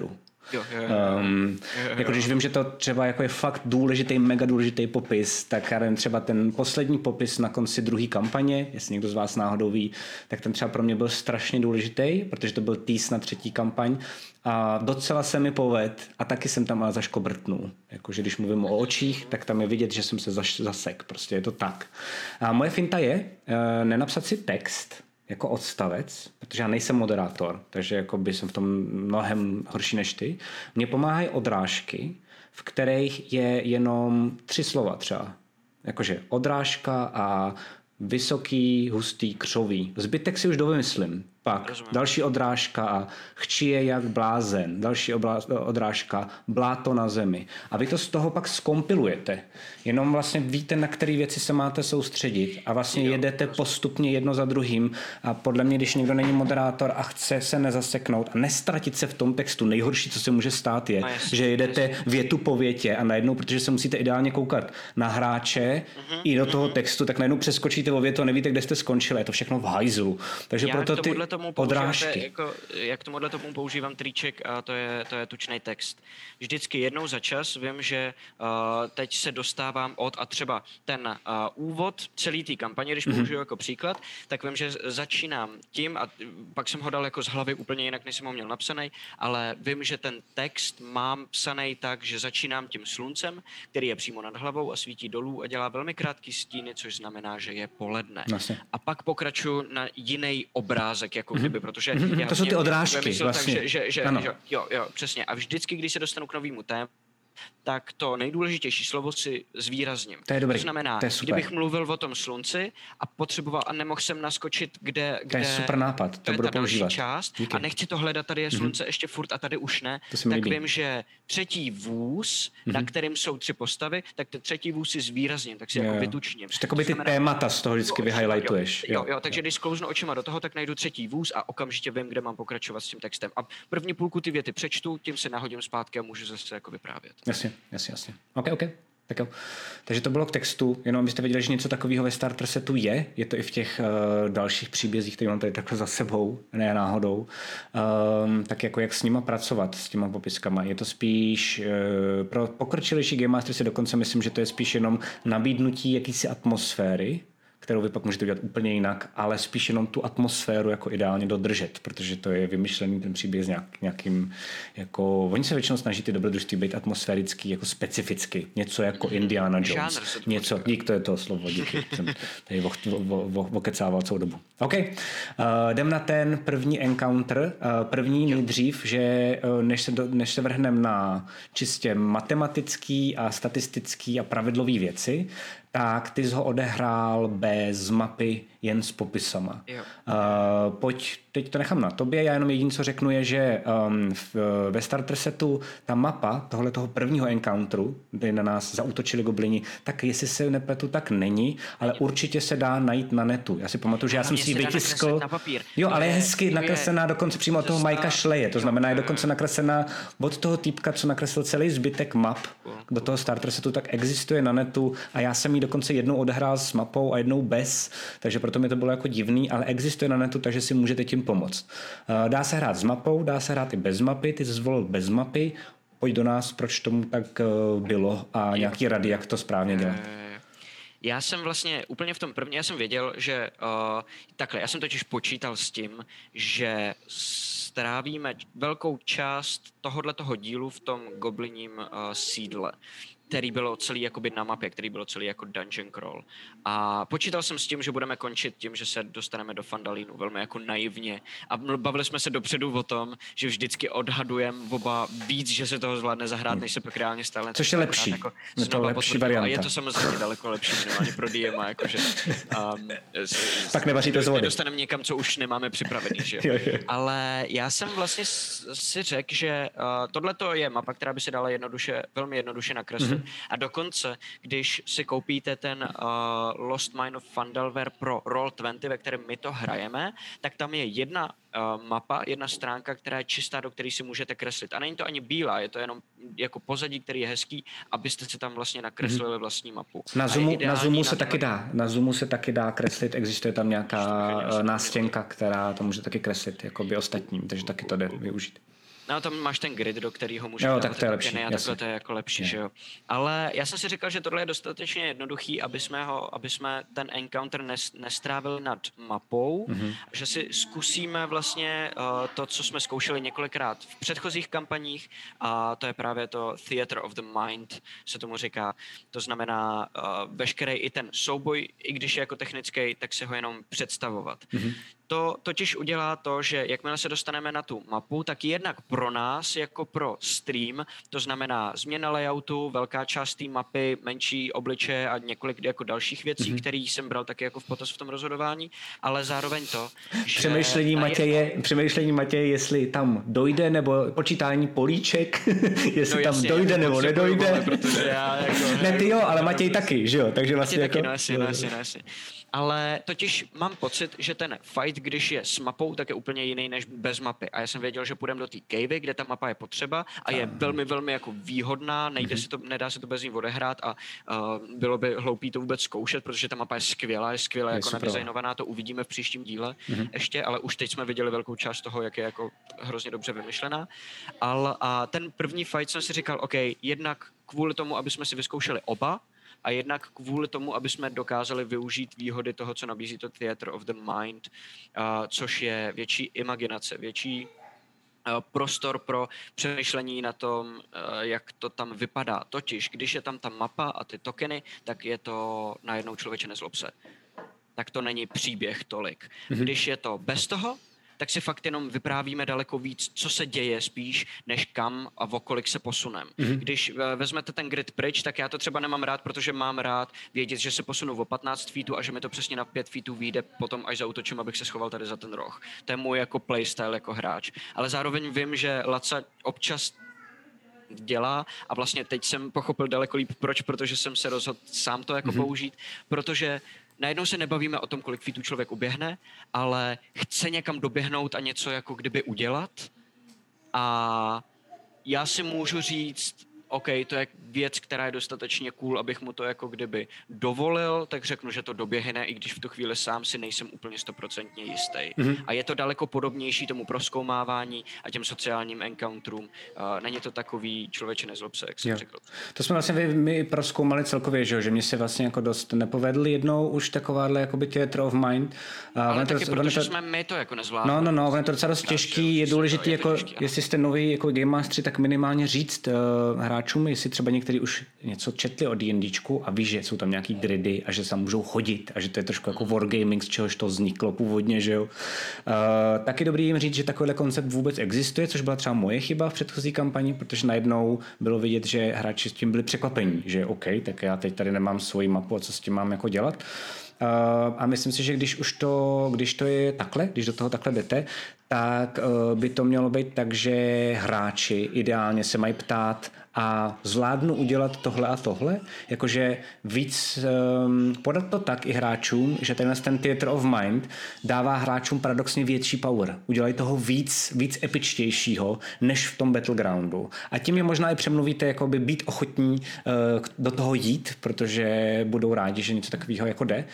Jo, jo, jo. Um, jako když vím, že to třeba jako je fakt důležitý, mega důležitý popis, tak já nevím, třeba ten poslední popis na konci druhé kampaně, jestli někdo z vás náhodou ví, tak ten třeba pro mě byl strašně důležitý, protože to byl tease na třetí kampaň a docela se mi poved a taky jsem tam ale zaškobrtnul. Jakože když mluvím o očích, tak tam je vidět, že jsem se zaš- zasek. Prostě je to tak. A moje finta je uh, nenapsat si text jako odstavec, protože já nejsem moderátor, takže jako by jsem v tom mnohem horší než ty. Mně pomáhají odrážky, v kterých je jenom tři slova třeba. Jakože odrážka a vysoký, hustý, křový. Zbytek si už dovymyslím. Pak Rozumím. Další odrážka a chčije jak blázen. Další oblá- odrážka bláto na zemi. A vy to z toho pak skompilujete. Jenom vlastně víte, na které věci se máte soustředit a vlastně jo, jedete rozumím. Postupně jedno za druhým a podle mě, když někdo není moderátor a chce se nezaseknout a nestratit se v tom textu, nejhorší, co se může stát je, no jasný, že jedete jasný. Větu po větě a najednou, protože se musíte ideálně koukat na hráče uh-huh, i do toho uh-huh. textu, tak najednou přeskočíte o větu a nevíte, kde jste skončili. Je to všechno v hajzlu. Takže Já proto ty odrážky. Jako, jak tomuhle tomu používám triček a to je, to je tučný text. Vždycky jednou za čas vím, že uh, teď se dostávám od a třeba ten uh, úvod celý té kampaně, když mm-hmm. použiju jako příklad, tak vím, že začínám tím a pak jsem ho dal jako z hlavy úplně jinak, než jsem ho měl napsaný, ale vím, že ten text mám psaný tak, že začínám tím sluncem, který je přímo nad hlavou a svítí dolů a dělá velmi krátký stíny, což znamená, že je poledne. Vlastně. A pak pokračuju na jiný obrázek, jako kdyby, protože mm-hmm. já to jsou ty odrážky vlastně. Tak, že, že, že, že, jo, jo, přesně. A vždycky, když se dostanu k novému tématu, tak to nejdůležitější slovo si zvýrazním. To je dobrý. To znamená, to je kdybych mluvil o tom slunci a potřeboval a nemohl jsem naskočit, kde, kde to je super nápad, to, to je budu ta používat. další část a nechci to hledat, tady je slunce mm-hmm. ještě furt a tady už ne, tak líbí. Vím, že třetí vůz, mm-hmm. na kterým jsou tři postavy, tak ten třetí vůz si zvýrazním, tak si jo, jako vytučním. Že takoby ty znamená, témata z toho vždycky vyhighlightuješ. Jo, jo, jo, takže jo. Když sklouznu očima do toho, tak najdu třetí vůz a okamžitě vím, kde mám pokračovat s tím textem. A první půlku ty věty přečtu, tím se nahodím zpátky a můžu zase jako vyprávět. Jasně, jasně, jasně. OK, OK. Tak jo. Takže to bylo k textu, jenom abyste věděli, že něco takového ve starter setu je. Je to i v těch uh, dalších příbězích, které mám tady takhle za sebou, ne náhodou. Um, tak jako jak s nima pracovat, s těma popiskama. Je to spíš uh, pro pokročilejší Game Master si dokonce myslím, že to je spíš jenom nabídnutí jakýsi atmosféry, kterou vy pak můžete udělat úplně jinak, ale spíš jenom tu atmosféru jako ideálně dodržet, protože to je vymyšlený ten příběh s nějak, nějakým, jako, oni se většinou snaží ty dobrodružství být atmosférický, jako specificky, něco jako Indiana Jones, něco, dík, to je to slovo, díky, jsem tady okecával celou dobu. OK, uh, jdem na ten první encounter, uh, první nejdřív, že uh, než se, do, než se vrhneme na čistě matematický a statistický a pravidlový věci, tak ty jsi ho odehrál bez mapy, jen s popisama. Uh, pojď, teď to nechám na tobě, já jenom jediné, co řeknu, je, že um, v, ve starter setu ta mapa tohle toho prvního encounteru, kdy na nás zaútočili goblini, tak jestli se nepletu, tak není, ale určitě se dá najít na netu. Já si pamatuju, že já jsem si ji vytiskl. Jo, ale je hezky nakreslená dokonce přímo od toho Mikea Schleje, to znamená, je dokonce nakreslená od toho týpka, co nakreslil celý zbytek map do toho starter setu, tak existuje na netu a já jsem ji dokonce jednou odehrál s mapou a jednou bez, takže proto mi to bylo jako divný, ale existuje na netu, takže si můžete tím pomoct. Dá se hrát s mapou, dá se hrát i bez mapy, ty jsi zvolil bez mapy, pojď do nás, proč tomu tak bylo a nějaký rady, jak to správně dělat. Já jsem vlastně úplně v tom první, já jsem věděl, že uh, takhle, já jsem totiž počítal s tím, že strávíme velkou část tohohletoho dílu v tom gobliním uh, sídle, který bylo celý jakoby na mapě, který bylo celý jako dungeon crawl. A počítal jsem s tím, že budeme končit tím, že se dostaneme do Fandalínu velmi jako naivně. A bavili jsme se dopředu o tom, že vždycky odhadujeme oba víc, že se toho zvládne zahrát, než se pak reálně stane. Což je lepší. Jako je to lepší varianta. A je to samozřejmě daleko lepší, minimálně pro D M a jakože... Um, pak nevaříte z vody. Dostaneme někam, co už nemáme připravený, že jo. Ale já jsem vlastně si řekl, že uh, tohleto je mapa, která by se dala jednoduše, velmi jednoduše nakreslit. Mm-hmm. A dokonce, když si koupíte ten uh, Lost Mine of Phandelver pro Roll dvacet, ve kterém my to hrajeme, tak tam je jedna uh, mapa, jedna stránka, která je čistá, do které si můžete kreslit. A není to ani bílá, je to jenom jako pozadí, který je hezký, abyste si tam vlastně nakreslili vlastní mapu. Na Zoomu, na Zoomu se na taky dá. Na Zoomu se taky dá kreslit, existuje tam nějaká nástěnka, která to může taky kreslit, jako by ostatním, takže taky to jde využít. No, tam máš ten grid, do kterého můžeš jo, dávat tak to je ty lepší, tokeny a takhle to je jako lepší, je. Že jo. Ale já jsem si říkal, že tohle je dostatečně jednoduchý, aby jsme, ho, aby jsme ten encounter nes, nestrávili nad mapou, mm-hmm. že si zkusíme vlastně uh, to, co jsme zkoušeli několikrát v předchozích kampaních, a to je právě to Theater of the Mind, se tomu říká. To znamená uh, veškerý i ten souboj, i když je jako technický, tak si ho jenom představovat. Mm-hmm. To totiž udělá to, že jakmile se dostaneme na tu mapu, tak jednak pro nás, jako pro stream, to znamená změna layoutu, velká část té mapy, menší obličeje a několik jako dalších věcí, mm-hmm. které jsem bral taky jako v potaz v tom rozhodování, ale zároveň to, že... Přemýšlení Matěje, jedno... přemýšlení Matěje, jestli tam dojde, nebo počítání políček, jestli no, tam jasně, dojde nebo nedojde. Vole, protože já jako... Ne, ty jo, ale Matěj taky, že jo? Takže vlastně Matěj jako... taky, no jasně, no jasně, no jasně. Ale totiž mám pocit, že ten fight, když je s mapou, tak je úplně jiný než bez mapy. A já jsem věděl, že půjdeme do té cavey, kde ta mapa je potřeba a je velmi, velmi jako výhodná, nejde mm-hmm. si to, nedá se to bez ní odehrát a uh, bylo by hloupý to vůbec zkoušet, protože ta mapa je skvělá, je skvěle jako nadizajnovaná, to uvidíme v příštím díle mm-hmm. ještě, ale už teď jsme viděli velkou část toho, jak je jako hrozně dobře vymyšlená. Ale a ten první fight jsem si říkal, OK, jednak kvůli tomu, aby jsme si vyzkoušeli oba, a jednak kvůli tomu, aby jsme dokázali využít výhody toho, co nabízí to Theater of the Mind, uh, což je větší imaginace, větší uh, prostor pro přemýšlení na tom, uh, jak to tam vypadá. Totiž, když je tam ta mapa a ty tokeny, tak je to najednou člověče nezlob se. Tak to není příběh tolik. Mm-hmm. Když je to bez toho, tak si fakt jenom vyprávíme daleko víc, co se děje spíš, než kam a o kolik se posunem. Mm-hmm. Když vezmete ten grid pryč, tak já to třeba nemám rád, protože mám rád vědět, že se posunu o patnáct feetů a že mi to přesně na pět feetů vyjde potom, až zautočím, abych se schoval tady za ten roh. To je můj jako playstyle jako hráč. Ale zároveň vím, že Laca občas dělá a vlastně teď jsem pochopil daleko líp proč, protože jsem se rozhodl sám to jako mm-hmm. použít, protože najednou se nebavíme o tom, kolik feetů člověk uběhne, ale chce někam doběhnout a něco jako kdyby udělat. A já si můžu říct, OK, to je věc, která je dostatečně cool, abych mu to jako kdyby dovolil, tak řeknu, že to doběhne, i když v tu chvíli sám si nejsem úplně stoprocentně jistý. Mm-hmm. A je to daleko podobnější tomu prozkoumávání a těm sociálním encounterům. Uh, není to takový člověče nezlob se, jak jsem jo. řekl. To jsme vlastně my prozkoumali celkově, že, že mě se vlastně jako dost nepovedl jednou už takováhle jakoby Theater of Mind. Uh, Ale taky to, protože to, jsme my to jako nezvládli. No, no, no, ono je to docela dost těžký, je důležitý, jako, těžký, jestli jste nový jako Game Mastery, tak minimálně říct uh, hráčům, jestli třeba někteří už něco četli o D&Dčku a ví, že jsou tam nějaký gridy a že se tam můžou chodit a že to je trošku jako wargaming, z čehož to vzniklo původně, že jo. Uh, taky dobrý jim říct, že takovýhle koncept vůbec existuje, což byla třeba moje chyba v předchozí kampani, protože najednou bylo vidět, že hráči s tím byli překvapení, že OK, tak já teď tady nemám svoji mapu a co s tím mám jako dělat. Uh, a myslím si, že když už to, když to je takhle, když do toho takhle jdete, tak uh, by to mělo být tak, že hráči ideálně se mají ptát a zvládnu udělat tohle a tohle, jakože víc um, podat to tak i hráčům, že tenhle ten Theater of Mind dává hráčům paradoxně větší power. Udělají toho víc, víc epičtějšího, než v tom Battlegroundu. A tím je možná i přemluvíte jakoby být ochotní uh, do toho jít, protože budou rádi, že něco takového jako jde.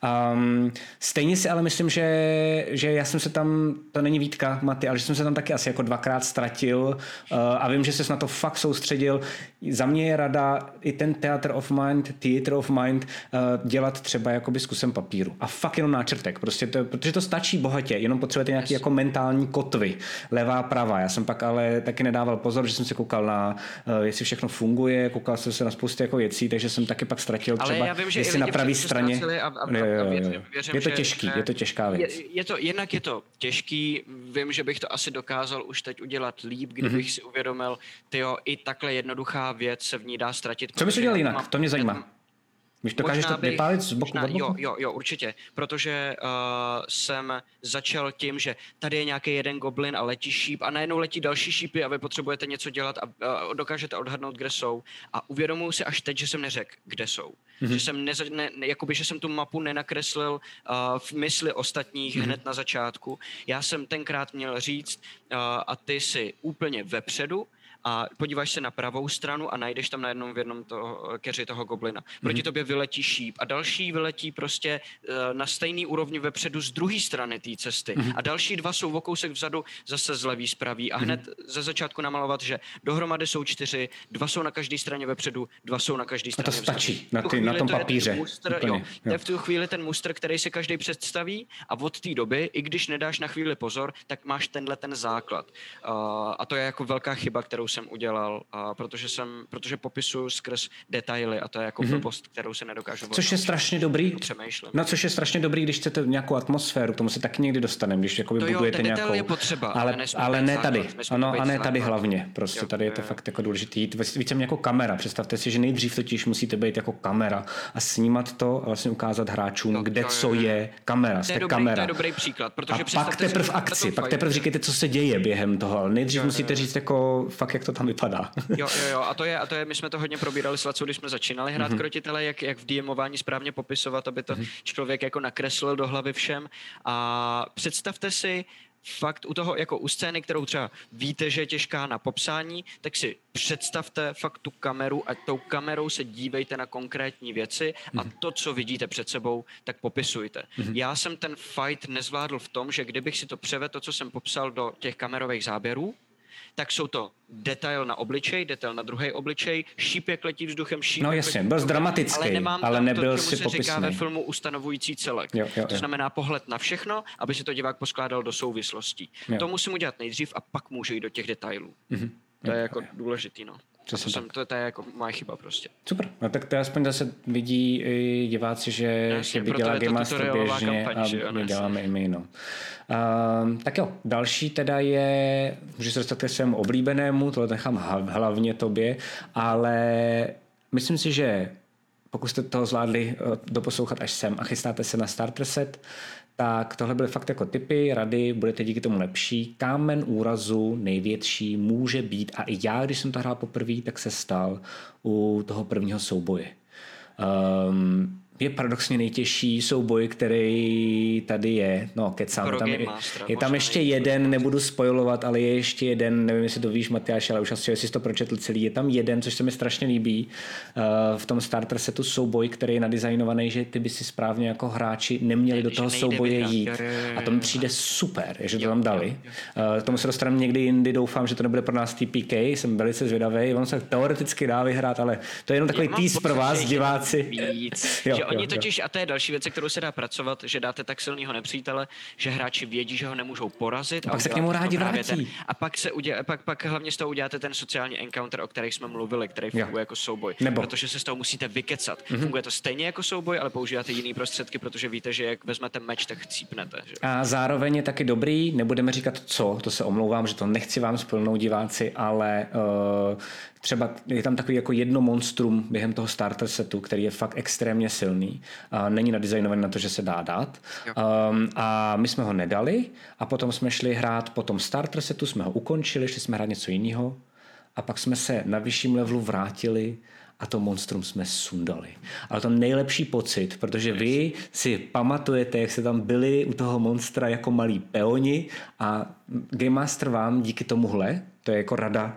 Um, stejně si ale myslím, že, že já jsem se tam, to není výtka, Maty, ale že jsem se tam taky asi jako dvakrát ztratil uh, a vím, že ses na to fakt soustředil. Za mě je rada i ten Theater of Mind, Theater of Mind uh, dělat třeba jakoby s kusem papíru. A fakt jenom náčrtek, prostě to, protože to stačí bohatě, jenom potřebujete nějaký yes. jako mentální kotvy, levá, pravá. Já jsem pak ale taky nedával pozor, že jsem se koukal na, uh, jestli všechno funguje, koukal jsem se na spoustu jako věcí, takže jsem taky pak ztratil třeba, ale já vím, že jestli na pravé straně. A, a, a, jo, jo, jo. Věřím, je to těžký, že, je to těžká věc. Je, je to, jednak je to těžký, vím, že bych to asi dokázal už teď udělat líp, kdybych mm-hmm. si uvědomil, tyjo, i takhle jednoduchá věc se v ní dá ztratit. Co bys udělal jinak? Mám, to mě zajímá. Když dokážeš to vypálit z boku od boku? Jo, jo, jo, určitě. Protože uh, jsem začal tím, že tady je nějaký jeden goblin a letí šíp a najednou letí další šípy a vy potřebujete něco dělat a uh, dokážete odhadnout, kde jsou. A uvědomuji si až teď, že jsem neřekl, kde jsou. Mm-hmm. Že jsem neza, ne, jakoby, že jsem tu mapu nenakreslil uh, v mysli ostatních mm-hmm. hned na začátku. Já jsem tenkrát měl říct uh, a ty si úplně vepředu a podíváš se na pravou stranu a najdeš tam na jednom v jednom toho, keři toho goblina. Proti mm-hmm. tobě vyletí šíp a další vyletí prostě uh, na stejný úrovni vepředu z druhé strany té cesty. Mm-hmm. A další dva jsou o kousek vzadu zase z levý, z pravý. A hned mm-hmm. ze začátku namalovat, že dohromady jsou čtyři, dva jsou na každé straně vepředu, dva jsou na každé straně vzadu. A to stačí vzadu. na, ty, na tom to papíře. Mustr, jo, to je v tu chvíli ten mustr, který si každý představí a od té doby, i když nedáš na chvíli pozor, tak máš tenhle ten základ. Uh, a to je jako velká chyba, kterou jsem udělal, uh, protože jsem, protože popisuju skrz detaily a to je jako mm-hmm. blbost, kterou se nedokážu Což je strašně dobrý. No, což je strašně dobrý, když chcete nějakou atmosféru, tomu se taky někdy dostaneme, když jakoby to budujete jo, nějakou. Je potřeba, ale, ale, ale ne základ, tady. Ano, a ne tady základ. Hlavně. Prostě jo, tady je to jo. fakt jako důležitý. Jít více jako kamera. Představte si, že nejdřív totiž musíte být jako kamera a snímat to a vlastně ukázat hráčům, jo, kde jo, co jo. je kamera. To je, dobrý, kamera. to je dobrý příklad, protože a pak teprve akci, pak teprve říkejte, co se děje během toho, ale nejdřív jo, musíte jo, jo. říct jako fakt, jak to tam vypadá. Jo, jo, jo, a to je, a to je, my jsme to hodně probírali s Lacou, když jsme začínali hrát mm-hmm. krotitele, jak, jak v DMování správně popisovat, aby to mm-hmm. člověk jako nakreslil do hlavy všem. A představte si, fakt u toho, jako u scény, kterou třeba víte, že je těžká na popsání, tak si představte fakt tu kameru a tou kamerou se dívejte na konkrétní věci a to, co vidíte před sebou, tak popisujte. Mm-hmm. Já jsem ten fight nezvládl v tom, že kdybych si to převedl, to, co jsem popsal do těch kamerových záběrů, tak jsou to detail na obličej, detail na druhý obličej, šíp jak letí vzduchem, šíp. No jasně, byl dramatický, ale, nemám ale nebyl to, si popisný. Ale se říká ve filmu ustanovující celek. Jo, jo, jo. To znamená pohled na všechno, aby si to divák poskládal do souvislostí. Jo. To musím udělat nejdřív a pak můžu jít do těch detailů. Mm-hmm. To je jako důležitý, no. To, jsem, to, to je jako moje chyba prostě. Super, no tak to aspoň zase vidí i diváci, že Jasně, by dělá Game Master běžně kampaň, a že jo, my děláme i my, no. Uh, tak jo, další teda je, můžeš se dostat ke svému oblíbenému, tohle nechám hlavně tobě, ale myslím si, že pokud jste toho zvládli doposlouchat až sem a chystáte se na starter set, tak tohle byly fakt jako tipy, rady, budete díky tomu lepší. Kámen úrazu největší může být, a i já, když jsem to hrál poprvé, tak se stal u toho prvního souboje. Um, je paradoxně nejtěžší souboj, který tady je. No, kecám. Tam je, je tam ještě jeden, nebudu spoilovat, ale je ještě jeden, nevím, jestli to víš, Matyáš, ale už asi jsi to pročetl celý. Je tam jeden, což se mi strašně líbí, uh, v tom starter setu souboj, který je nadizajnovaný, že ty by si správně jako hráči neměli do toho souboje jít. A to mi přijde super, že to tam dali. Uh, tomu se dostaneme někdy jindy, doufám, že to nebude pro nás T P K, jsem velice zvědavý. On se teoreticky dá vyhrát, ale to je jenom takový tease pro vás, diváci. Jo, oni jo, totiž, jo. a to je další věc, kterou se dá pracovat, že dáte tak silného nepřítele, že hráči vědí, že ho nemůžou porazit. A pak a se k němu rádi vrátí. Ten, a pak, se udělá, pak, pak hlavně z toho uděláte ten sociální encounter, o kterých jsme mluvili, který funguje jo. jako souboj. Nebo. Protože se z toho musíte vykecat. Mm-hmm. Funguje to stejně jako souboj, ale používáte jiný prostředky, protože víte, že jak vezmete meč, tak chcípnete. Že? A zároveň je taky dobrý, nebudeme říkat co, to se omlouvám, že to nechci vám spolnou diváci, ale uh, třeba je tam takový jako jedno monstrum během toho starter setu, který je fakt extrémně silný. A není nadizajnovaný na to, že se dá dát. Um, a my jsme ho nedali a potom jsme šli hrát po tom starter setu, jsme ho ukončili, šli jsme hrát něco jiného a pak jsme se na vyšším levelu vrátili a to monstrum jsme sundali. Ale to nejlepší pocit, protože vy si pamatujete, jak jste tam byli u toho monstra jako malí peoni a Game Master vám díky tomuhle, to je jako rada,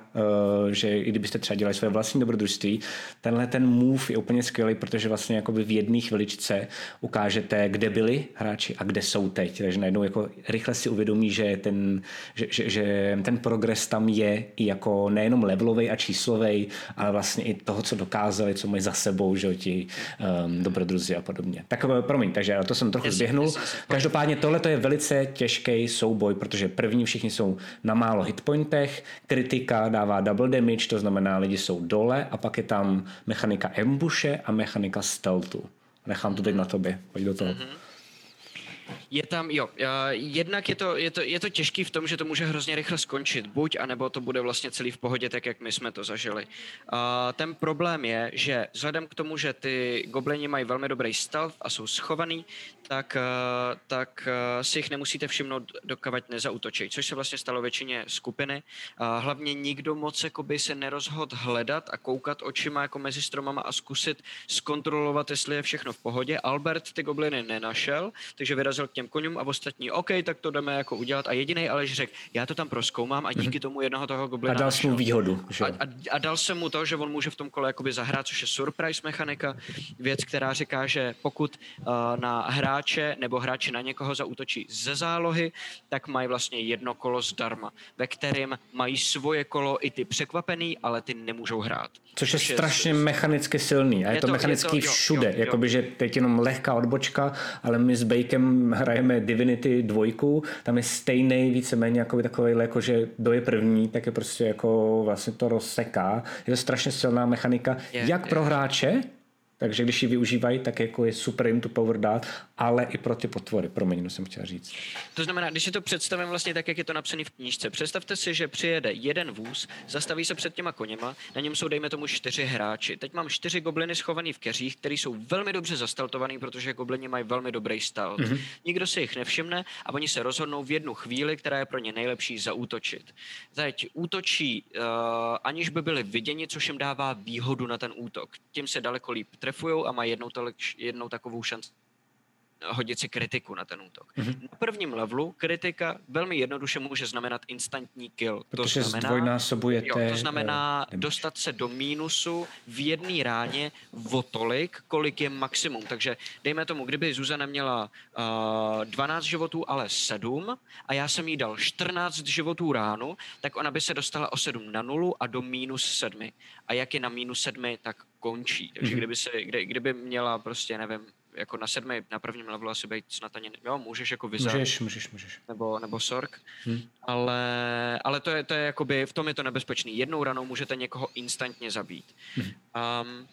že i kdybyste třeba dělali své vlastní dobrodružství, tenhle ten move je úplně skvělý, protože vlastně jakoby v jedné chviličce ukážete, kde byli hráči a kde jsou teď. Takže najednou jako rychle si uvědomí, že ten, že, že, že ten progres tam je i jako nejenom levelovej a číslovej, ale vlastně i toho, co dokázali, co mají za sebou, že ti um, dobrodruzi a podobně. Tak promiň, takže to jsem trochu zběhnul. Každopádně tohle je velice těžký souboj, protože první všichni jsou na málo hitpointech, kritika dává double damage, to znamená, lidi jsou dole a pak je tam mechanika ambushe a mechanika stealthu. Nechám to teď na tobě, pojď do toho. Mm-hmm. Je tam, jo, jednak je to, je, to, je to těžký v tom, že to může hrozně rychle skončit, buď, anebo to bude vlastně celý v pohodě, tak jak my jsme to zažili. A ten problém je, že vzhledem k tomu, že ty goblini mají velmi dobrý stealth a jsou schovaný, tak, tak si jich nemusíte všimnout, dokavať nezautočí, což se vlastně stalo většině skupiny. A hlavně nikdo moc jakoby se nerozhodl hledat a koukat očima jako mezi stromama a zkusit zkontrolovat, jestli je všechno v pohodě. Albert ty gobliny nenašel, takže vyrazil k těm koňům a ostatní, OK, tak to jdeme jako udělat a jedinej Aleš řekl, já to tam prozkoumám a díky mm-hmm. tomu jednoho toho goblina a dal jsem mu výhodu. Že? A, a, a dal jsem mu to, že on může v tom kole jakoby zahrát, což je surprise mechanika, věc, která říká, že pokud uh, na hráče nebo hráči na někoho zaútočí ze zálohy, tak mají vlastně jedno kolo zdarma, ve kterém mají svoje kolo i ty překvapený, ale ty nemůžou hrát. Což je strašně mechanicky silný a je, je to, to mechanicky je to, všude, jo, jo, jakoby, že teď jenom lehká odbočka, ale my s Bakem hrajeme Divinity dvojku, tam je stejný víceméně jakoby takový, jako že kdo je první, tak je prostě jako vlastně to rozseká. Je to strašně silná mechanika, je, jak je. pro hráče, takže když ji využívají, tak jako je super jim tu power dát, ale i pro ty potvory, promiň, no jsem chtěl říct. To znamená, když si to představím vlastně tak, jak je to napsané v knížce, představte si, že přijede jeden vůz, zastaví se před těma koněma, na něm jsou dejme tomu čtyři hráči. Teď mám čtyři gobliny schovaný v keřích, který jsou velmi dobře zastaltovaný, protože goblini mají velmi dobrý stealth. Mm-hmm. Nikdo si jich nevšimne a oni se rozhodnou v jednu chvíli, která je pro ně nejlepší, zaútočit. Teď útočí, uh, aniž by byli viděni, což jim dává výhodu na ten útok. Tím se daleko líp trefujou a mají jednou, jednou takovou šanci hodit si kritiku na ten útok. Mm-hmm. Na prvním levelu kritika velmi jednoduše může znamenat instantní kill. Protože to znamená, zdvojnásobujete... Jo, to znamená uh, dostat se do mínusu v jedné ráně o tolik, kolik je maximum. Takže dejme tomu, kdyby Zuzana měla uh, dvanáct životů, ale sedm a já jsem jí dal čtrnáct životů ránu, tak ona by se dostala o sedm na nulu a do mínus sedmi. A jak je na mínus sedmi, tak končí. Takže mm-hmm. kdyby, se, kdy, kdyby měla prostě, nevím, jako na sedmi, na prvním levelu asi být snad ani, jo, můžeš jako Wizard. Můžeš, můžeš, můžeš. Nebo, nebo Sork. Hmm. Ale, ale to je, to je jakoby, v tom je to nebezpečný. Jednou ranou můžete někoho instantně zabít. Hmm. Um,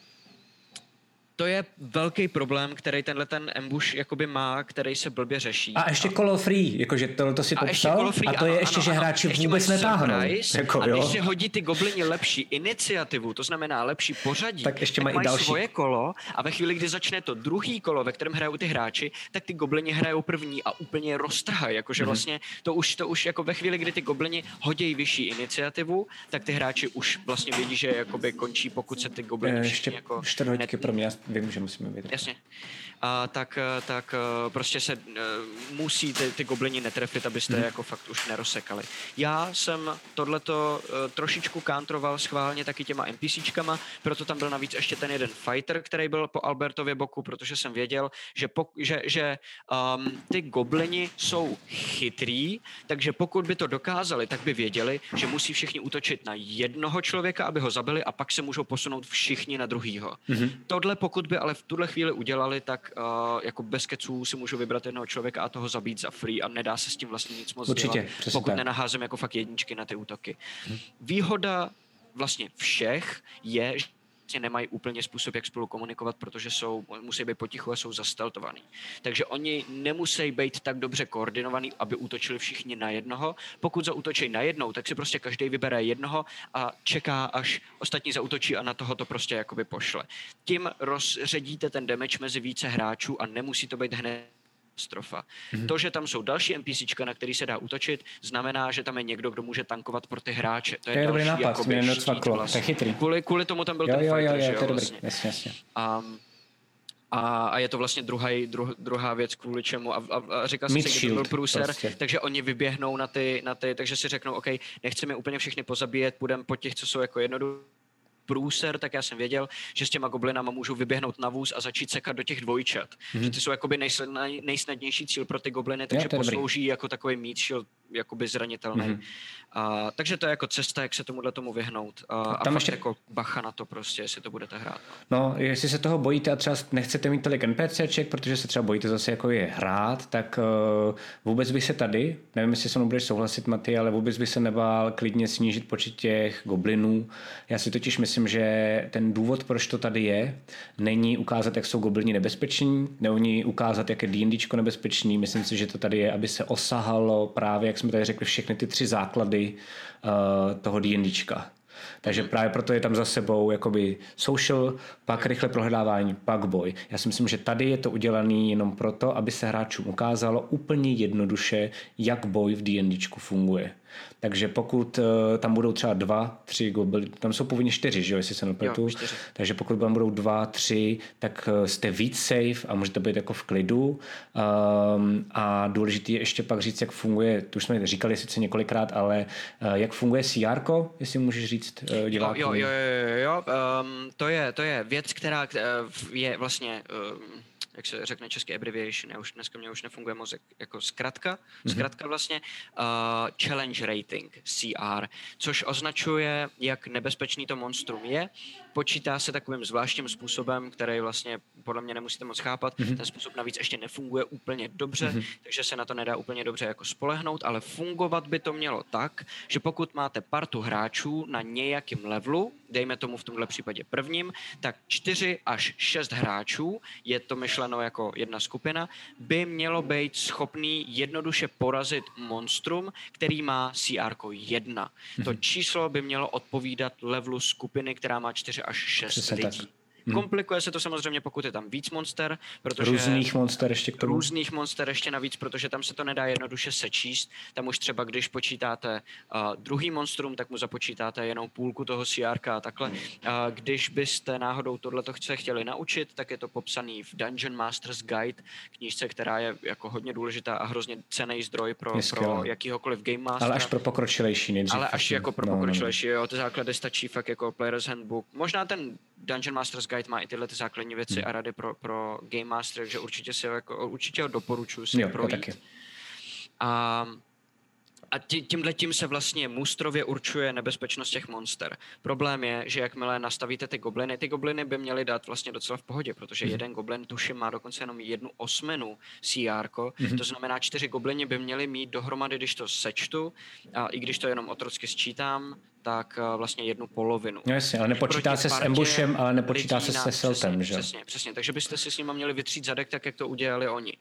to je velký problém, který tenhle ten ambush jakoby má, který se blbě řeší. A ještě kolo free, jakože tohle to si popsal. A, free, a to je ano, ještě, ano, že hráči ano, vůbec netáhnou. Jako, a když si hodí ty goblini lepší iniciativu, to znamená lepší pořadí, tak ještě tak mají, mají další svoje kolo a ve chvíli, kdy začne to druhý kolo, ve kterém hrajou ty hráči, tak ty goblini hrajou první a úplně roztrhají. Jakože hmm. vlastně to už, to už jako ve chvíli, kdy ty goblini hodí vyšší iniciativu, tak ty hráči už vlastně vědí, že jakoby končí, pokud se ty goblini je, ještě jako čtyři pro mě. Vím, že musíme vědět. Jasně. A tak, tak prostě se uh, musí ty, ty goblini netrefit, abyste mm. jako fakt už nerozsekali. Já jsem tohleto uh, trošičku kántroval schválně taky těma NPCčkama, proto tam byl navíc ještě ten jeden fighter, který byl po Albertově boku, protože jsem věděl, že, pok- že, že um, ty goblini jsou chytrý, takže pokud by to dokázali, tak by věděli, že musí všichni útočit na jednoho člověka, aby ho zabili a pak se můžou posunout všichni na druhýho. Mm-hmm. Tohle pokud by ale v tuhle chvíli udělali, tak uh, jako bez keců si můžu vybrat jednoho člověka a toho zabít za free a nedá se s tím vlastně nic moc Určitě, dělat, pokud tak. nenaházím jako fakt jedničky na ty útoky. Hmm. Výhoda vlastně všech je, že nemají úplně způsob, jak spolu komunikovat, protože jsou, musí být potichu a jsou zasteltovaný. Takže oni nemusí být tak dobře koordinovaný, aby útočili všichni na jednoho. Pokud zaútočí na jednou, tak si prostě každý vybere jednoho a čeká, až ostatní zaútočí a na toho to prostě jakoby pošle. Tím rozředíte ten damage mezi více hráčů a nemusí to být hned katastrofa. Mm-hmm. To, že tam jsou další NPCčka, na který se dá útočit, znamená, že tam je někdo, kdo může tankovat pro ty hráče. To je, to je dobrý nápad, mě nedocvaklo, vlastně. To je chytrý. Kvůli, kvůli tomu tam byl jo, ten jo, fighter, jo, jo, že jo, to je dobrý. vlastně. Jasně, jasně. Um, a, a je to vlastně druhý, druh, druhá věc, kvůli čemu. A, a, a říkal jsem si, že byl průser, prostě. Takže oni vyběhnou na ty, na ty, takže si řeknou, OK, nechceme úplně všechny pozabíjet, půjdeme po těch, co jsou jako jednoduché průser, tak já jsem věděl, že s těma goblinama můžu vyběhnout na vůz a začít sekat do těch dvojčat. Mm-hmm. Že ty jsou jakoby nejsnadnější, nejsnadnější cíl pro ty gobliny, takže jo, poslouží dobrý. Jako takový meat shield, jakoby zranitelný. Mm-hmm. A, takže to je jako cesta, jak se tomuhle tomu vyhnout. A, a fakt ještě... jako bacha na to prostě, jestli to budete hrát. No. no, jestli se toho bojíte a třeba nechcete mít tolik NPCček, protože se třeba bojíte zase jako je hrát, tak uh, vůbec bych se tady, nevím, jestli se mnou budeš souhlasit, Maty, ale vůbec bych se nebál klidně snížit počet těch goblinů. Já si totiž myslím, že ten důvod, proč to tady je, není ukázat, jak jsou goblini nebezpeční, není ukázat, jak je D&Dčko nebezpečný. Myslím si, že to tady je, aby se osahalo právě, jak jsme tady řekli, všechny ty tři základy uh, toho D&Dčka. Takže právě proto je tam za sebou jakoby social, pak rychle prohledávání, pak boj. Já si myslím, že tady je to udělané jenom proto, aby se hráčům ukázalo úplně jednoduše, jak boj v D&Dčku funguje. Takže pokud uh, tam budou třeba dva, tři gobliny, tam jsou původně čtyři, že jo, jestli se nepletu. Takže pokud tam budou dva, tři, tak uh, jste víc safe a můžete být jako v klidu. Um, a důležité je ještě pak říct, jak funguje, to už jsme říkali sice několikrát, ale uh, jak funguje C R ko, jestli můžeš říct uh, divákům. Jo, jo, jo, jo, jo. Um, to, je, to je věc, která je vlastně... Um, jak se řekne český abbreviation, já už dneska mě už nefunguje mozek, jako zkratka, mm-hmm. zkratka vlastně uh, challenge rating, C R, což označuje, jak nebezpečný to monstrum je, počítá se takovým zvláštním způsobem, který vlastně podle mě nemusíte moc chápat, mm-hmm. ten způsob navíc ještě nefunguje úplně dobře, mm-hmm. takže se na to nedá úplně dobře jako spolehnout, ale fungovat by to mělo tak, že pokud máte partu hráčů na nějakém levelu, dejme tomu v tomhle případě prvním, tak čtyři až šest hráčů, je to myšleno jako jedna skupina, by mělo být schopný jednoduše porazit monstrum, který má C R ko jedna. Mm-hmm. To číslo by mělo odpovídat levelu skupiny, která má čtyři až šest lidí. Tak. Hmm. Komplikuje se to samozřejmě, pokud je tam víc monster, protože... Různých monster ještě k tomu. Různých monster ještě navíc, protože tam se to nedá jednoduše sečíst. Tam už třeba, když počítáte uh, druhý monstrum, tak mu započítáte jenom půlku toho C R ka a takhle. Uh, když byste náhodou tohleto se chtěli naučit, tak je to popsaný v Dungeon Master's Guide, knížce, která je jako hodně důležitá a hrozně cenný zdroj pro, pro jakýhokoliv Game Master. Ale až pro pokročilejší nejdřív. Ale až jako pro no, pokročilejší, jo, ty základy stačí fakt jako Player's Handbook. Možná ten Dungeon Master's Guide má i tyhle ty základní věci hmm. a rady pro, pro Game Master, takže určitě si jako, určitě ho doporučuji si jo, projít. A, a tímhle tím se vlastně mustrově určuje nebezpečnost těch monster. Problém je, že jakmile nastavíte ty gobliny, ty gobliny by měly dát vlastně docela v pohodě, protože hmm. jeden goblin tuším má dokonce jenom jednu osminu C R ko, hmm. to znamená čtyři goblini by měli mít dohromady, když to sečtu, a i když to jenom otrocky sčítám, tak vlastně jednu polovinu. No jasně, ale nepočítá se s ambušem, ale nepočítá se se seltem, že? Přesně, přesně, takže byste si s nima měli vytřít zadek tak, jak to udělali oni.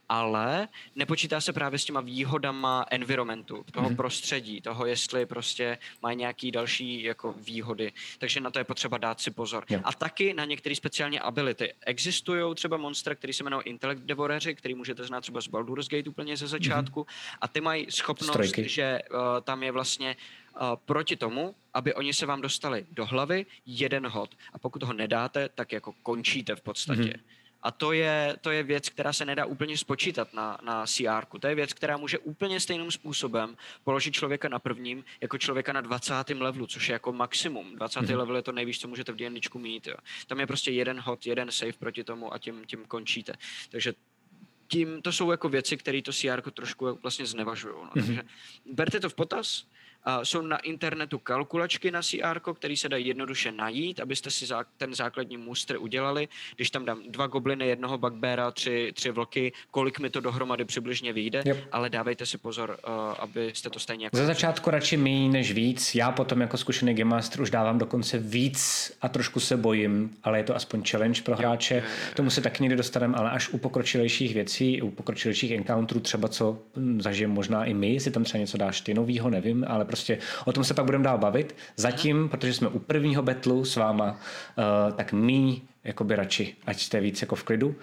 Ale nepočítá se právě s těma výhodama environmentu, toho mm-hmm. prostředí, toho, jestli prostě mají nějaký další jako výhody. Takže na to je potřeba dát si pozor. Jo. A taky na některé speciální ability. Existují třeba monstra, který se jmenují Intellect Devoreři, který můžete znát třeba z Baldur's Gate úplně ze začátku. Mm-hmm. A ty mají schopnost, Strojky. že uh, tam je vlastně Uh, proti tomu, aby oni se vám dostali do hlavy, jeden hod. A pokud ho nedáte, tak jako končíte v podstatě. Mm-hmm. A to je, to je věc, která se nedá úplně spočítat na, na C R ku. To je věc, která může úplně stejným způsobem položit člověka na prvním, jako člověka na dvacátém levelu, což je jako maximum. dvacátý mm-hmm. level je to nejvíc, co můžete v D&Dčku mít. Jo. Tam je prostě jeden hod, jeden save proti tomu a tím, tím končíte. Takže tím, to jsou jako věci, které to C R ku trošku vlastně znevažují. No. Mm-hmm. Takže berte to v potaz. Uh, jsou na internetu kalkulačky na C R ko, které se dají jednoduše najít, abyste si zá, ten základní muster udělali. Když tam dám dva gobliny, jednoho bugbeara, tři, tři vlky, kolik mi to dohromady přibližně vyjde, yep. ale dávejte si pozor, uh, abyste to stejně... Jako Za začátku radši méně než víc. Já potom jako zkušený Game Master už dávám dokonce víc a trošku se bojím, ale je to aspoň challenge pro hráče. Jo, jo, jo. Tomu se taky někdy dostaneme, ale až u pokročilejších věcí, u pokročilejších encounterů, třeba co zažijeme možná i my, jestli tam třeba něco dáš ty novýho, nevím, ale prostě o tom se pak budeme dál bavit. Zatím, protože jsme u prvního battlu s váma, uh, tak míň jakoby radši, ať jste víc jako v klidu.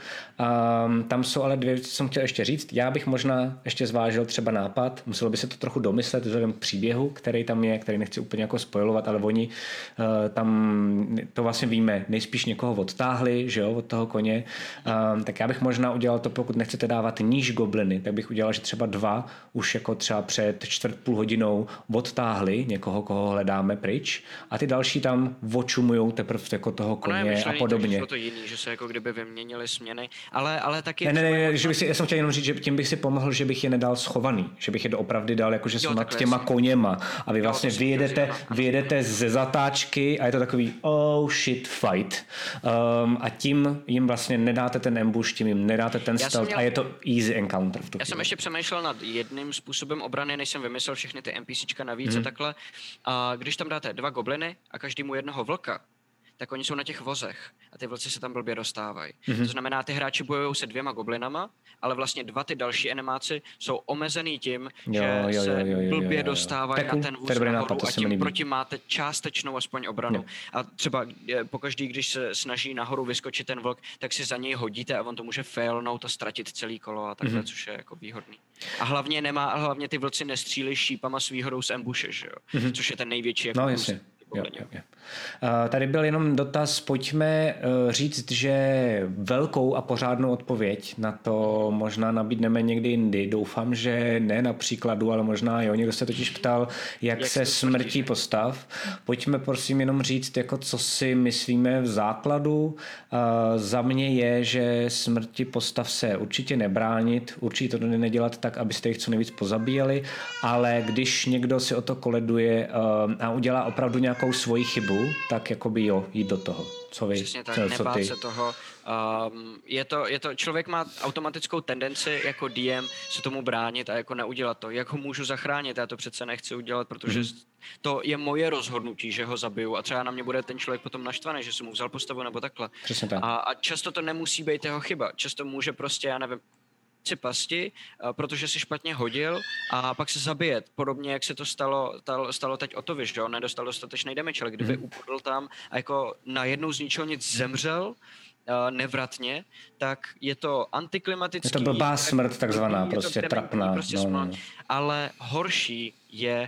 Um, tam jsou ale dvě věci, co jsem chtěl ještě říct. Já bych možná ještě zvážil třeba nápad, muselo by se to trochu domyslet vzhledem k příběhu, který tam je, který nechci úplně jako spojovat, ale oni uh, tam, to vlastně víme, nejspíš někoho odtáhli, že jo, od toho koně. Um, tak já bych možná udělal to, pokud nechcete dávat níž gobliny, tak bych udělal, že třeba dva už jako třeba před čtvrt půl hodinou odtáhli někoho, koho hledáme pryč a ty další tam očumujou teprve jako toho koně a podobně. To jiný, že se jako kdyby vyměnili směny, ale, ale taky... Ne, ne, ne, že bych si, já jsem chtěl jenom říct, že tím bych si pomohl, že bych je nedal schovaný, že bych je doopravdy dal, jakože jsou nad těma jasný. Koněma a vy vlastně jo, vyjedete, vyjedete ze zatáčky a je to takový oh shit fight um, a tím jim vlastně nedáte ten ambush, tím jim nedáte ten stealth měl... a je to easy encounter. V tu já jsem ještě přemýšlel nad jedním způsobem obrany, než jsem vymyslel všechny ty NPCčka navíc hmm. a takhle. A když tam dáte dva gobliny a každému jednoho vlka, tak oni jsou na těch vozech a ty vlci se tam blbě dostávají. Mhm. To znamená, ty hráči bojují se dvěma goblinama, ale vlastně dva ty další animáci jsou omezený tím, Jo, že jo, jo, se jo, jo, jo, blbě jo. dostávají Tak, na ten to vůz je dobrý nahoru nápad, to a se mi tím líbí. proti máte částečnou aspoň obranu. Jo. A třeba eh, pokaždý, když se snaží nahoru vyskočit ten vlk, tak si za něj hodíte a on to může failnout a ztratit celý kolo a takhle, Mhm. což je jako výhodný. A hlavně nemá, a hlavně ty vlci nestřílí šípama s výhodou z ambuše, že jo? Mhm. Což je ten největší jako No kus jasně. Jo, goblině. jo, jo. Uh, tady byl jenom dotaz, pojďme uh, říct, že velkou a pořádnou odpověď na to možná nabídneme někdy jindy. Doufám, že ne na příkladu, ale možná jo. Někdo se totiž ptal, jak, Jak se se smrtí postav. Pojďme prosím jenom říct, jako co si myslíme v základu. Uh, za mě je, že smrti postav se určitě nebránit, určitě to nedělat tak, abyste jich co nejvíc pozabíjeli, ale když někdo si o to koleduje uh, a udělá opravdu nějakou svoji chybu, tak jakoby jo, jít do toho. Co vy? Přesně tak, co, co nebát ty? se toho. Um, je to, je to, člověk má automatickou tendenci jako D M se tomu bránit a jako neudělat to. Jak ho můžu zachránit? Já to přece nechci udělat, protože Mhm. mm. to je moje rozhodnutí, že ho zabiju a třeba na mě bude ten člověk potom naštvaný, že jsem mu vzal postavu nebo takhle. Přesně tak. A, a často to nemusí být jeho chyba. Často může prostě, já nevím, si pasti, a protože si špatně hodil a pak se zabije. Podobně, jak se to stalo, stalo, stalo teď Otovi, že on nedostal dostatečný damage, ale kdyby Mhm. upadl tam a jako najednou z ničeho nic zemřel, uh, nevratně, tak je to antiklimatický. Je to blbá smrt takzvaná, je to prostě dementní, trapná. Prostě No, smrt, no. ale horší je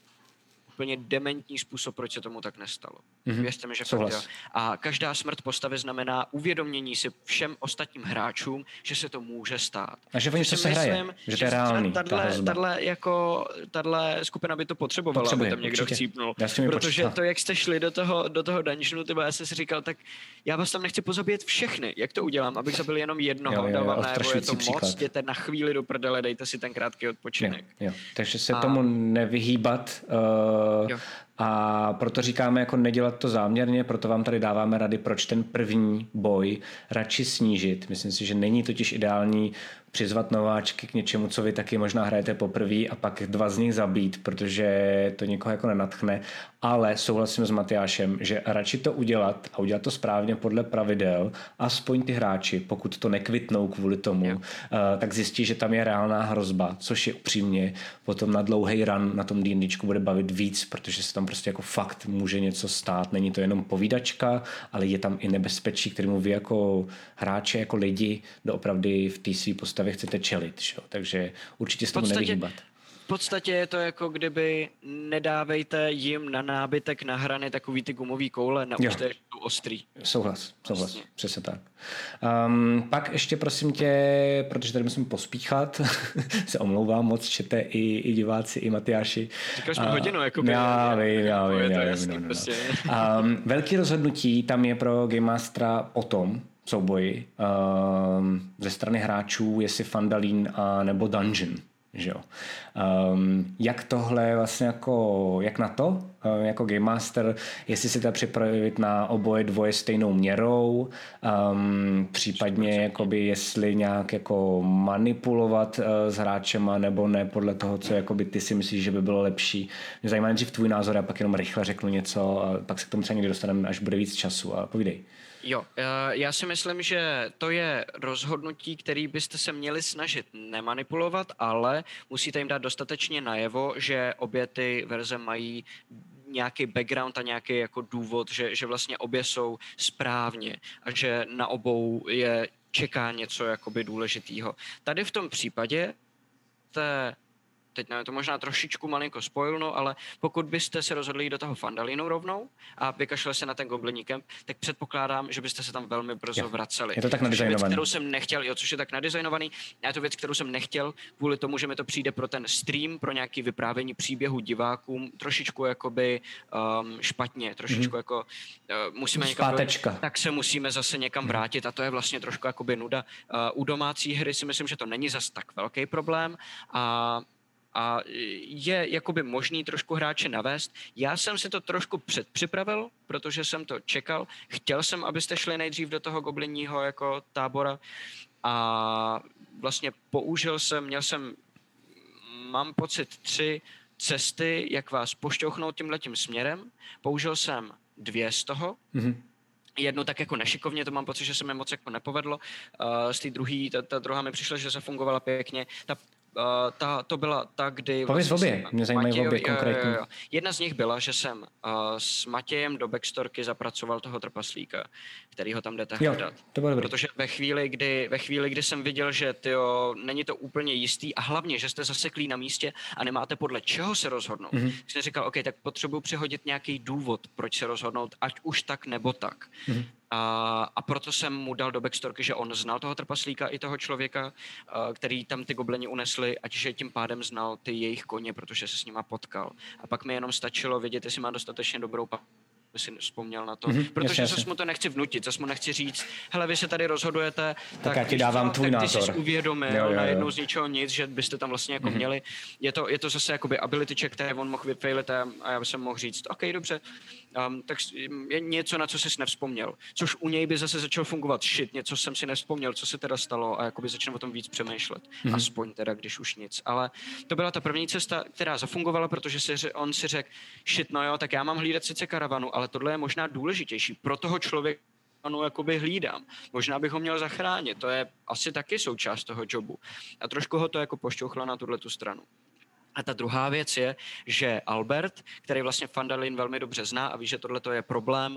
úplně dementní způsob, proč se tomu tak nestalo. Mhm. Věřte mi, že fakt Souhlas. jo. A každá smrt postavy znamená uvědomění si všem ostatním hráčům, že se to může stát. A že o něco Si se hraje, myslím, že to je reálný, ta Tahle, hrozba. tahle, jako, tahle skupina by to potřebovala, Potřebuje, aby tam někdo určitě. chcípnul. Já s tím Protože počítám. to, jak jste šli do toho, do toho dungeonu, tyba, já jsem si říkal, tak já vás tam nechci pozabíjet všechny. Jak to udělám? Abych zabil jenom jednoho. Jo, jo, jo, Dal vám najevo, je odstrašující to moc, příklad. jděte na chvíli do prdele, dejte si ten krátký odpočinek. Jo, jo. Takže se A- tomu nevyhýbat uh, Jo. a proto říkáme jako nedělat to záměrně, proto vám tady dáváme rady, proč ten první boj radši snížit. Myslím si, že není totiž ideální přizvat nováčky k něčemu, co vy taky možná hrajete poprvé a pak dva z nich zabít, protože to někoho jako nenadchne, ale souhlasím s Matyášem, že radši to udělat a udělat to správně podle pravidel, aspoň ty hráči, pokud to nekvitnou kvůli tomu, Jo. uh, tak zjistí, že tam je reálná hrozba, což je upřímně potom na dlouhý run na tom DNDčku bude bavit víc, protože se tam prostě jako fakt může něco stát. Není to jenom povídačka, ale je tam i nebezpečí, kterému vy jako hráče, jako lidi doopravdy v té své postavě chcete čelit. Že? Takže určitě se tomu podstatě- nevyhýbat. V podstatě je to jako kdyby nedávejte jim na nábytek na hrany takový ty gumový koule, naučte, že jsou ostrý. Souhlas, souhlas, Vlastně. přesně tak. Um, pak ještě prosím tě, protože tady musím pospíchat, se omlouvám moc, čete i, i diváci, i Matyáši. Říkal jsme A- hodinu, jakoby. Já vím, já Jako vím, je to já vím, jasný no, no, no. prostě. Um, velký rozhodnutí tam je pro Game Mastera o tom, souboji um, ze strany hráčů, jestli Fandalín a nebo Dungeon. Že jo. Um, jak tohle vlastně jako, jak na to, uh, jako Game Master, jestli si to připravit na oboje dvoje stejnou měrou, um, případně jakoby jestli nějak jako manipulovat uh, s hráčema nebo ne podle toho, co jakoby ty si myslíš, že by bylo lepší. Mě zajímá nejdřív tvůj názor a pak jenom rychle řeknu něco a pak se k tomu třeba někdy dostaneme, až bude víc času a povídej. Jo, eh, já si myslím, že to je rozhodnutí, který byste se měli snažit nemanipulovat, ale musíte jim dát dostatečně najevo, že obě ty verze mají nějaký background a nějaký jako důvod, že, že vlastně obě jsou správně a že na obou je čeká něco jakoby důležitýho. Tady v tom případě té teď nevím, to možná trošičku malinko spoilnu, ale pokud byste se rozhodli jít do toho Fandalínu rovnou a vykašleli se na ten Goblin Camp, tak předpokládám, že byste se tam velmi brzo Jo. vraceli. Je to tak Což je věc, nadizajnovaný. kterou jsem nechtěl, jo, což je tak nadizajnovaný. A je to věc, kterou jsem nechtěl kvůli tomu, že mi to přijde pro ten stream, pro nějaký vyprávění příběhu divákům trošičku jakoby um, špatně, trošičku mm-hmm. jako uh, musíme někam Zpátečka. dojít, tak se musíme zase někam vrátit a to je vlastně trošku jakoby nuda. Uh, u domácí hry si myslím, že to není zas tak velký problém a a je jakoby možný trošku hráče navést. Já jsem si to trošku předpřipravil, protože jsem to čekal. Chtěl jsem, abyste šli nejdřív do toho goblinního jako tábora a vlastně použil jsem, měl jsem, mám pocit, tři cesty, jak vás pošťouchnout tímhletím směrem. Použil jsem dvě z toho, Mm-hmm. jednu tak jako nešikovně, to mám pocit, že se mi moc jako nepovedlo. Uh, z té druhé, ta, ta druhá mi přišla, že zafungovala pěkně. Ta Uh, ta, to byla ta, kdy... Pověz vlastně obě, mě zajímají obě konkrétně. Jo, jo. Jedna z nich byla, že jsem uh, s Matějem do backstorky zapracoval toho trpaslíka, který ho tam jdete hledat. To bylo dobrý. Protože ve chvíli, kdy, ve chvíli, kdy jsem viděl, že tyjo, není to úplně jistý a hlavně, že jste zaseklí na místě a nemáte podle čeho se rozhodnout, mm-hmm. jsem říkal, OK, tak potřebuji přihodit nějaký důvod, proč se rozhodnout, ať už tak nebo tak. Mm-hmm. A, a proto jsem mu dal do backstorky, že on znal toho trpaslíka i toho člověka, a, který tam ty goblini unesli, ať že tím pádem znal ty jejich koně, protože se s nima potkal. A pak mi jenom stačilo vědět, jestli má dostatečně dobrou paměť, by si vzpomněl na to, mm-hmm, protože jasně, zase mu to nechci vnutit, zase mu nechci říct, hele, vy se tady rozhodujete, tak, tak já ti dávám co, tvůj tak ty názor. jsi uvědomil jo, jo, jo. najednou z ničeho nic, že byste tam vlastně jako mm-hmm. měli. Je to, je to zase jakoby ability check, které on mohl vyfailit a já bych mohl říct, OK, dobře, um, tak je něco, na co jsi nevzpomněl. Což u něj by zase začalo fungovat, shit, něco jsem si nevzpomněl, co se teda stalo a jakoby začne o tom víc přemýšlet. Mm-hmm. Aspoň teda, když už nic. Ale to byla ta první cesta, která zafungovala, protože si, on si řekl, shit, no jo, tak já mám hlídat sice karavanu, ale tohle je možná důležitější. Pro toho člověka ano, jakoby hlídám. Možná bych ho měl zachránit. To je asi taky součást toho jobu. A trošku ho to jako pošťouchlo na tuhletu stranu. A ta druhá věc je, že Albert, který vlastně Fandalin velmi dobře zná a ví, že tohle je problém,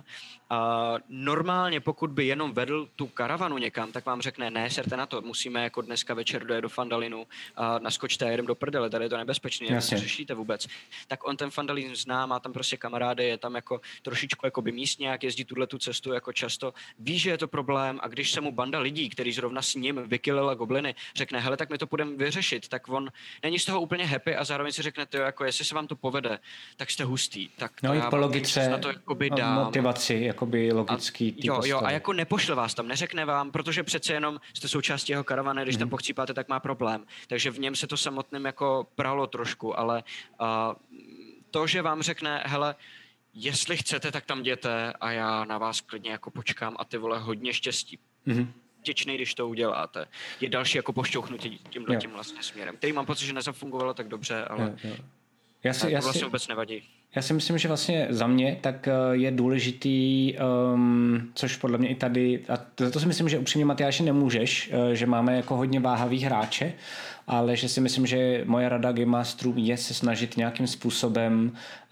a normálně pokud by jenom vedl tu karavanu někam, tak vám řekne, ne, serte na to, musíme jako dneska večer dojet do Fandalinu a naskočte a jedem do prdele, tady je to nebezpečné, jak to řešíte vůbec. Tak on ten Fandalin zná, má tam prostě kamarády, je tam jako trošičku jako by místňák, jezdí tuhle tu cestu jako často, ví, že je to problém a když se mu banda lidí, který zrovna s ním vykylila gobliny, řekne, hele, tak my to půjdeme vyřešit, tak on není z toho úplně happy a zároveň si řeknete, jako jestli se vám to povede, tak jste hustý. Tak to no já po logice na to jakoby dám. Motivaci, jakoby logický a, jo, jo, a jako nepošle vás tam, neřekne vám, protože přece jenom jste součástí jeho karavany, když mm-hmm. tam pochcípáte, tak má problém. Takže v něm se to samotným jako pralo trošku, ale a, to, že vám řekne, hele, jestli chcete, tak tam jděte a já na vás klidně jako počkám a ty vole hodně štěstí. Mm-hmm. Těčnej, když to uděláte. Je další jako pošťouchnutí tímhle tím vlastně směrem, který mám pocit, že nezafungovalo tak dobře, ale jo, jo. Já si, já to vlastně si, vůbec nevadí. Já si myslím, že vlastně za mě tak je důležitý, um, což podle mě i tady, a za to si myslím, že upřímně Matyáši nemůžeš, že máme jako hodně váhavý hráče, ale že si myslím, že moje rada Game Masterů je se snažit nějakým způsobem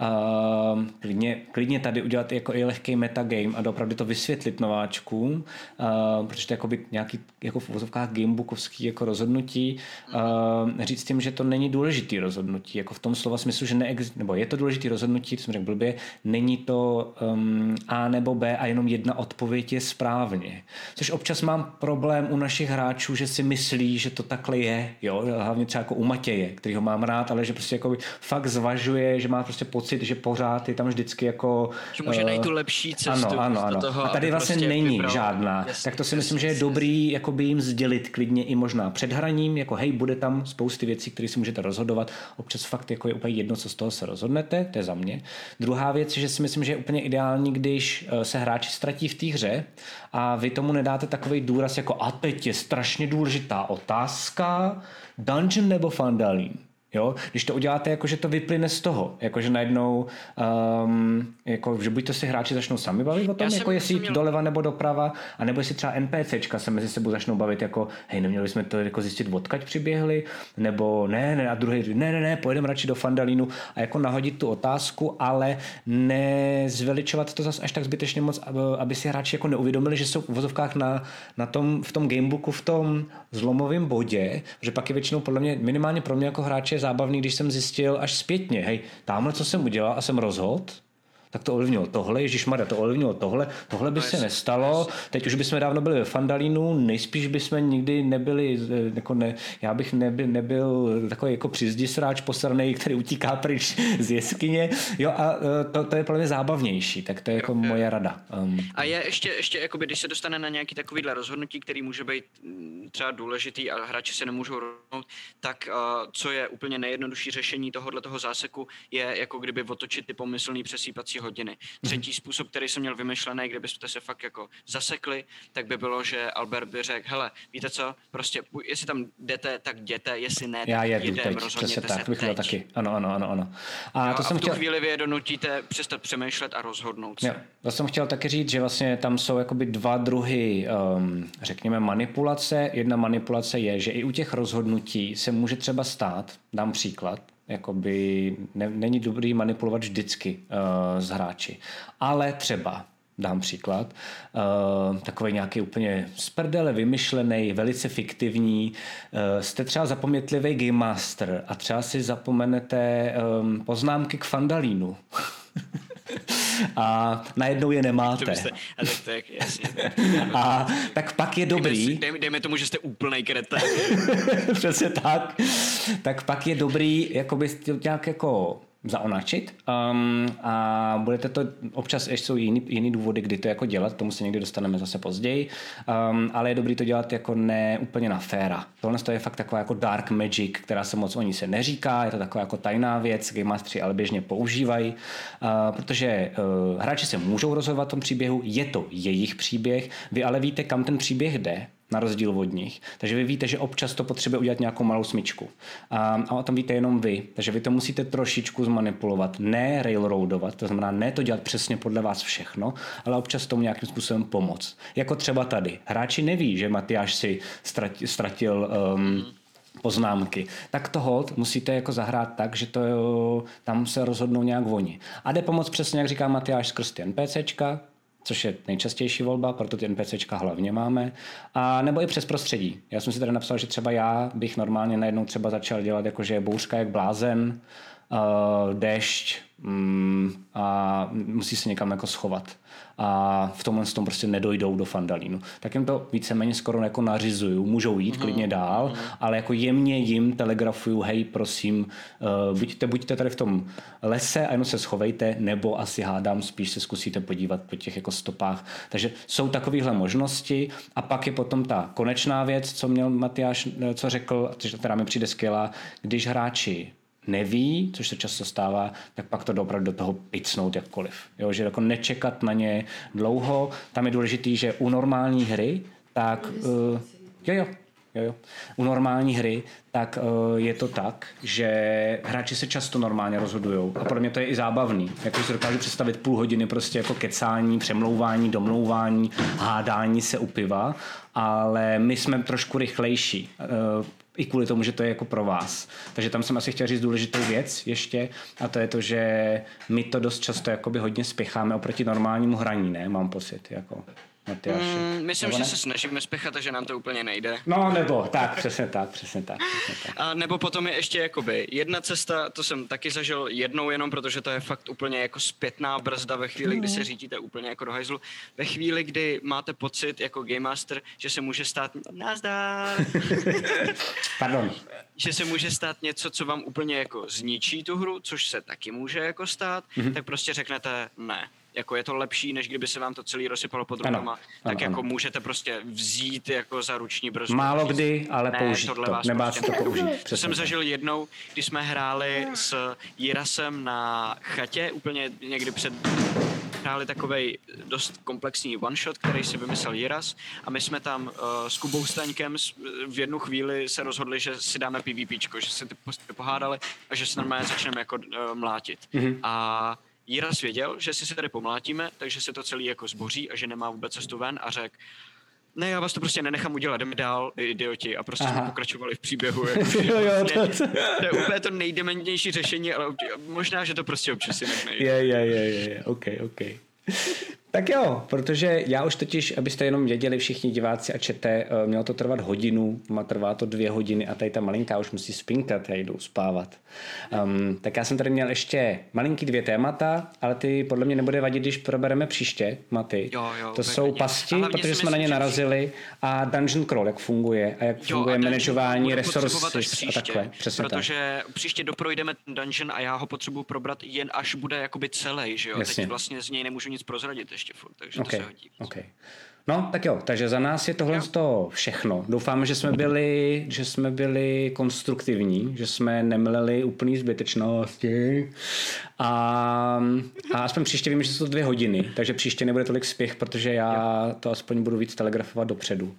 uh, klidně, klidně tady udělat jako i lehký metagame a opravdu to vysvětlit nováčkům, uh, protože to je jakoby nějaký jako v uvozovkách gamebookovský jako rozhodnutí, uh, říct tím, že to není důležitý rozhodnutí, jako v tom slova smyslu, že neexistuje, nebo je to důležitý rozhodnutí, to jsem řekl blbě, není to um, A nebo B a jenom jedna odpověď je správně. Což občas mám problém u našich hráčů, že si myslí, že to takhle je, jo, hlavně třeba jako u Matěje, který ho mám rád, ale že prostě jako fakt zvažuje, že má prostě pocit, že pořád je tam vždycky jako... Že může najít tu lepší cestu. Ano, ano, ano. Toho, a tady vlastně prostě není vybral, žádná. Jasný, tak to si myslím, jasný, že je dobrý jakoby jim sdělit klidně i možná před hraním, jako hej, bude tam spousty věcí, které si můžete rozhodovat. Občas fakt jako je úplně jedno, co z toho se rozhodnete, to je za mě. Druhá věc je, že si myslím, že je úplně ideální, když se hráči ztratí v té hře a vy tomu nedáte takovej důraz jako a teď je strašně důležitá otázka, Dungeon nebo Fandalin. Jo? Když to uděláte, jako, že to vyplyne z toho, jako, že najednou um, jako, že buď to si hráči začnou sami bavit o tom, jako jestli jít měl... doleva nebo doprava, anebo jestli třeba NPCčka se mezi sebou začnou bavit, jako hej, neměli jsme to jako zjistit, odkaď přiběhli, nebo ne, ne, a druhý, ne, ne, ne, pojedeme radši do Fandalinu a jako nahodit tu otázku, ale nezveličovat to zase až tak zbytečně moc, aby si hráči jako neuvědomili, že jsou v uvozovkách na, na tom, v tom gamebooku, v tom zlomovém bodě, že pak je většinou podle mě, minimálně pro mě jako hráče zábavný, když jsem zjistil až zpětně, hej, tamhle co jsem udělal a jsem rozhodl, tak to ovlivnilo tohle, ježišmarja, to ovlivnilo tohle, tohle by se nestalo, teď už bychom dávno byli ve Fandalinu, nejspíš bychom nikdy nebyli, jako ne, já bych nebyl, nebyl takový jako přizdisráč posranej, který utíká pryč z jeskyně, jo a to, to je pro mě zábavnější, tak to je jako jo, moje rada. Um, a je ještě, ještě jakoby, když se dostane na nějaký takovýhle rozhodnutí, který může být třeba důležitý a hráči se nemůžou rozhodnout, tak uh, co je úplně nejjednodušší řešení tohohle toho záseku je jako kdyby otočit ty pomyslný přesýpací hodiny. Třetí mm-hmm. způsob, který jsem měl vymyšlený, kde byste se fakt jako zasekli, tak by bylo, že Albert by řekl, hele, víte co, prostě jestli tam jdete, tak jděte, jestli ne, já jedu jedem, teď, rozhodněte přesně se tak, teď. taky. Ano, ano, ano, ano. A, jo, to a jsem v tu chtěl... chvíli vy je donutíte přestat přemýšlet a rozhodnout se. Jo, to jsem chtěl taky říct, že vlastně tam jsou jakoby dva druhy, um, řekněme, manipulace. Jedna manipulace je, že i u těch rozhodnutí se může třeba stát, dám příklad, jakoby ne, není dobrý manipulovat vždycky uh, s hráči, ale třeba dám příklad, uh, takový nějaký úplně z prdele vymyšlený, velice fiktivní. Uh, jste třeba zapomnětlivý game master a třeba si zapomenete um, poznámky k Fandalínu. A najednou je nemáte. Byste, a tak, tak, jasně. A tak pak je dobrý. Dejme, dejme tomu, že jste úplnej kreta. Přesně tak. Tak pak je dobrý jakoby nějak jako zaonačit um, a budete to, občas ještě jsou jiný, jiný důvody, kdy to jako dělat, tomu se někdy dostaneme zase později, um, ale je dobrý to dělat jako ne úplně na féra. Tohle je fakt taková jako dark magic, která se moc o ní se neříká, je to taková jako tajná věc, Game Mastery ale běžně používají, uh, protože uh, hráči se můžou rozhodovat v tom příběhu, je to jejich příběh, vy ale víte, kam ten příběh jde, na rozdíl od nich. Takže vy víte, že občas to potřebuje udělat nějakou malou smyčku. A, a o tom víte jenom vy. Takže vy to musíte trošičku zmanipulovat, ne railroadovat, to znamená ne to dělat přesně podle vás všechno, ale občas tomu nějakým způsobem pomoct. Jako třeba tady. Hráči neví, že Matyáš si ztratil, ztratil um, poznámky. Tak to hold musíte jako zahrát tak, že to jo, tam se rozhodnou nějak oni. A jde pomoct přesně, jak říká Matyáš, skrz ty NPCčka, což je nejčastější volba, proto ty NPCčka hlavně máme, a nebo i přes prostředí. Já jsem si tady napsal, že třeba já bych normálně najednou třeba začal dělat jakože bouřka jak blázen, uh, déšť um, a musí se někam jako schovat. A v tomhle tom prostě nedojdou do Fandalínu. Tak jim to víceméně skoro jako nařizuju. Můžou jít klidně dál, ale jako jemně jim telegrafuju, hej, prosím, uh, buďte, buďte tady v tom lese a jenom se schovejte, nebo asi hádám, spíš se zkusíte podívat po těch jako stopách. Takže jsou takovéhle možnosti a pak je potom ta konečná věc, co měl Matyáš, co řekl, která mi přijde skvělá, když hráči neví, což se často stává, tak pak to jde opravdu do toho picnout jakkoliv. Jo, že jako nečekat na ně dlouho. Tam je důležitý, že u normální hry, tak uh, jo, jo, jo, jo. U normální hry, tak uh, je to tak, že hráči se často normálně rozhodujou. A podle mě to je i zábavný. Jako si dokážu představit půl hodiny prostě jako kecání, přemlouvání, domlouvání, hádání se u piva, ale my jsme trošku rychlejší. Uh, i kvůli tomu, že to je jako pro vás. Takže tam jsem asi chtěl říct důležitou věc ještě a to je to, že my to dost často jakoby hodně spěcháme oproti normálnímu hraní, ne? Mám pocit, jako Matyáši. Mm, myslím, že se snažíme spěchat, takže nám to úplně nejde. No nebo tak, přesně tak, přesně tak. Přesně tak. A nebo potom je ještě jakoby jedna cesta, to jsem taky zažil jednou jenom, protože to je fakt úplně jako zpětná brzda ve chvíli, kdy se řídíte úplně jako do hajzlu. Ve chvíli, kdy máte pocit jako Game Master, že se může stát nazdar. Pardon. Že se může stát něco, co vám úplně jako zničí tu hru, což se taky může jako stát, mm-hmm. tak prostě řeknete ne. Jako je to lepší, než kdyby se vám to celý rozsypalo pod rukama, ano, tak ano, jako ano. Můžete prostě vzít jako za ruční brzdu. Málo kdy, ale ne, použít to, nebát prostě to použít. To jsem zažil jednou, když jsme hráli s Jirasem na chatě, úplně někdy před... hráli takovej dost komplexní one-shot, který si vymyslel Jiras a my jsme tam uh, s Kubou Staňkem v jednu chvíli se rozhodli, že si dáme PvPčko, že se ty pohádali a že se normálně začneme jako uh, mlátit. Mm-hmm. A Jiras věděl, že si se tady pomlátíme, takže se to celý jako zboří a že nemá vůbec cestu ven a řekl, ne, já vás to prostě nenechám udělat, jdeme dál, idioti. A prostě jsme pokračovali v příběhu. Jako, jo, jo, vlastně, to... to je úplně to nejdementnější řešení, ale možná, že to prostě občas jinak nejde. Je, je, je, je, ok, ok. Tak jo, protože já už totiž, abyste jenom věděli všichni diváci a čete, mělo to trvat hodinu, má trvá to dvě hodiny a tady ta malinká už musí spinkat, já jdu spávat. Um, tak já jsem tady měl ještě malinký dvě témata, ale ty podle mě nebude vadit, když probereme příště, Maty. Jo, jo, to jsou vadí. pasti, protože jsme na ně narazili a Dungeon Crawl, jak funguje a jak jo, funguje manažování resources a takhle. Přesně protože tak. Příště doprojdeme ten dungeon a já ho potřebuji probrat jen až bude jakoby celý, že jo? Jasně. Teď vlastně z něj nemůžu nic prozradit ještě furt, takže okay, to se hodí. Okay. No, tak jo, takže za nás je tohle to všechno. Doufáme, že jsme byli, že jsme byli konstruktivní, že jsme nemleli úplný zbytečnosti a, a aspoň příště víme, že jsou to dvě hodiny, takže příště nebude tolik spěch, protože já to aspoň budu víc telegrafovat dopředu.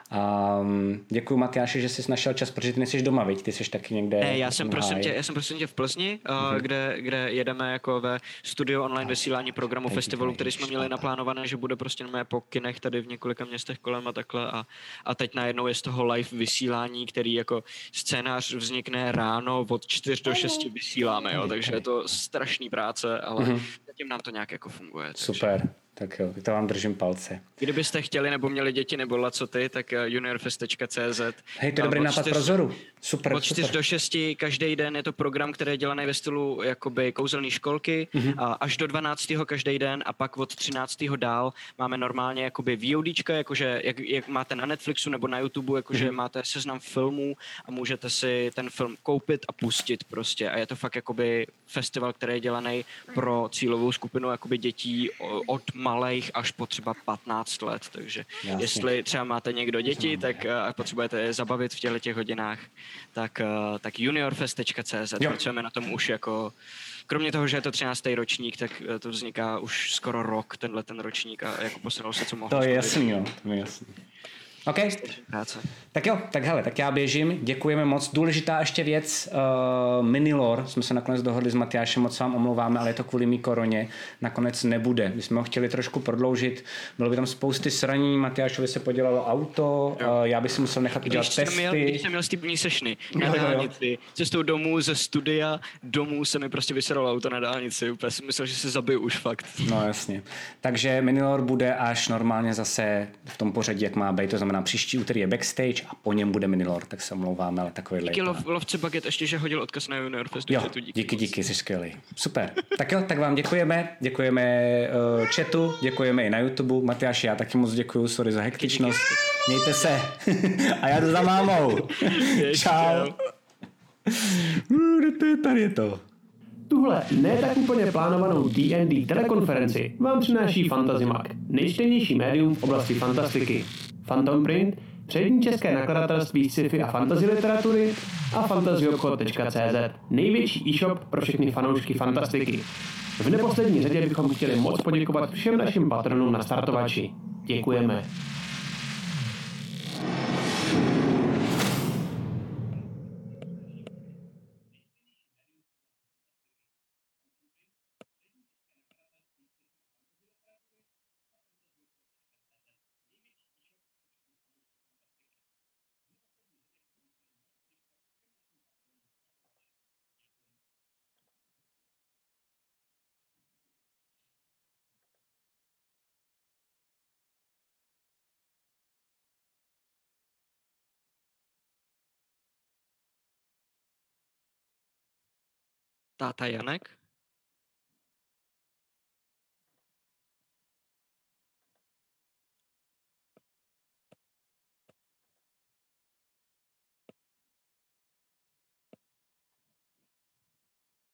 Um, děkuji, Matyáši, že jsi našel čas, protože ty nejsi doma, viď? Ty jsi taky někde. Ne, já jsem prosím tě, já jsem prosím tě v Plzni, uh, kde, kde jedeme jako ve studio online vysílání programu festivalu, který jsme měli naplánované, že bude prostě na po kinech tady v několika městech kolem a takhle a, a teď najednou je z toho live vysílání, který jako scénář vznikne ráno od čtyř do šesti vysíláme, jo, takže je to strašný práce, ale mm-hmm. zatím nám to nějak jako funguje. Takže. Super. Tak jo, to vám držím palce. Kdybyste chtěli nebo měli děti nebo lacoty, tak juniorfest tečka cé zet. Hej, to je dobrý nápad pro Zoru. Super, Od čtyř do šesti každý den je to program, který je dělaný ve stylu jakoby kouzelný školky mm-hmm. a až do dvanáctého každý den a pak od třináctého dál máme normálně jakoby VODčka, jakože jak, jak máte na Netflixu nebo na YouTube, jakože mm-hmm. máte seznam filmů a můžete si ten film koupit a pustit prostě a je to fakt jakoby festival, který je dělaný pro cílovou skupinu jakoby dětí od malejch až po třeba patnáct let, takže Jasně. jestli třeba máte někdo děti, tak a potřebujete je zabavit v těchto těch hodinách, tak, tak juniorfest tečka cé zet. Pracujeme na tom už jako, kromě toho, že je to třináctý ročník, tak to vzniká už skoro rok, tenhle ten ročník a jako posunul se, co mohlo. To je jasný, jo, to je jasný. OK, tak jo, tak hele, tak já běžím, děkujeme moc. Důležitá ještě věc, uh, Minilore, jsme se nakonec dohodli s Matyášem, moc vám omlouváme, ale je to kvůli mý koroně, nakonec nebude. My jsme ho chtěli trošku prodloužit, bylo by tam spousty sraní, Matyášovi se podělalo auto, uh, já bych si musel nechat udělat když testy. Měl, když jsem měl stýpní sešny na dálnici, cestou domů ze studia, domů se mi prostě vysedalo auto na dálnici, úplně jsem myslel, že se zabiju už fakt. No jasně, takže Minilore bude až normálně zase v tom pořadí, jak má být, to znamená na příští úterý je backstage a po něm bude Minilore, tak se omlouváme, ale takový díky lov, lovce Baget ještě, že hodil odkaz na Juniorfestu. Jo, díky, díky, díky, jsi skvělý. Super. Tak jo, tak vám děkujeme, děkujeme uh, chatu, děkujeme i na YouTube. Matyáši, já taky moc děkuju, sorry za hektičnost. Mějte se. A já jdu za mámou. Čau. Tady je to. Tuhle ne tak úplně plánovanou D and D telekonferenci vám přináší FantazyMag, nejčtenější médium v oblasti fantastiky. Phantom Print, přední české nakladatelství sci-fi a fantasy literatury a fantazyobchod tečka cé zet, největší e-shop pro všechny fanoušky fantastiky. V neposlední řadě bychom chtěli moc poděkovat všem našim patronům na startovači. Děkujeme. Táta Janek?